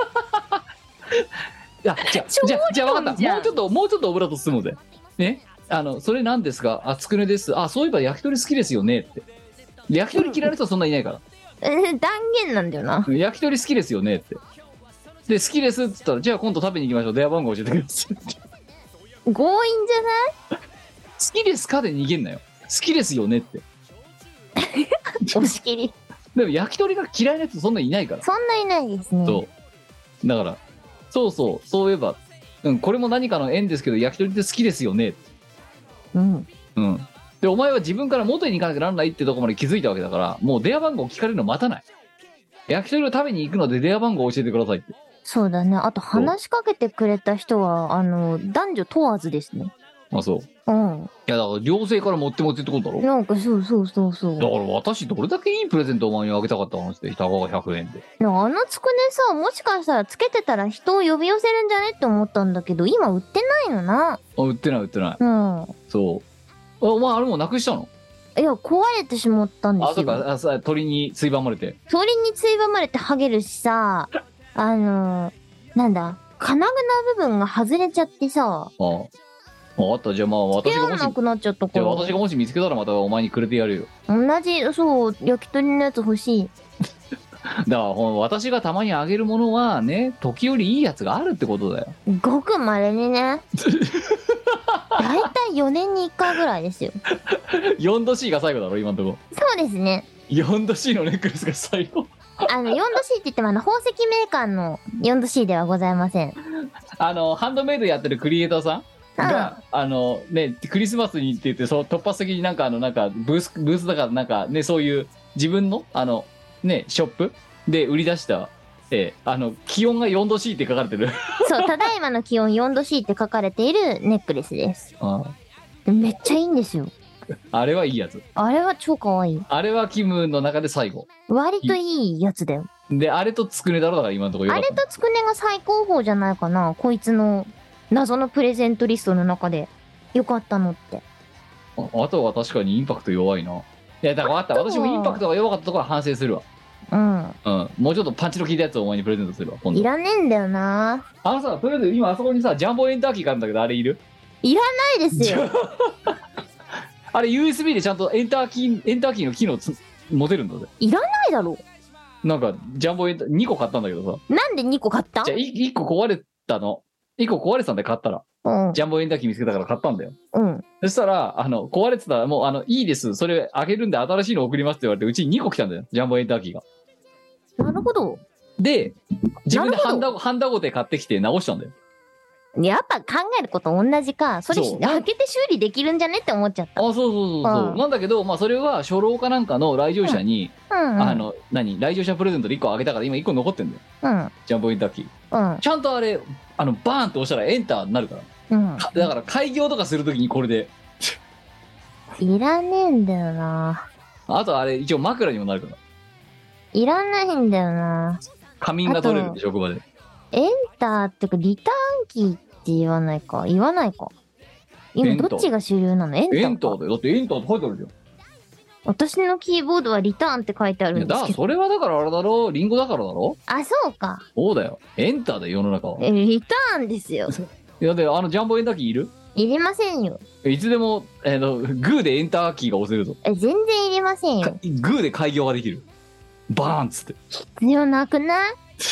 いやじゃあじゃあじゃあ分かった。もうちょっともうちょっとオブラート進もうぜ。ね。あのそれ何ですか？あ、つくねです。あ、そういえば焼き鳥好きですよねって。焼き鳥嫌いな人はそんなにいないから。 えー、断言なんだよな。 焼き鳥好きですよねって。で好きですっつったら、じゃあ今度食べに行きましょう。電話番号教えてください。 強引じゃない？ 好きですかで逃げんなよ。好きですよねって。 押し切り。 でも焼き鳥が嫌いな人そんなにいないから。 そんないないですね。 そうだからそうそうそういえば、うん、これも何かの縁ですけど焼き鳥って好きですよね。 うんうんでお前は自分から元に行かなきゃならないってとこまで気づいたわけだから、もう電話番号聞かれるの待たない。焼き鳥を食べに行くので電話番号を教えてくださいって。 そうだね。あと話しかけてくれた人はあの男女問わずですね。 あ、そう。 うん。 いやだから両性から持って持ってってことだろ。 なんかそうそうそうそう。 だから私どれだけいいプレゼントをお前にあげたかった話で、たかがひゃくえんで。 あのつくねさ、もしかしたらつけてたら人を呼び寄せるんじゃねって思ったんだけど、今売ってないのな。 あ、売ってない売ってない。 うん。 そうあ、お前あれもうなくしたの？ いや、壊れてしまったんですよ。 あ、そうか。あ、さ、鳥についばまれて。 鳥についばまれてハゲるしさ、あのー、なんだ、金具の部分が外れちゃってさ。 ああ。あった。じゃあまあ私がもし、 なくなっちゃったから。 じゃあ私がもし見つけたらまたお前にくれてやるよ。 同じ、そう、焼き鳥のやつ欲しい。 だからほん私がたまにあげるものはね、時折いいやつがあるってことだよ。 ごく稀にね。だいたいよねんにいっかいぐらいですよ。 よん度 C が最後だろ今んとこ。 そうですね。 よん度 C のネックレスが最後。 あの よん度 C って言ってもあの宝石メーカーの よん度 C ではございません。 あのハンドメイドやってるクリエイターさんが、あのね、クリスマスにって言って、その突発的になんかあのなんかブースブースだからなんかね、そういう自分のあのねショップで売り出した、えー、あの気温が よん度 C って書かれてる。 そう、ただいまの気温 よん度 C って書かれているネックレスです。 ああ、めっちゃいいんですよ。 あれはいいやつ。 あれは超可愛い。 あれはキムの中で最後。 割といいやつだよ。 で、あれとつくねだろだから今のところ。 あれとつくねが最高峰じゃないかな。こいつの謎のプレゼントリストの中でよかったのって。 あ, あとは確かにインパクト弱いな。いやだから分かった。私もインパクトが弱かったところは反省するわ。 うん。 うん。もうちょっとパンチの効いたやつをお前にプレゼントするわ。今度いらねえんだよな。 あのさ、とりあえず今あそこにさ、ジャンボエンターキーがあるんだけど、あれいる？ いらないですよ。 あれ ユーエスビー でちゃんとエンターキー、エンターキーの機能つ持てるんだぜ。 いらないだろ。 なんか、ジャンボエンター、にこ買ったんだけどさ。 なんでにこ買った？ じゃあ、いっこ壊れたの。いっこ壊れてたんで買ったら。 うん。 ジャンボエンターキー見つけたから買ったんだよ。 うん。 そしたら、あの、壊れてたら、もう、あの、いいです。それあげるんで新しいの送りますって言われて、うちににこ来たんだよ。ジャンボエンターキーが。 なるほど。 で、自分でハンなダ、ハンダゴテ買ってきて直したんだよ。 やっぱ考えること同じか。それそう開けて修理できるんじゃねって思っちゃった。 あ、そうそうそうそう。 うんなんだけど、まあ、それは初老かなんかの来場者に、 うんうん。 あの、何来場者プレゼントでいっこあげたから今いっこ残ってんだよ。 うん。 ジャンボエンターキー。 うん。 ちゃんとあれ、あの、バーンって押したらエンターになるから。 うん。 かだから開業とかするときにこれで。 いらねえんだよな。 あとあれ、一応枕にもなるから。 いらないんだよな。 仮眠が取れるんで、 あ職場で。 エンターってかリターンキーって言わないか。言わないか。今エンターどっちが主流なの？エンターか。 エンターだよ。だってエンターって書いてあるじゃん。 私のキーボードはリターンって書いてあいや、 るんですけど。 だからそれはだからあれだろ、リンゴだからだろ。 あ、そうか。 そうだよ。エンターだよ、世の中は。 え、リターンですよ。 いや、で、あの、ジャンボエンターキーいる？ いりませんよ。 いつでも、えー、の、グーでエンターキーが押せるぞ。 え、全然いりませんかよ。 グーで開業ができる。バーンっつって。 必要なくない？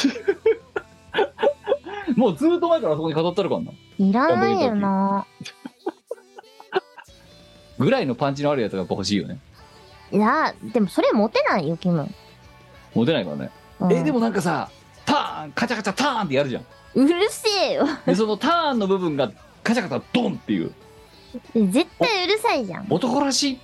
もうずーっと前からあそこに飾ってあるからな。 いらないよな。 ぐらいのパンチのあるやつがやっぱ欲しいよね。 いや、でもそれ持てないよ、キム。 持てないからね。 うん、 え、でもなんかさ、ターン、カチャカチャターンってやるじゃん。 うるせえよ。 で、そのターンの部分がカチャカチャドンっていう。 絶対うるさいじゃん。 男らしいって。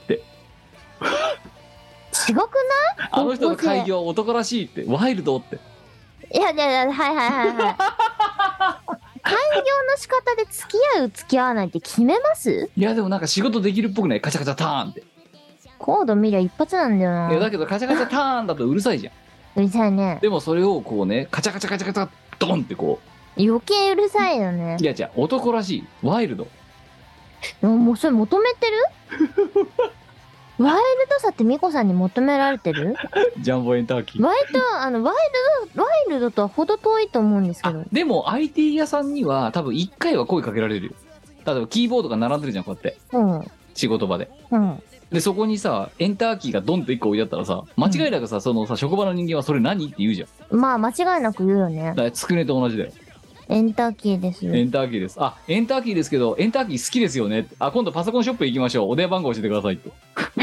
違くない？ あの人の開業は男らしいって。ワイルドって。 いやいやいや、はいはいはいはい。 開業の仕方で付き合う付き合わないって決めます？ いやでもなんか仕事できるっぽくない？カチャカチャターンって。 コード見りゃ一発なんだよな。 いやだけどカチャカチャターンだとうるさいじゃん。 うるさいね。 でもそれをこうね、カチャカチャカチャカチャドンってこ余計うるさいよねう。い。やじゃあ男らしいワイルド。 でももうそれ求めてるワイルドさってミコさんに求められてる？ ジャンボエンターキー。 割とあのワイルドワイルドとは程遠いと思うんですけあど。 でも アイティー 屋さんには多分いっかいは声かけられるよ。例えばキーボードが並んでるじゃんこうやってうん仕事場で。 うんでそこにさエンターキーがドンといっこ置いてあったらさ、間違いなくさ、そのさ職場の人間はそれ何って言うじゃん。 まあ間違いなく言うよね。 だからつくねと同じだよ。 エンターキーです。 エンターキーです。あ、エンターキーですけどエンターキー好きですよね。あ、今度パソコンショップ行きましょう。お電話番号教えてくださいって。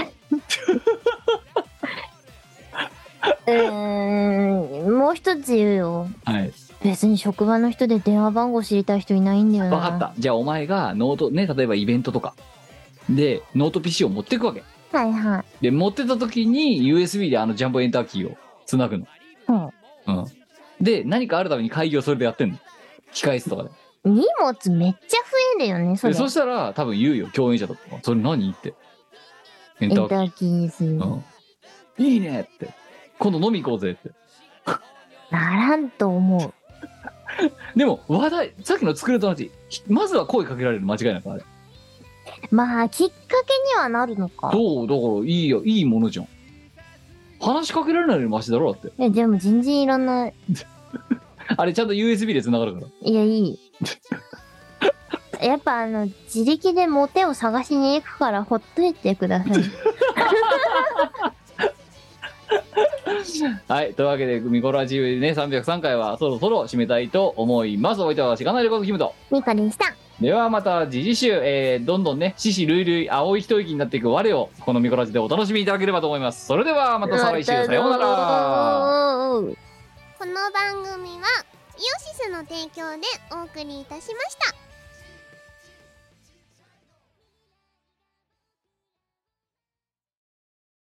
うーんもう一つ言うよ。 はい。 別に職場の人で電話番号知りたい人いないんだよな。 分かった。じゃあお前がノートね、例えばイベントとかでノート ピーシー を持っていくわけはいはい。 で、持ってた時に ユーエスビー であのジャンボエンターキーをつなぐの。 うんうん。で、何かあるために会議をそれでやってんの。控室とかで。 荷物めっちゃ増えるよねそれ。 でそしたら多分言うよ、共演者とか。それ何って。エンエンターキー。 ターキーです。 うん。いいねって。今度飲み行こうぜって。 ならんと思う。 でも話題、さっきの作ると同じ。まずは声かけられる間違いなくあれ。 まあきっかけにはなるのか。 どうだからいいよ、いいものじゃん。話しかけられないよりマシだろだって。 えでも全然いらない。 あれちゃんと ユーエスビー で繋がるから。 いやいい。やっぱあの自力でモテを探しに行くからほっといてください。 はい、というわけでミコラジねさんびゃくさんかいはそろそろ締めたいと思います。お相手はしがないレコードキムと。 ミカでした。 ではまた次次週、えー、どんどんね獅子類類青い一息になっていく我をこのミコラジでお楽しみいただければと思います。それではまた再来週、さようなら。 この番組はイオシスの提供でお送りいたしました。